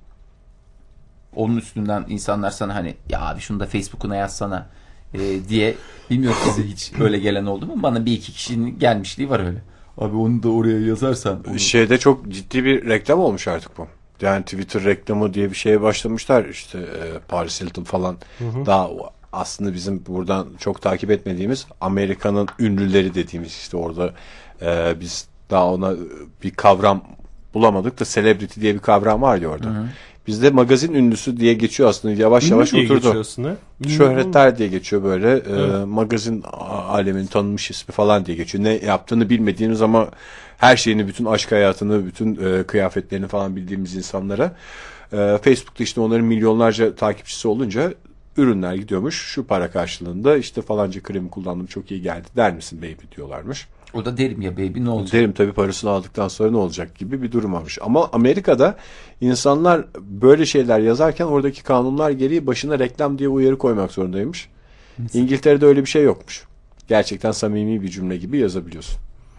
Onun üstünden insanlar sana hani ya abi şunu da Facebook'una yazsana diye, bilmiyorum size hiç öyle gelen oldu mu? Bana bir iki kişinin gelmişliği var öyle. Abi onu da oraya yazarsan. Onu... Şeyde çok ciddi bir reklam olmuş artık bu. Yani Twitter reklamı diye bir şeye başlamışlar. İşte Paris Hilton falan. Daha aslında bizim buradan çok takip etmediğimiz Amerika'nın ünlüleri dediğimiz, işte orada biz daha ona bir kavram bulamadık da celebrity diye bir kavram var ya orada. Bizde magazin ünlüsü diye geçiyor aslında, yavaş yavaş Ünlü diye oturdu. geçiyor aslında. Şöhretler diye geçiyor böyle. Magazin alemin tanınmış ismi falan diye geçiyor. Ne yaptığını bilmediğiniz ama her şeyini, bütün aşk hayatını, bütün kıyafetlerini falan bildiğimiz insanlara. Facebook'ta işte onların milyonlarca takipçisi olunca ürünler gidiyormuş. Şu para karşılığında işte falanca kremi kullandım, çok iyi geldi der misin baby diyorlarmış. O da derim ya baby, ne olacak? Derim tabii, parasını aldıktan sonra ne olacak gibi bir durum olmuş. Ama Amerika'da insanlar böyle şeyler yazarken oradaki kanunlar gereği başına reklam diye uyarı koymak zorundaymış. İngiltere'de öyle bir şey yokmuş. Gerçekten samimi bir cümle gibi yazabiliyorsun.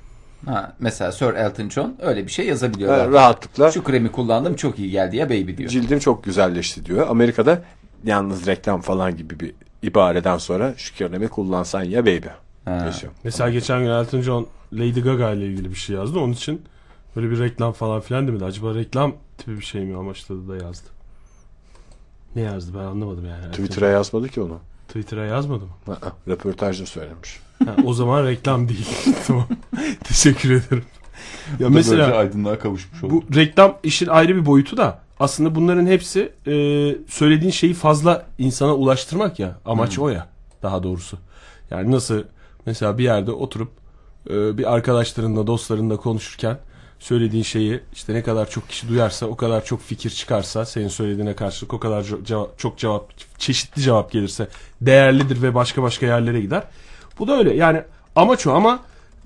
Mesela Sir Elton John öyle bir şey yazabiliyor. Rahatlıkla. Şu kremi kullandım, çok iyi geldi ya baby diyor. Cildim çok güzelleşti diyor. Amerika'da yalnız reklam falan gibi bir ibareden sonra şu kremi kullansan ya baby. Mesela geçen gün Elton John Lady Gaga ile ilgili bir şey yazdı. Onun için böyle bir reklam falan filan demedi. Acaba reklam tipi bir şey mi amaçladı da yazdı. Ne yazdı ben anlamadım yani. Twitter'a yazmadı ki onu. Twitter'a yazmadı mı? Röportajda söylemiş. O zaman reklam değil. Tamam. Teşekkür ederim. Ya mesela aydınlığa kavuşmuş oldu. bu reklam işin ayrı bir boyutu da aslında bunların hepsi söylediğin şeyi fazla insana ulaştırmak ya. Amaç o ya, daha doğrusu. Yani nasıl mesela bir yerde oturup bir arkadaşlarınla, dostlarınla konuşurken söylediğin şeyi işte ne kadar çok kişi duyarsa, o kadar çok fikir çıkarsa, senin söylediğine karşılık o kadar çok cevap, çeşitli cevap gelirse değerlidir ve başka başka yerlere gider. Bu da öyle. Yani amaç o ama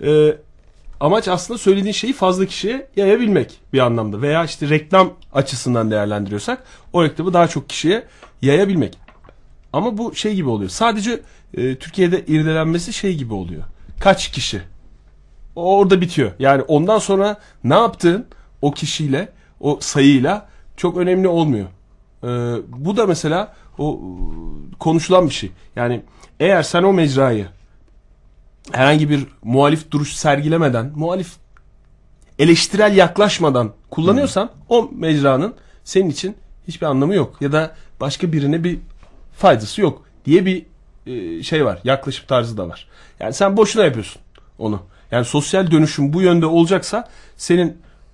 amaç aslında söylediğin şeyi fazla kişiye yayabilmek bir anlamda. Veya işte reklam açısından değerlendiriyorsak o reklamı daha çok kişiye yayabilmek. Ama bu şey gibi oluyor. Sadece Türkiye'de irdelenmesi şey gibi oluyor. Kaç kişi? O orada bitiyor. Yani ondan sonra ne yaptığın o kişiyle, o sayıyla çok önemli olmuyor. Bu da mesela o konuşulan bir şey. Yani eğer sen o mecrayı herhangi bir muhalif duruş sergilemeden, muhalif eleştirel yaklaşmadan kullanıyorsan o mecranın senin için hiçbir anlamı yok. Ya da başka birine bir faydası yok diye bir şey var. Yaklaşım tarzı da var. Yani sen boşuna yapıyorsun onu. Yani sosyal dönüşüm bu yönde olacaksa senin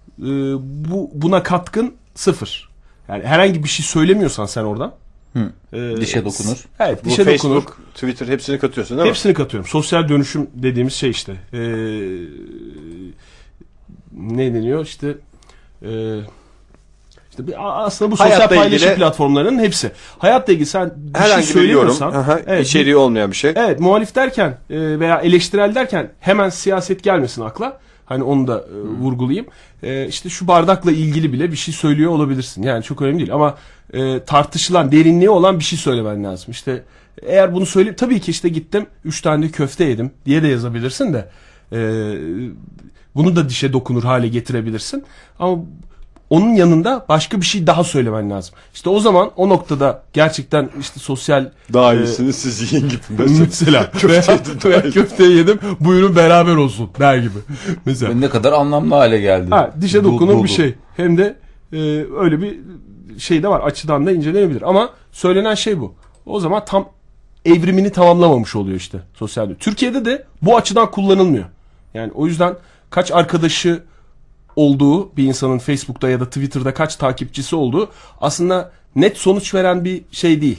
buna katkın sıfır. Yani herhangi bir şey söylemiyorsan sen oradan. Dişe dokunur. Evet, Bu dişe Facebook, dokunur. Twitter hepsini katıyorsun değil mi? Hepsini katıyorum. Sosyal dönüşüm dediğimiz şey işte. Ne deniyor? İşte İşte aslında bu Hayatla sosyal paylaşım ilgili- platformlarının hepsi. Hayatla ilgili sen bir şey Herhangi bir yorum, söylemiyorsan, evet, içeriği olmayan bir şey. evet, muhalif derken veya eleştirel derken hemen siyaset gelmesin akla. Hani onu da vurgulayayım. İşte şu bardakla ilgili bile bir şey söylüyor olabilirsin. Yani çok önemli değil ama tartışılan, derinliği olan bir şey söylemen lazım. İşte eğer bunu söyle, tabii ki işte gittim 3 tane köfte yedim diye de yazabilirsin de bunu da dişe dokunur hale getirebilirsin. Ama onun yanında başka bir şey daha söylemen lazım. İşte o zaman o noktada gerçekten işte sosyal Daha iyisini siz yiyin gibi mesela veya köfteyi yedim buyurun beraber olsun der gibi. Mesela. Ve ne kadar anlamlı hale geldi. Ha, dişe dokunur Dolu. bir şey. Hem de öyle bir şey de var. Açıdan da incelenebilir. Ama söylenen şey bu. O zaman tam evrimini tamamlamamış oluyor işte sosyal medya. Türkiye'de de bu açıdan kullanılmıyor. Yani o yüzden kaç arkadaşı olduğu bir insanın Facebook'ta ya da Twitter'da kaç takipçisi olduğu aslında net sonuç veren bir şey değil.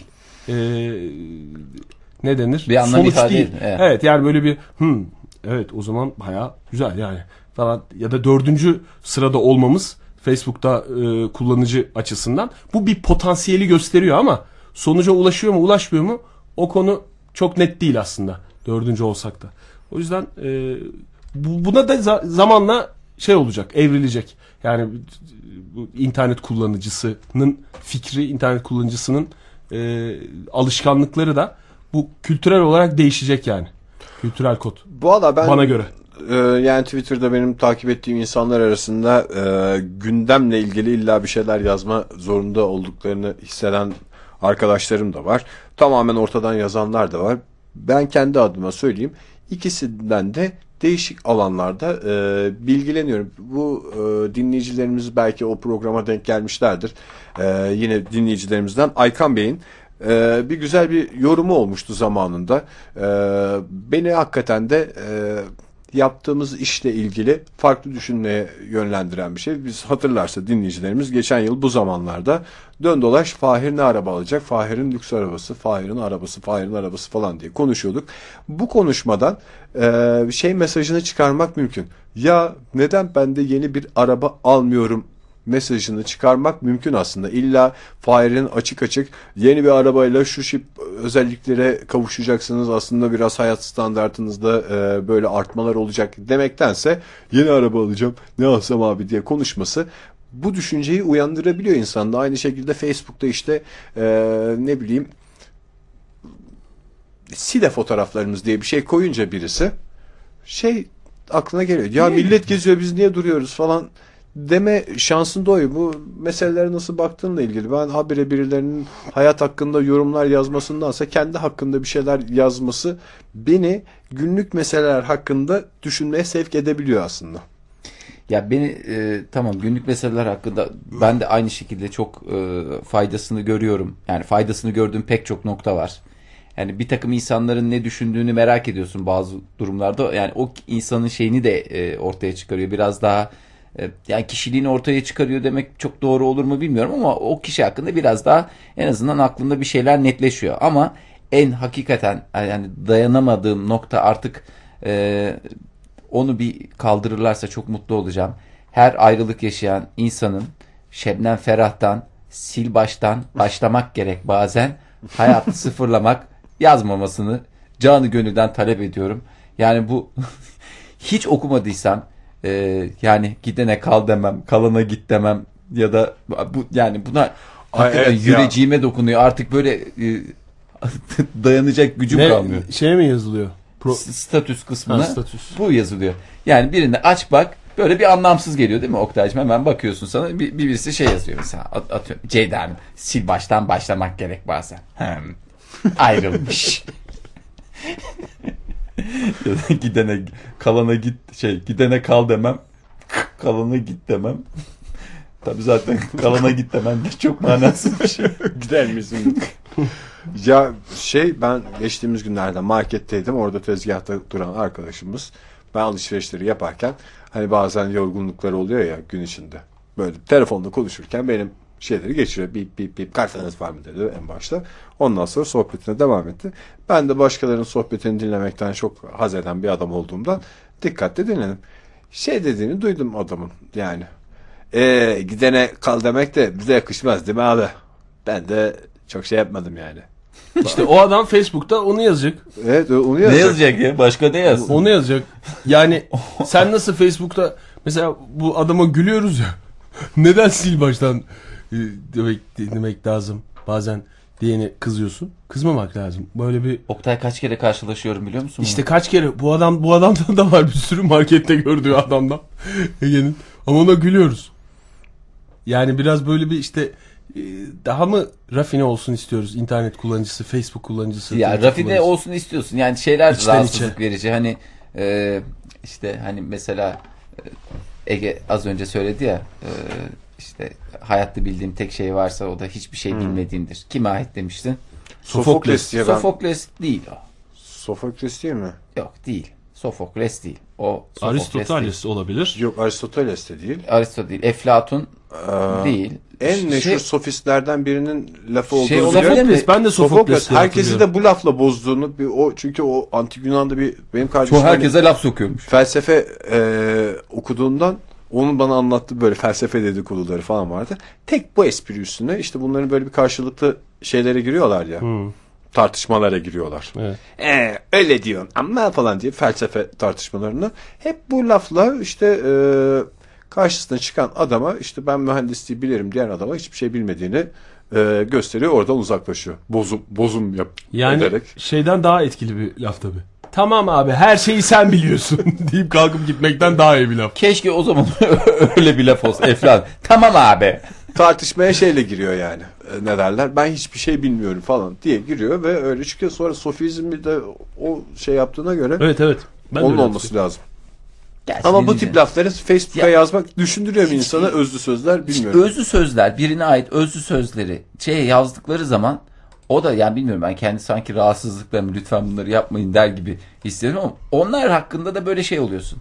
Ne denir? Bir anlam Sonuç ifade değil. edin, evet. Evet yani böyle bir evet o zaman bayağı güzel yani falan ya da 4. sırada olmamız Facebook'ta kullanıcı açısından bu bir potansiyeli gösteriyor ama sonuca ulaşıyor mu ulaşmıyor mu o konu çok net değil aslında 4. olsak da. O yüzden buna da zamanla şey olacak, evrilecek. Yani bu internet kullanıcısının fikri, internet kullanıcısının alışkanlıkları da bu kültürel olarak değişecek yani. Kültürel kod. Valla ben Bana göre. Yani Twitter'da benim takip ettiğim insanlar arasında gündemle ilgili illa bir şeyler yazma zorunda olduklarını hisseden arkadaşlarım da var. Tamamen ortadan yazanlar da var. Ben kendi adıma söyleyeyim. İkisinden de değişik alanlarda bilgileniyorum. Bu dinleyicilerimiz belki o programa denk gelmişlerdir. Yine dinleyicilerimizden Aykan Bey'in bir güzel bir yorumu olmuştu zamanında. Beni hakikaten de yaptığımız işle ilgili farklı düşünmeye yönlendiren bir şey. Biz hatırlarsa dinleyicilerimiz geçen yıl bu zamanlarda dön dolaş Fahir ne araba alacak? Fahir'in lüks arabası, Fahir'in arabası, Fahir'in arabası falan diye konuşuyorduk. Bu konuşmadan mesajını çıkarmak mümkün. Ya neden ben de yeni bir araba almıyorum mesajını çıkarmak mümkün aslında. İlla Fahir'in açık açık yeni bir arabayla şu özelliklere kavuşacaksınız. Aslında biraz hayat standartınızda böyle artmalar olacak demektense yeni araba alacağım ne alsam abi diye konuşması bu düşünceyi uyandırabiliyor insanda. Aynı şekilde Facebook'ta işte ne bileyim sile fotoğraflarımız diye bir şey koyunca birisi aklına geliyor. Ya millet geziyor biz niye duruyoruz falan deme şansın doğuyor. Bu meselelere nasıl baktığınla ilgili. Ben habire birilerinin hayat hakkında yorumlar yazmasındansa kendi hakkında bir şeyler yazması beni günlük meseleler hakkında düşünmeye sevk edebiliyor aslında. Ya beni tamam günlük meseleler hakkında ben de aynı şekilde çok faydasını görüyorum. Yani faydasını gördüğüm pek çok nokta var. Yani bir takım insanların ne düşündüğünü merak ediyorsun bazı durumlarda. Yani o insanın şeyini de ortaya çıkarıyor. Biraz daha yani kişiliğini ortaya çıkarıyor demek çok doğru olur mu bilmiyorum ama o kişi hakkında biraz daha en azından aklında bir şeyler netleşiyor. Ama en hakikaten yani dayanamadığım nokta artık onu bir kaldırırlarsa çok mutlu olacağım. Her ayrılık yaşayan insanın Şebnem Ferah'tan sil baştan başlamak gerek bazen. Hayatı sıfırlamak yazmamasını canı gönülden talep ediyorum. Yani bu hiç okumadıysam yani gidene kal demem, kalana git demem ya da bu yani buna hakikaten evet yüreceğime dokunuyor. Artık böyle dayanacak gücüm kalmıyor. Şeye mi yazılıyor? Statüs kısmına statüs. bu yazılıyor. Yani birinde aç bak böyle bir anlamsız geliyor değil mi Oktay'cığım? Hemen bakıyorsun sana birisi şey yazıyor mesela atıyorum Ceyda Hanım sil baştan başlamak gerek bazen. Ayrılmış. Ya da gidene kalana git gidene kal demem. Kalana git demem. Tabii zaten kalana git demem de çok manasız bir şey. Gider misin? Ya ben geçtiğimiz günlerde marketteydim. Orada tezgahta duran arkadaşımız ben alışverişleri yaparken hani bazen yorgunlukları oluyor ya gün içinde. Böyle telefonda konuşurken benim şeyleri geçiriyor. Bip bip bip kartınız var mı dedi en başta. Ondan sonra sohbetine devam etti. Ben de başkalarının sohbetini dinlemekten çok haz eden bir adam olduğumdan dikkatle dinledim. Dediğini duydum adamın yani. Gidene kal demek de bize yakışmaz değil mi abi? Ben de çok şey yapmadım yani. İşte o adam Facebook'ta onu yazacak. Evet onu Ne yazacak. yazacak ya? Başka ne yazsın? Onu yazacak. Yani sen nasıl Facebook'ta mesela bu adama gülüyoruz ya. Neden sil baştan demek lazım. Bazen diyene kızıyorsun. Kızmamak lazım. Böyle bir Oktay kaç kere karşılaşıyorum biliyor musun? işte kaç kere bu adamdan da var bir sürü markette gördüğü adamdan. Ege'nin. Ama ona gülüyoruz. Yani biraz böyle bir işte daha mı rafine olsun istiyoruz internet kullanıcısı, Facebook kullanıcısı. Ya Twitter rafine kullanıcısı. olsun istiyorsun. Yani şeyler İçten rahatsızlık içe. verici. Hani işte hani mesela Ege az önce söyledi ya işte hayatta bildiğim tek şey varsa o da hiçbir şey bilmediğimdir. Kime ait demiştin? Sofokles diye ben. Sofokles değil o. Sofokles değil mi? Yok değil. Sofokles değil. O Sofokles değil. Aristoteles olabilir. Yok Aristoteles de değil. Aristo değil. Eflatun değil. En meşhur Şey- sofistlerden birinin lafı olduğunu Şey biliyorum. olabilir mi? Sofokles, ben de Sofokles Sofokles diye herkesi hatırlıyorum. de bu lafla bozduğunu çünkü o antik Yunan'da benim kardeşim Çoğu herkese laf sokuyormuş. felsefe okuduğundan onun bana anlattığı böyle felsefe dedikoduları falan vardı. Tek bu espri üstüne işte bunların böyle bir karşılıklı şeylere giriyorlar ya. Tartışmalara giriyorlar. Evet. Öyle diyorsun ama falan diye felsefe tartışmalarını hep bu lafla işte karşısına çıkan adama işte ben mühendisliği bilirim diyen adama hiçbir şey bilmediğini gösteriyor, oradan uzaklaşıyor. Bozum yap Yani ederek. şeyden daha etkili bir laf tabii. Tamam abi her şeyi sen biliyorsun deyip kalkıp gitmekten daha iyi bir laf. Keşke o zaman öyle bir laf olsa. Eflatun. Tamam abi. Tartışmaya şeyle giriyor yani. Ne derler? Ben hiçbir şey bilmiyorum falan diye giriyor ve öyle çıkıyor. Sonra sofizmi de o şey yaptığına göre Evet. Ben de onun öyle olması lazım. Gerçi Ama bu dinleyeceğim. tip lafları Facebook'a Ya- yazmak düşündürüyor mu insana? Özlü sözler bilmiyorum. Özlü sözler, birine ait özlü sözleri yazdıkları zaman o da yani bilmiyorum, ben kendi sanki rahatsızlıklarımı lütfen bunları yapmayın der gibi hissediyorum ama onlar hakkında da böyle şey oluyorsun.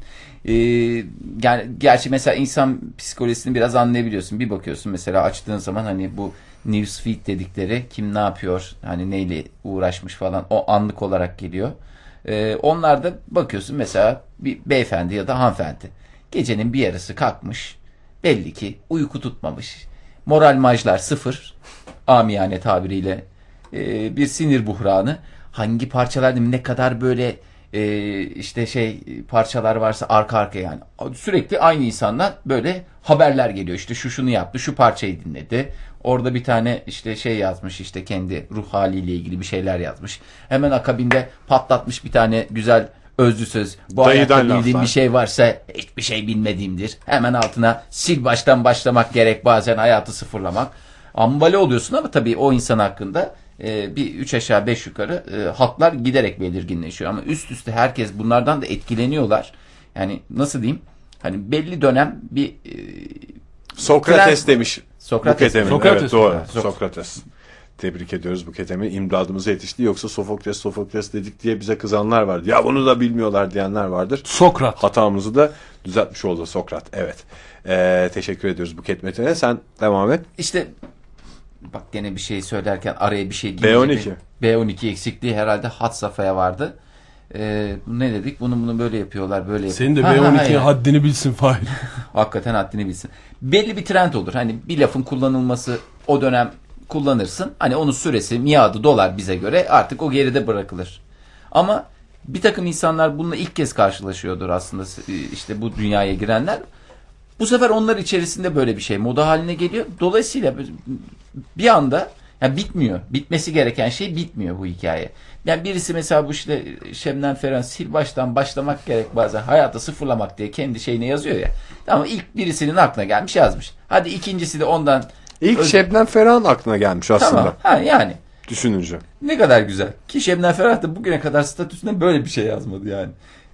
Yani gerçi mesela insan psikolojisini biraz anlayabiliyorsun. Bir bakıyorsun mesela açtığın zaman hani bu newsfeed dedikleri kim ne yapıyor, hani neyle uğraşmış falan o anlık olarak geliyor. Onlar da bakıyorsun mesela bir beyefendi ya da hanımefendi gecenin bir yarısı kalkmış, belli ki uyku tutmamış, moral majlar sıfır, amiyane tabiriyle bir sinir buhranı, hangi parçalarda ne kadar böyle işte parçalar varsa arka arkaya, yani sürekli aynı insandan böyle haberler geliyor, işte şu şunu yaptı, şu parçayı dinledi, orada bir tane işte yazmış, işte kendi ruh haliyle ilgili bir şeyler yazmış, hemen akabinde patlatmış bir tane güzel özlü söz, bu Dayıdan hayatta bildiğim laflar. bir şey varsa hiçbir şey bilmediğimdir, hemen altına sil baştan başlamak gerek, bazen hayatı sıfırlamak, ambale oluyorsun ama tabii o insan hakkında bir 3 aşağı 5 yukarı haklar giderek belirginleşiyor ama üst üste herkes bunlardan da etkileniyorlar. Yani nasıl diyeyim? Hani belli dönem bir Sokrates Trend- demiş. Sokrates. Buket Emin. Sokrates. Evet doğru. Sok- Sokrates. Tebrik ediyoruz Buket Emin. İmdadımıza yetişti. Yoksa Sofokles dedik diye bize kızanlar vardı. Ya bunu da bilmiyorlar diyenler vardır. Sokrat. Hatamızı da düzeltmiş oldu Sokrat. Evet. Teşekkür ediyoruz Buket Metin'e. Sen devam et. işte bak gene bir şey söylerken araya bir şey girecek. B12 eksikliği herhalde hat safhaya vardı. Ne dedik? Bunu böyle yapıyorlar, böyle Senin de yapıyorlar. B12'nin haddini bilsin Fahir. Hakikaten haddini bilsin. Belli bir trend olur. Hani bir lafın kullanılması, o dönem kullanırsın. Hani onun süresi, miadı dolar bize göre, artık o geride bırakılır. Ama bir takım insanlar bununla ilk kez karşılaşıyordur aslında, işte bu dünyaya girenler. Bu sefer onlar içerisinde böyle bir şey moda haline geliyor. Dolayısıyla bir anda yani bitmiyor. Bitmesi gereken şey bitmiyor bu hikaye. Yani birisi mesela bu işte Şebnem Ferah sil baştan başlamak gerek, bazen hayatı sıfırlamak diye kendi şeyine yazıyor ya. Ama ilk birisinin aklına gelmiş yazmış. Hadi ikincisi de ondan. İlk Şebnem Ferah'ın aklına gelmiş aslında. Tamam. Ha, yani Düşününce. ne kadar güzel. Ki Şebnem Ferah da bugüne kadar statüsünde böyle bir şey yazmadı yani.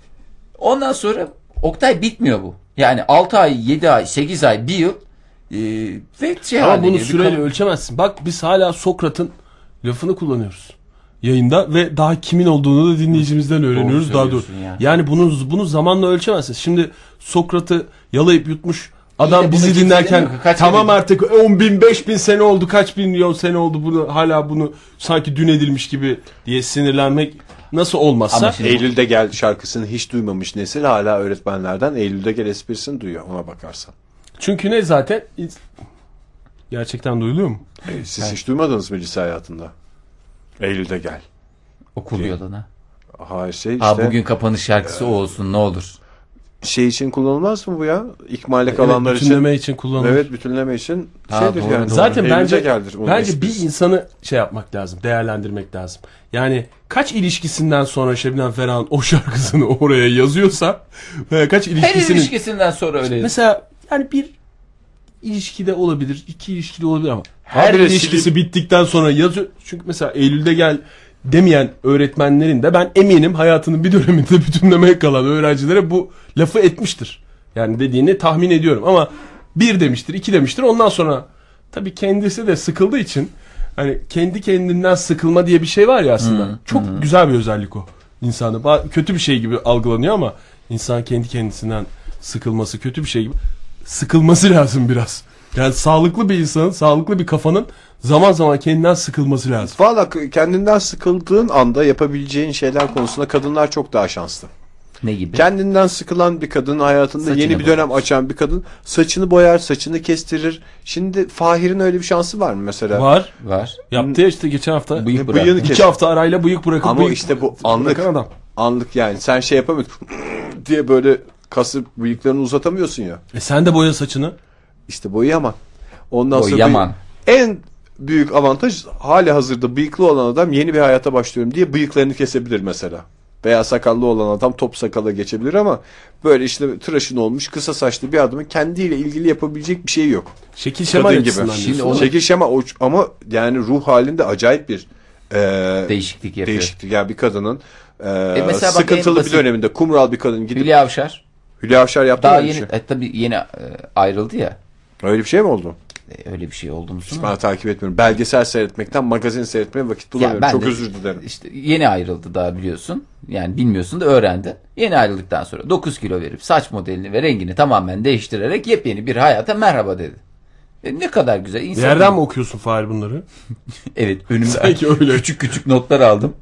Ondan sonra Oktay bitmiyor bu. Yani 6 ay, 7 ay, 8 ay, 1 yıl ve Ama haline bunu geliyor. Bir süreyle kalıp- ölçemezsin. Bak biz hala Sokrat'ın lafını kullanıyoruz yayında ve daha kimin olduğunu da dinleyicimizden öğreniyoruz daha doğrusu. söylüyorsun ya. Yani bunu zamanla ölçemezsin. Şimdi Sokrat'ı yalayıp yutmuş adam İyi de bizi bunu kimse dinlerken demiyor ki, kaç tamam kere- artık 10 bin 5 bin sene oldu, kaç bin milyon sene oldu, bunu hala bunu sanki dün edilmiş gibi diye sinirlenmek nasıl olmazsa Ama şimdi- Eylül'de Gel şarkısını hiç duymamış nesil hala öğretmenlerden Eylül'de Gel esprisini duyuyor ona bakarsan. Çünkü ne zaten gerçekten duyuluyor mu? Siz hiç duymadınız mı lise hayatında? Eylül'de gel. Okul yoluna. Hayır işte. Bugün kapanış şarkısı o olsun ne olur. Şey için kullanılmaz mı bu ya? İkmale kalanlar için. Bütünleme için kullanılır. Evet, bütünleme için şeydir doğru, yani. doğru. Zaten Eylül'de bence geldir onun bence esprisi. bir insanı şey yapmak lazım, değerlendirmek lazım. Yani kaç ilişkisinden sonra Şebnem Ferah'ın o şarkısını oraya yazıyorsa veya kaç Her ilişkisinin ilişkisinden sonra öyle. mesela yani bir ilişkide olabilir, iki ilişkide olabilir ama her Habire ilişkisi bittikten sonra yazıyor. Çünkü mesela Eylül'de gel demeyen öğretmenlerin de ben eminim hayatının bir döneminde bütünlemeye kalan öğrencilere bu lafı etmiştir. Yani dediğini tahmin ediyorum ama bir demiştir, iki demiştir. Ondan sonra tabii kendisi de sıkıldığı için hani kendi kendinden sıkılma diye bir şey var ya aslında. Çok güzel bir özellik o. İnsanı kötü bir şey gibi algılanıyor ama insan kendi kendisinden sıkılması kötü bir şey gibi. Sıkılması lazım biraz. Yani sağlıklı bir insanın, sağlıklı bir kafanın zaman zaman kendinden sıkılması lazım. Valla kendinden sıkıldığın anda yapabileceğin şeyler konusunda kadınlar çok daha şanslı. Ne gibi? Kendinden sıkılan bir kadın, hayatında Saçını yeni bir dönem açan bir kadın saçını boyar, saçını kestirir. Şimdi Fahir'in öyle bir şansı var mı mesela? Var. Var. Yaptı ya işte geçen hafta. Bıyık Bıyığını bırak. kes. 2 hafta arayla bıyık bırakıp Ama bıyık işte bu anlık. bırakan adam. Anlık yani. Sen şey yapamıyorsun diye böyle kasıp bıyıklarını uzatamıyorsun ya. Sen de boya saçını. İşte boyayamam. Ondan sonra Yaman. en büyük avantaj hali hazırda bıyıklı olan adam yeni bir hayata başlıyorum diye bıyıklarını kesebilir mesela. Veya sakallı olan adam top sakala geçebilir ama böyle işte tıraşın olmuş kısa saçlı bir adamın kendiyle ilgili yapabilecek bir şey yok. Şekil şema Kadın açısından gibi. diyorsun. Şimdi Şekil şema ama yani ruh halinde acayip bir Değişiklik yapıyor. değişiklik. Yani bir kadının mesela bak en sıkıntılı bir basit- döneminde kumral bir kadın gidip Hülya Avşar Hülya Avşar yaptı daha öyle bir yeni şey. tabii yeni ayrıldı ya. Öyle bir şey mi oldu? Öyle bir şey oldu mu? Ben takip etmiyorum. Belgesel seyretmekten magazin seyretmeye vakit bulamıyorum. ben Çok de özür dilerim. İşte yeni ayrıldı daha biliyorsun. Yani bilmiyorsun da öğrendi. Yeni ayrıldıktan sonra 9 kilo verip saç modelini ve rengini tamamen değiştirerek yepyeni bir hayata merhaba dedi. Ne kadar güzel. İnsan Yerden mi okuyorsun Fahir bunları? Evet önümde Sanki öyle. küçük küçük notlar aldım.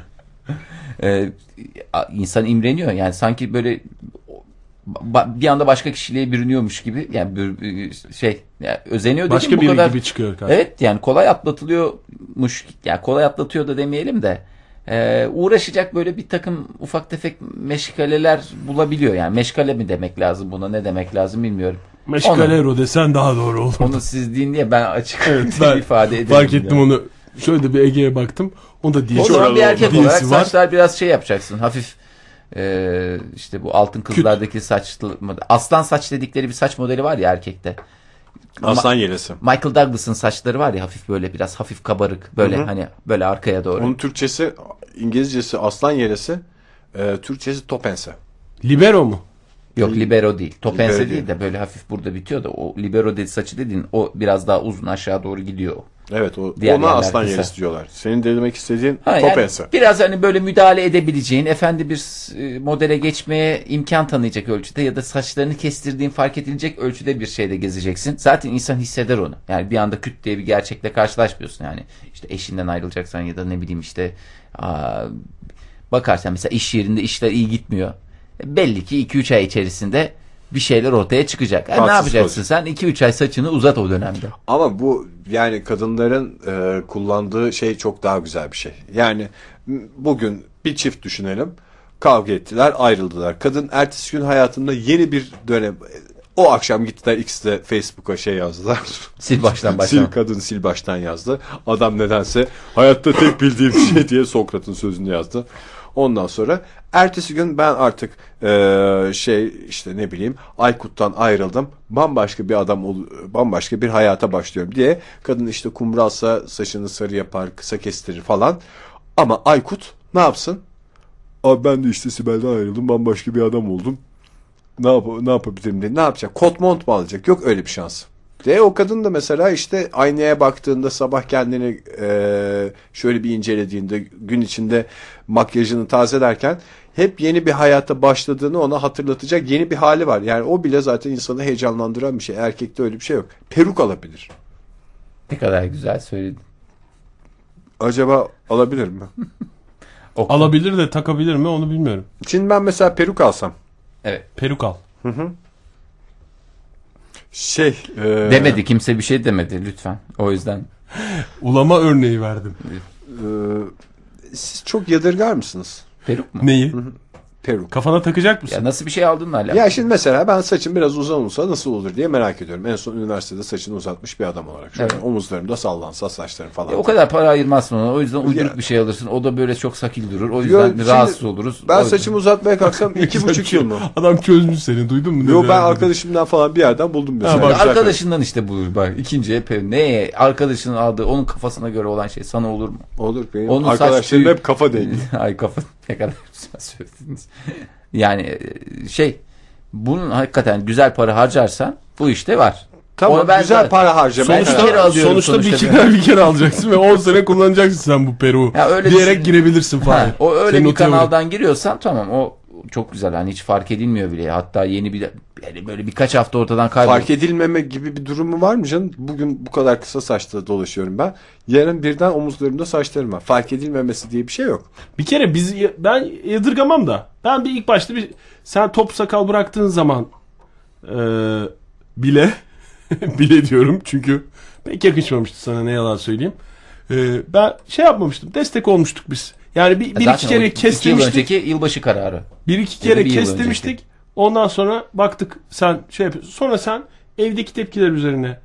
İnsan imreniyor. Yani sanki böyle bir anda başka kişiliğe bürünüyormuş gibi. Yani yani özeniyor Başka dedim, bu biri kadar. gibi çıkıyor karşı. Evet yani kolay atlatılıyormuş. Yani kolay atlatıyor da demeyelim de uğraşacak böyle bir takım ufak tefek meşgaleler bulabiliyor. Yani meşgale mi demek lazım buna, ne demek lazım bilmiyorum. Meşgalero desen daha doğru olur. Onu siz deyin diye ben açık Ben ifade ederim. fark ettim yani. onu. Şöyle de bir Ege'ye baktım. O da değil. O zaman bir erkek olarak Diyesi var. saçlar biraz şey yapacaksın. Hafif işte bu altın kızlardaki saç, aslan saç dedikleri bir saç modeli var ya erkekte. Aslan yelesi. Michael Douglas'ın saçları var ya hafif böyle biraz hafif kabarık böyle hani böyle arkaya doğru. Onun Türkçesi, İngilizcesi aslan yelesi, Türkçesi topense. Libero mu? Yok libero değil. Topense Libero değil de böyle hafif burada bitiyor da o libero dedi saçı dediğin o biraz daha uzun aşağı doğru gidiyor. Evet Diğer ona yerler aslan kısa. yelesi diyorlar. Senin de demek istediğin Ha, topense. yani biraz hani böyle müdahale edebileceğin, efendi bir modele geçmeye imkan tanıyacak ölçüde ya da saçlarını kestirdiğin fark edilecek ölçüde bir şeyde gezeceksin. Zaten insan hisseder onu. Yani bir anda küt diye bir gerçekle karşılaşmıyorsun. Yani işte eşinden ayrılacaksan ya da ne bileyim işte bakarsan mesela iş yerinde işler iyi gitmiyor. Belli ki 2-3 ay içerisinde bir şeyler ortaya çıkacak. Yani ne Tatsız yapacaksın sen? 2-3 ay saçını uzat o dönemde. Ama bu yani kadınların kullandığı şey çok daha güzel bir şey. Yani bugün bir çift düşünelim. Kavga ettiler, ayrıldılar. Kadın ertesi gün hayatında yeni bir dönem. O akşam gittiler ikisi de Facebook'a şey yazdılar. Sil baştan başlama. Kadın sil baştan yazdı. Adam nedense hayatta tek bildiğim şey diye Sokrat'ın sözünü yazdı. Ondan sonra ertesi gün ben artık işte ne bileyim Aykut'tan ayrıldım. Bambaşka bir adam bambaşka bir hayata başlıyorum diye kadın işte kumralsa saçını sarı yapar, kısa kestirir falan. Ama Aykut ne yapsın? Abi ben de işte Sibel'den ayrıldım, bambaşka bir adam oldum. Ne yapabilirim diye. Ne yapacak? Kot mont mu alacak? Yok öyle bir şans. O kadın da mesela işte aynaya baktığında sabah kendini şöyle bir incelediğinde gün içinde makyajını tazelerken hep yeni bir hayata başladığını ona hatırlatacak yeni bir hali var. Yani o bile zaten insanı heyecanlandıran bir şey. Erkekte öyle bir şey yok. Peruk alabilir. Ne kadar güzel söyledin. Acaba alabilir mi? Alabilir de takabilir mi onu bilmiyorum. Şimdi ben mesela peruk alsam. Evet. Peruk al. Demedi, kimse bir şey demedi lütfen. O yüzden. Ulama örneği verdim. Siz çok yadırgar mısınız? Peruk mu? Neyi? Peruk. Kafana takacak mısın? Ya nasıl bir şey aldın hala? Ya şimdi mesela ben saçım biraz uzun olsa nasıl olur diye merak ediyorum. En son üniversitede saçını uzatmış bir adam olarak. Şöyle omuzlarımda sallansa saçlarım falan. O kadar para ayırmazsın ona. O yüzden uyduruk bir şey alırsın. O da böyle çok sakil durur. O yüzden şimdi rahatsız oluruz. Ben O yüzden. saçımı uzatmaya kalksam 2,5 yıl mı? Adam çözmüş seni, duydun mu? Yo, Ne ben verdi? arkadaşımdan falan bir yerden buldum mesela. bak, Güzel Arkadaşından işte bulur bak. İkinciye ne? Arkadaşının aldığı onun kafasına göre olan şey sana olur mu? olur benim. Onun saç Arkadaşlarım büyük. hep kafa dengi. Ay kafa ne kadar güzel söylediniz. Yani bunun hakikaten güzel para harcarsan bu işte var. Tamam, Onu ben güzel de- para harcamaya. Bir kere alıyorum Sonuçta sonuçta. bir kere alacaksın ve 10 sene kullanacaksın sen bu peruğu. Ya öyle diyerek düşün- girebilirsin falan. Ha, o öyle Senin bir o teori. kanaldan giriyorsan tamam, o çok güzel. Hani hiç fark edilmiyor bile. Hatta yeni bir yani böyle birkaç hafta ortadan kayboluyor. Fark edilmeme gibi bir durumu var mı canım? Bugün bu kadar kısa saçla dolaşıyorum ben. Yarın birden omuzlarımda saçlarım var. Fark edilmemesi diye bir şey yok. Bir kere ben yadırgamam da. Ben bir ilk başta sen top sakal bıraktığın zaman bile diyorum çünkü pek yakışmamıştı sana, ne yalan söyleyeyim. Ben yapmamıştım. Destek olmuştuk biz. Yani bir iki Zaten kere o kes 2 yıl demiştik. önceki yılbaşı kararı. Bir iki Ya da kere bir yıl kes önceki. demiştik. Ondan sonra baktık sen yapıyorsun. Sonra sen evdeki tepkiler üzerine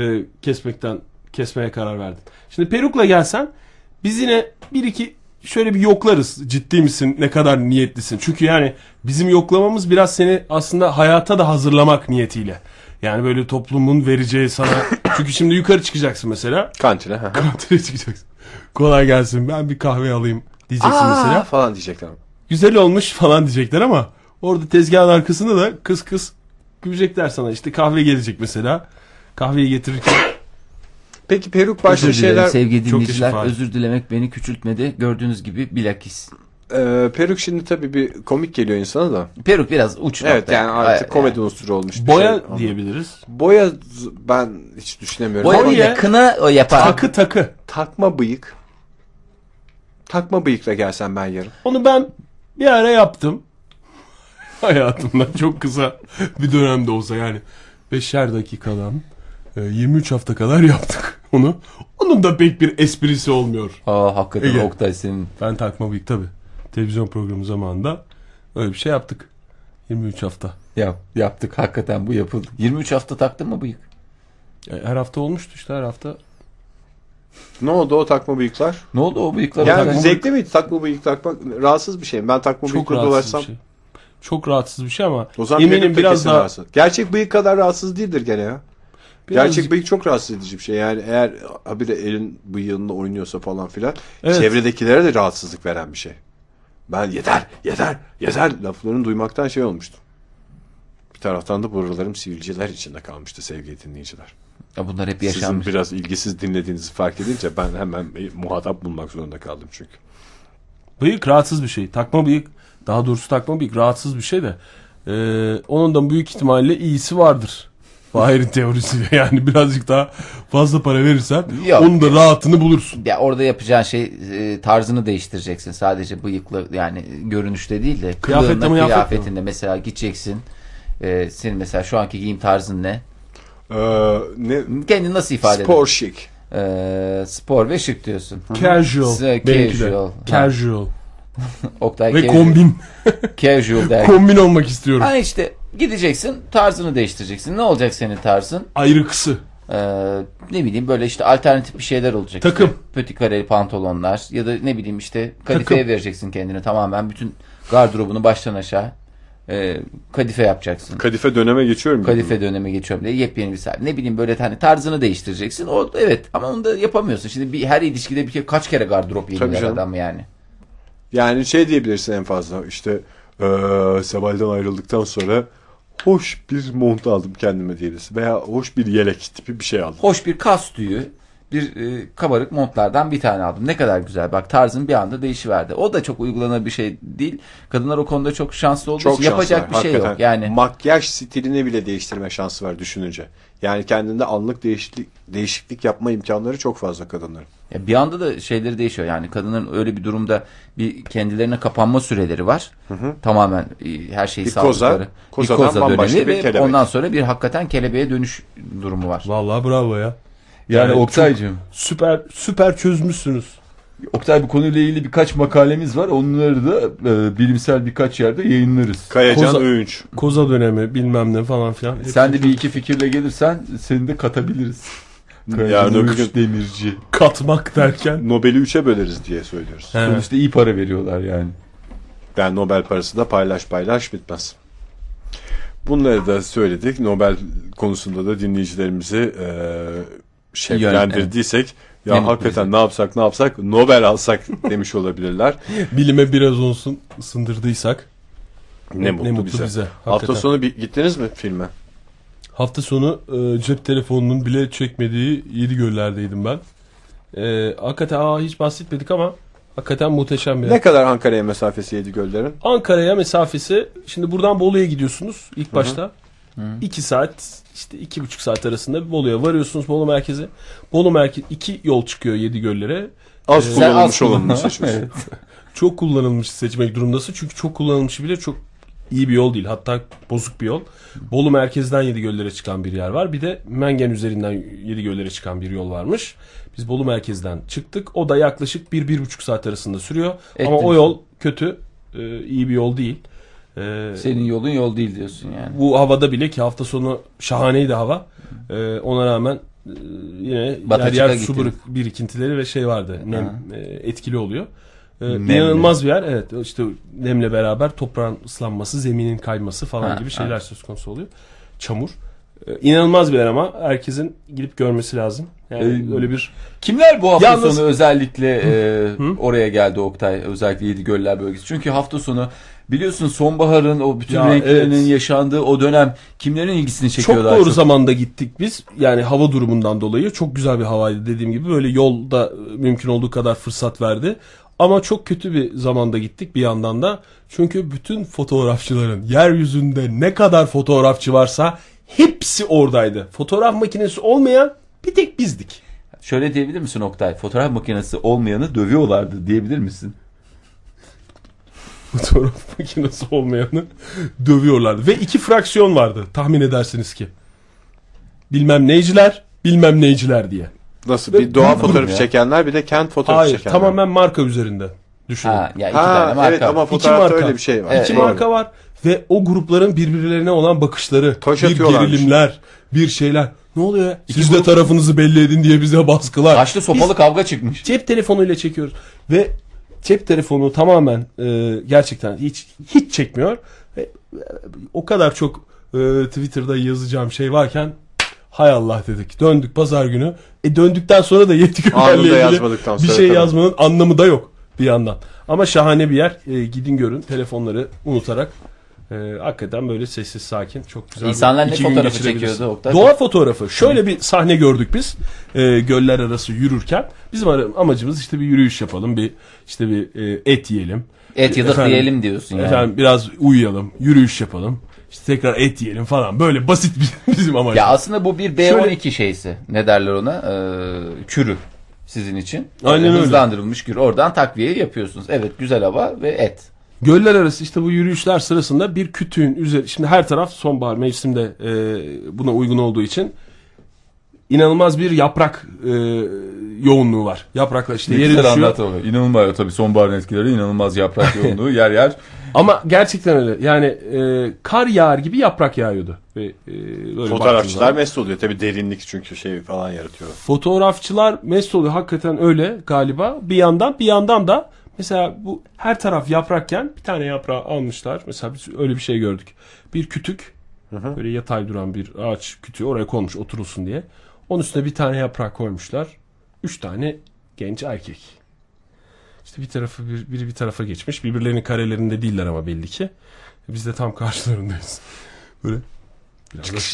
kesmeye karar verdin. Şimdi perukla gelsen biz yine bir iki şöyle bir yoklarız. Ciddi misin? Ne kadar niyetlisin? Çünkü yani bizim yoklamamız biraz seni aslında hayata da hazırlamak niyetiyle. Yani böyle toplumun vereceği sana. Çünkü şimdi yukarı çıkacaksın mesela. Kantine. Kantine çıkacaksın. Kolay gelsin, ben bir kahve alayım diyeceksin mesela. falan diyecekler. Güzel olmuş falan diyecekler ama orada tezgahın arkasında da kıs gülecekler sana. İşte kahve gelecek mesela. Kahveyi getirirken Peki peruk başka Özür dilerim şeyler... sevgili Çok dinleyiciler. teşekkür Özür dilemek beni küçültmedi. Gördüğünüz gibi bilakis. Peruk şimdi tabii bir komik geliyor insana da. Peruk biraz uç Evet nokta. yani artık Evet, komedi yani. unsuru olmuş bir boya şey. diyebiliriz. Boya ben hiç düşünemiyorum. Boya Ama değil de kına o yapar. Takı. takma bıyık. Takma bıyıkla gelsen ben yarın. Onu ben bir ara yaptım. Hayatımda çok kısa bir dönemde olsa yani 5'er dakikadan 23 hafta kadar yaptık onu. Onun da pek bir esprisi olmuyor. Hakikaten Ege. Oktay senin. Ben takma bıyık tabii. Televizyon programı zamanında öyle bir şey yaptık. 23 hafta. Yaptık hakikaten, bu yapıldı. 23 hafta taktın mı bıyık? Her hafta olmuştu işte, her hafta. Ne oldu o takma bıyıklar? Ne oldu o bıyıklara? Yani takma? zevkli miydi takma bıyık takmak? Rahatsız bir şey mi? Ben takma Çok bıyıkla rahatsız dolaşsam... bir şey. Çok rahatsız bir şey ama O zaman eminim benim de biraz kesin daha rahatsız. Gerçek bıyık kadar rahatsız değildir gene ya. Birazcık- Gerçek bıyık çok rahatsız edici bir şey. Yani eğer habire elin bıyığında oynuyorsa falan filan, Evet. çevredekilere de rahatsızlık veren bir şey. Ben yeter laflarını duymaktan şey olmuştum. Bir taraftan da buralarım sivilceler içinde kalmıştı sevgili dinleyiciler. Ya bunlar hep Sizin yaşanmış. biraz ilgisiz dinlediğinizi fark edince ben hemen bir muhatap bulmak zorunda kaldım çünkü. bıyık rahatsız bir şey. Takma bıyık, daha doğrusu takma bıyık rahatsız bir şey de onun da büyük ihtimalle iyisi vardır. Fahir'in teorisiyle yani birazcık daha fazla para verirsen Yok. onun da rahatını bulursun. Ya orada yapacağın şey tarzını değiştireceksin. Sadece bıyıkla, yani görünüşte değil de Kıyafetle kılığında, mi, kıyafetle kıyafetinde. Mesela gideceksin. Senin mesela şu anki giyim tarzın ne? Ne? Kendini nasıl ifade Spor şık. spor ve şık diyorsun. Casual. Benimki de. Casual. Casual. Oktay Ve casual. kombin. Casual der. Kombin olmak istiyorum. Ha işte gideceksin, tarzını değiştireceksin. Ne olacak senin tarzın? Ayrıksı. Ne bileyim böyle işte alternatif bir şeyler olacak. Takım. İşte pötikareli pantolonlar ya da ne bileyim işte kadifeye vereceksin kendini, tamamen bütün gardırobunu baştan aşağı kadife yapacaksın. Kadife döneme geçiyorum. Kadife döneme geçiyorum diye yepyeni bir saat. Ne bileyim böyle hani tarzını değiştireceksin. O evet, ama onu da yapamıyorsun. Şimdi her ilişkide bir kere kaç kere gardırop yeniler canım. adam yani. Yani şey diyebilirsin en fazla işte Seval'den ayrıldıktan sonra hoş bir mont aldım kendime diyebilirsin. Veya hoş bir yelek tipi bir şey aldım. Hoş bir kas tüyü, bir kabarık montlardan bir tane aldım. Ne kadar güzel. Bak tarzın bir anda değişiverdi. O da çok uygulanır bir şey değil. Kadınlar o konuda çok şanslı olduğu için yapacak bir şey yok. Yani Makyaj stilini bile değiştirme şansı var düşününce. Yani kendinde anlık değişiklik yapma imkanları çok fazla kadınların. Ya bir anda da şeyleri değişiyor. Yani kadınların öyle bir durumda bir kendilerine kapanma süreleri var. Tamamen her şeyi Bir sağlıkları. kozadan bambaşka dönemi bir ve kelebek. ondan sonra bir hakikaten kelebeğe dönüş durumu var. Vallahi bravo ya. Yani çok Oktay'cığım. süper çözmüşsünüz. Oktay, bu konuyla ilgili birkaç makalemiz var. Onları da bilimsel birkaç yerde yayınlarız. Kayacan Koza- Öğünç. Koza dönemi bilmem ne falan filan. Sen de bir iki fikirle gelirsen seni de katabiliriz. Yarın öbür gün Demirci. Katmak derken. Nobel'i 3'e böleriz diye söylüyoruz. He. Sonuçta iyi para veriyorlar yani. Yani Nobel parası da paylaş bitmez. Bunları da söyledik. Nobel konusunda da dinleyicilerimizi şevklendirdiysek Ne ya mutlu hakikaten bize. ne yapsak Nobel alsak demiş olabilirler. Bilime biraz olsun ısındırdıysak. Ne mutlu bize. Hafta Hafta sonu gittiniz mi filme? Hafta sonu cep telefonunun bile çekmediği Yedigöller'deydim ben. Hakikaten hiç bahsetmedik ama hakikaten muhteşem bir yer. Ne kadar Ankara'ya mesafesi Yedigöller'in? Ankara'ya mesafesi, şimdi buradan Bolu'ya gidiyorsunuz ilk başta. 2 saat işte 2,5 saat arasında Bolu'ya varıyorsunuz, Bolu merkeze. Bolu merkez 2 yol çıkıyor Yedigöller'e. Az kullanılmış Sen az olanını kullan. seçiyorsun. Evet. Çok kullanılmış seçmek durumdasın. Çünkü çok kullanılmış bile çok iyi bir yol değil. Hatta bozuk bir yol. Bolu merkezden Yedigöller'e çıkan bir yer var. Bir de Mengen üzerinden Yedigöller'e çıkan bir yol varmış. Biz Bolu merkezden çıktık. O da yaklaşık 1-1,5 saat arasında sürüyor. Ama o yol kötü. İyi bir yol değil. Senin yolun yol değil diyorsun yani. Bu havada bile, ki hafta sonu şahaneydi hava. Ona rağmen yine Batacık'a yer su gittiniz. birikintileri ve şey vardı. Nem etkili oluyor. Nemli. İnanılmaz bir yer. Evet, işte nemle beraber toprağın ıslanması, zeminin kayması falan gibi şeyler söz konusu oluyor. Çamur. İnanılmaz bir yer ama herkesin gidip görmesi lazım. Yani öyle bir Kimler bu hafta Yalnız- sonu özellikle oraya geldi Oktay? Özellikle Yedigöller bölgesi. Çünkü hafta sonu biliyorsun sonbaharın o bütün Ya, renklerinin evet. yaşandığı o dönem kimlerin ilgisini çok çekiyor daha doğru çok? zamanda gittik biz. Yani hava durumundan dolayı çok güzel bir havaydı dediğim gibi. Böyle yolda mümkün olduğu kadar fırsat verdi. Ama çok kötü bir zamanda gittik bir yandan da. Çünkü bütün fotoğrafçıların, yeryüzünde ne kadar fotoğrafçı varsa hepsi oradaydı. Fotoğraf makinesi olmayan bir tek bizdik. Şöyle diyebilir misin Oktay? Fotoğraf makinesi olmayanı dövüyorlardı diyebilir misin? Fotoğraf makinesi olmayanı dövüyorlardı. Ve 2 fraksiyon vardı, tahmin edersiniz ki. Bilmem neyciler diye. Nasıl? Ve Bir doğa anladım fotoğrafı ya. çekenler bir de kent fotoğrafı Hayır, çekenler. tamamen marka üzerinde. Düşünün. Ha, ya iki tane marka. Evet ama İki fotoğrafta marka. öyle bir şey var. Evet. İki Doğru. marka var ve o grupların birbirlerine olan bakışları, Taş bir atıyorlarmış. gerilimler, bir şeyler. Ne oluyor ya? İki Siz de grup- tarafınızı belli edin diye bize baskılar. Taşlı sopalı kavga çıkmış. Cep telefonuyla çekiyoruz ve cep telefonu tamamen gerçekten hiç çekmiyor. Ve, o kadar çok Twitter'da yazacağım şey varken hay Allah dedik. Döndük pazar günü. Döndükten sonra da Yedigöller'le Anında ilgili yazmadıktan bir sonra şey tabii. yazmanın anlamı da yok bir yandan. Ama şahane bir yer. Gidin görün, telefonları unutarak. Hakikaten böyle sessiz sakin çok güzel. İnsanlar bir ne iki gün fotoğrafı geçirebiliriz. çekiyordu Oktay? Doğa fotoğrafı. Şöyle bir sahne gördük biz. Göller arası yürürken. Bizim amacımız işte bir yürüyüş yapalım. Bir et yiyelim. Et ya da Efendim, diyelim diyorsun yani. Efendim biraz uyuyalım. Yürüyüş yapalım. İşte tekrar et yiyelim falan. Böyle basit bizim amacımız. Ya aslında bu bir B12 şeysi. Ne derler ona? Kürü sizin için. Aynen öyle. Hızlandırılmış kürü. Oradan takviye yapıyorsunuz. Evet, güzel hava ve et. Göller arası işte bu yürüyüşler sırasında bir kütüğün üzeri, şimdi her taraf sonbahar mevsimde buna uygun olduğu için inanılmaz bir yaprak yoğunluğu var. Yapraklar işte yere düşüyor. İnanılmaz tabii sonbaharın etkileri, inanılmaz yaprak yoğunluğu yer yer. Ama gerçekten öyle. Yani kar yağar gibi yaprak yağıyordu. Ve, böyle Fotoğrafçılar baktığınız mest oluyor. Tabii derinlik çünkü şey falan yaratıyor. fotoğrafçılar mest oluyor. Hakikaten öyle galiba. Bir yandan da mesela bu her taraf yaprakken bir tane yaprağı almışlar. Mesela biz öyle bir şey gördük. Bir kütük, böyle yatay duran bir ağaç kütüğü oraya konmuş oturulsun diye. Onun üstüne bir tane yaprak koymuşlar. 3 tane genç erkek. İşte bir tarafı biri bir tarafa geçmiş. Birbirlerinin karelerinde değiller ama belli ki. Biz de tam karşılarındayız. Böyle biraz da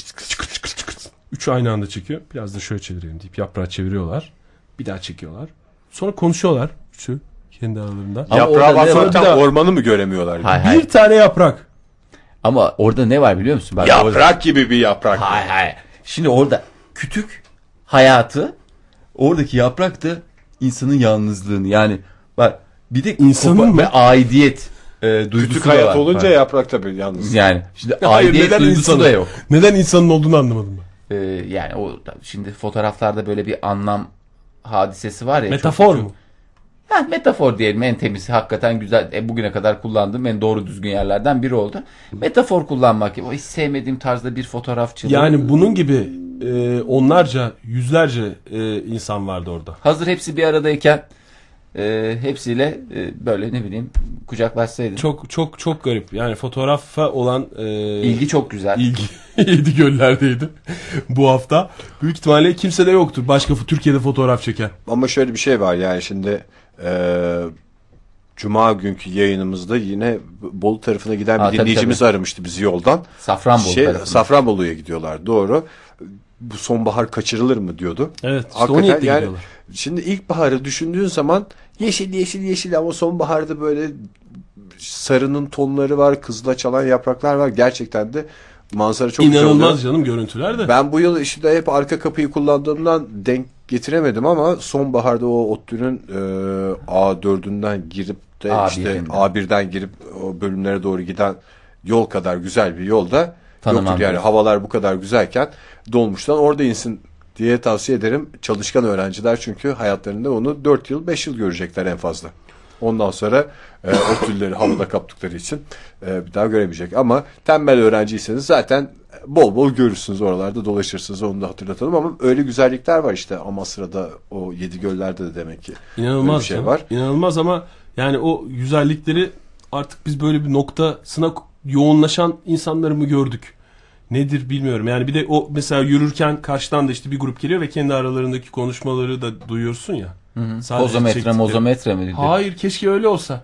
üçü aynı anda çekiyor. Biraz da şöyle çevirelim deyip yaprağı çeviriyorlar. Bir daha çekiyorlar. Sonra konuşuyorlar. Üçü kendi aralarında. Ama Yaprağa orada ne var? bakmaktan Bir daha- ormanı mı göremiyorlar? Hay Bir tane yaprak. Ama orada ne var biliyor musun? Bak, Yaprak gibi bir yaprak. Hay. Şimdi orada kütük hayatı, oradaki yaprak da insanın yalnızlığını, yani bak bir de İnsanın kopa- mı? ve aidiyet duygusu Küçük da hayat var. olunca Bak. yaprak tabii yalnız. Yani şimdi Hayır, aidiyet neden duygusu insanın? da yok. Neden insanın olduğunu anlamadım ben. Yani o şimdi fotoğraflarda böyle bir anlam hadisesi var ya. Metafor mu? Metafor diyelim, en temizi, hakikaten güzel. Bugüne kadar kullandığım en doğru düzgün yerlerden biri oldu. Metafor kullanmak, o hiç sevmediğim tarzda bir fotoğrafçılık. Yani bunun gibi onlarca, yüzlerce insan vardı orada. Hazır hepsi bir aradayken hepsiyle böyle ne bileyim kucaklaşsaydın. Çok çok çok garip. Yani fotoğrafa olan İlgi çok güzel. ilgi Yedigöller'deydi bu hafta. Büyük ihtimalle kimse de yoktur başka Türkiye'de fotoğraf çeken. Ama şöyle bir şey var yani şimdi Cuma günkü yayınımızda yine Bolu tarafına giden bir Tabii, dinleyicimiz tabii. aramıştı bizi yoldan. Safranbolu tarafında. Safranbolu'ya gidiyorlar, doğru. Bu sonbahar kaçırılır mı diyordu. Evet, işte o Hakikaten niyetle yani, gidiyorlar. şimdi ilkbaharı düşündüğün zaman yeşil yeşil yeşil ama sonbaharda böyle sarının tonları var, kızıla çalan yapraklar var. Gerçekten de manzara çok güzel oluyor. İnanılmaz canım görüntüler de. Ben bu yıl işte hep arka kapıyı kullandığımdan denk getiremedim ama sonbaharda o ODTÜ'nün A4'ünden girip de A1'den. işte A1'den girip o bölümlere doğru giden yol kadar güzel bir yolda Tanımam yoktur yani. diyorsun. Havalar bu kadar güzelken dolmuştan orada insin diye tavsiye ederim. Çalışkan öğrenciler çünkü hayatlarında onu 4 yıl 5 yıl görecekler en fazla. Ondan sonra ODTÜ'leri havada kaptıkları için bir daha göremeyecek. Ama tembel öğrenciyseniz zaten bol bol görürsünüz, oralarda dolaşırsınız, onu da hatırlatalım. Ama öyle güzellikler var işte Amasra'da, o Yedigöller'de de demek ki. İnanılmaz öyle bir şey canım. var. İnanılmaz ama yani o güzellikleri artık biz böyle bir noktasına yoğunlaşan insanları mı gördük? Nedir bilmiyorum. Yani bir de o mesela yürürken karşıdan da işte bir grup geliyor ve kendi aralarındaki konuşmaları da duyuyorsun ya. Sadece Pozometre, çektikleri- mozometre mi dedi? Hayır, keşke öyle olsa.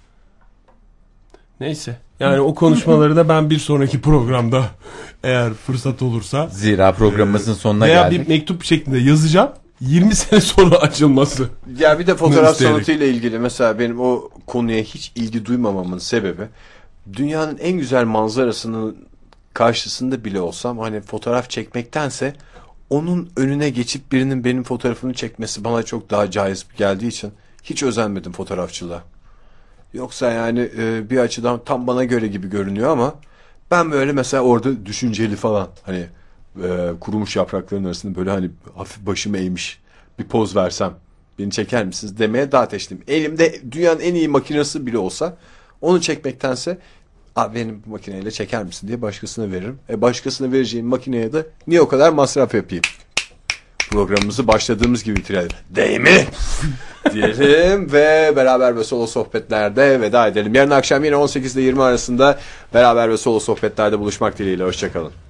Neyse. Yani o konuşmaları da ben bir sonraki programda eğer fırsat olursa Zira programımızın sonuna veya geldik. bir mektup şeklinde yazacağım. 20 sene sonra açılması. Ya bir de fotoğraf İsteyerek. sanatıyla ilgili mesela benim o konuya hiç ilgi duymamamın sebebi, dünyanın en güzel manzarasının karşısında bile olsam hani fotoğraf çekmektense onun önüne geçip birinin benim fotoğrafımı çekmesi bana çok daha cazip geldiği için hiç özenmedim fotoğrafçılığa. Yoksa yani bir açıdan tam bana göre gibi görünüyor ama ben böyle mesela orada düşünceli falan hani kurumuş yaprakların arasında böyle hani hafif başımı eğmiş bir poz versem, beni çeker misiniz demeye daha ateşliyim. Elimde dünyanın en iyi makinesi bile olsa onu çekmektense benim bu makineyle çeker misin diye başkasına veririm. Başkasına vereceğim makineye de niye o kadar masraf yapayım? Programımızı başladığımız gibi bitirelim. Değil mi? Diyelim ve beraber ve solo sohbetlerde veda edelim. Yarın akşam yine 18 ile 20 arasında beraber ve solo sohbetlerde buluşmak dileğiyle. Hoşçakalın.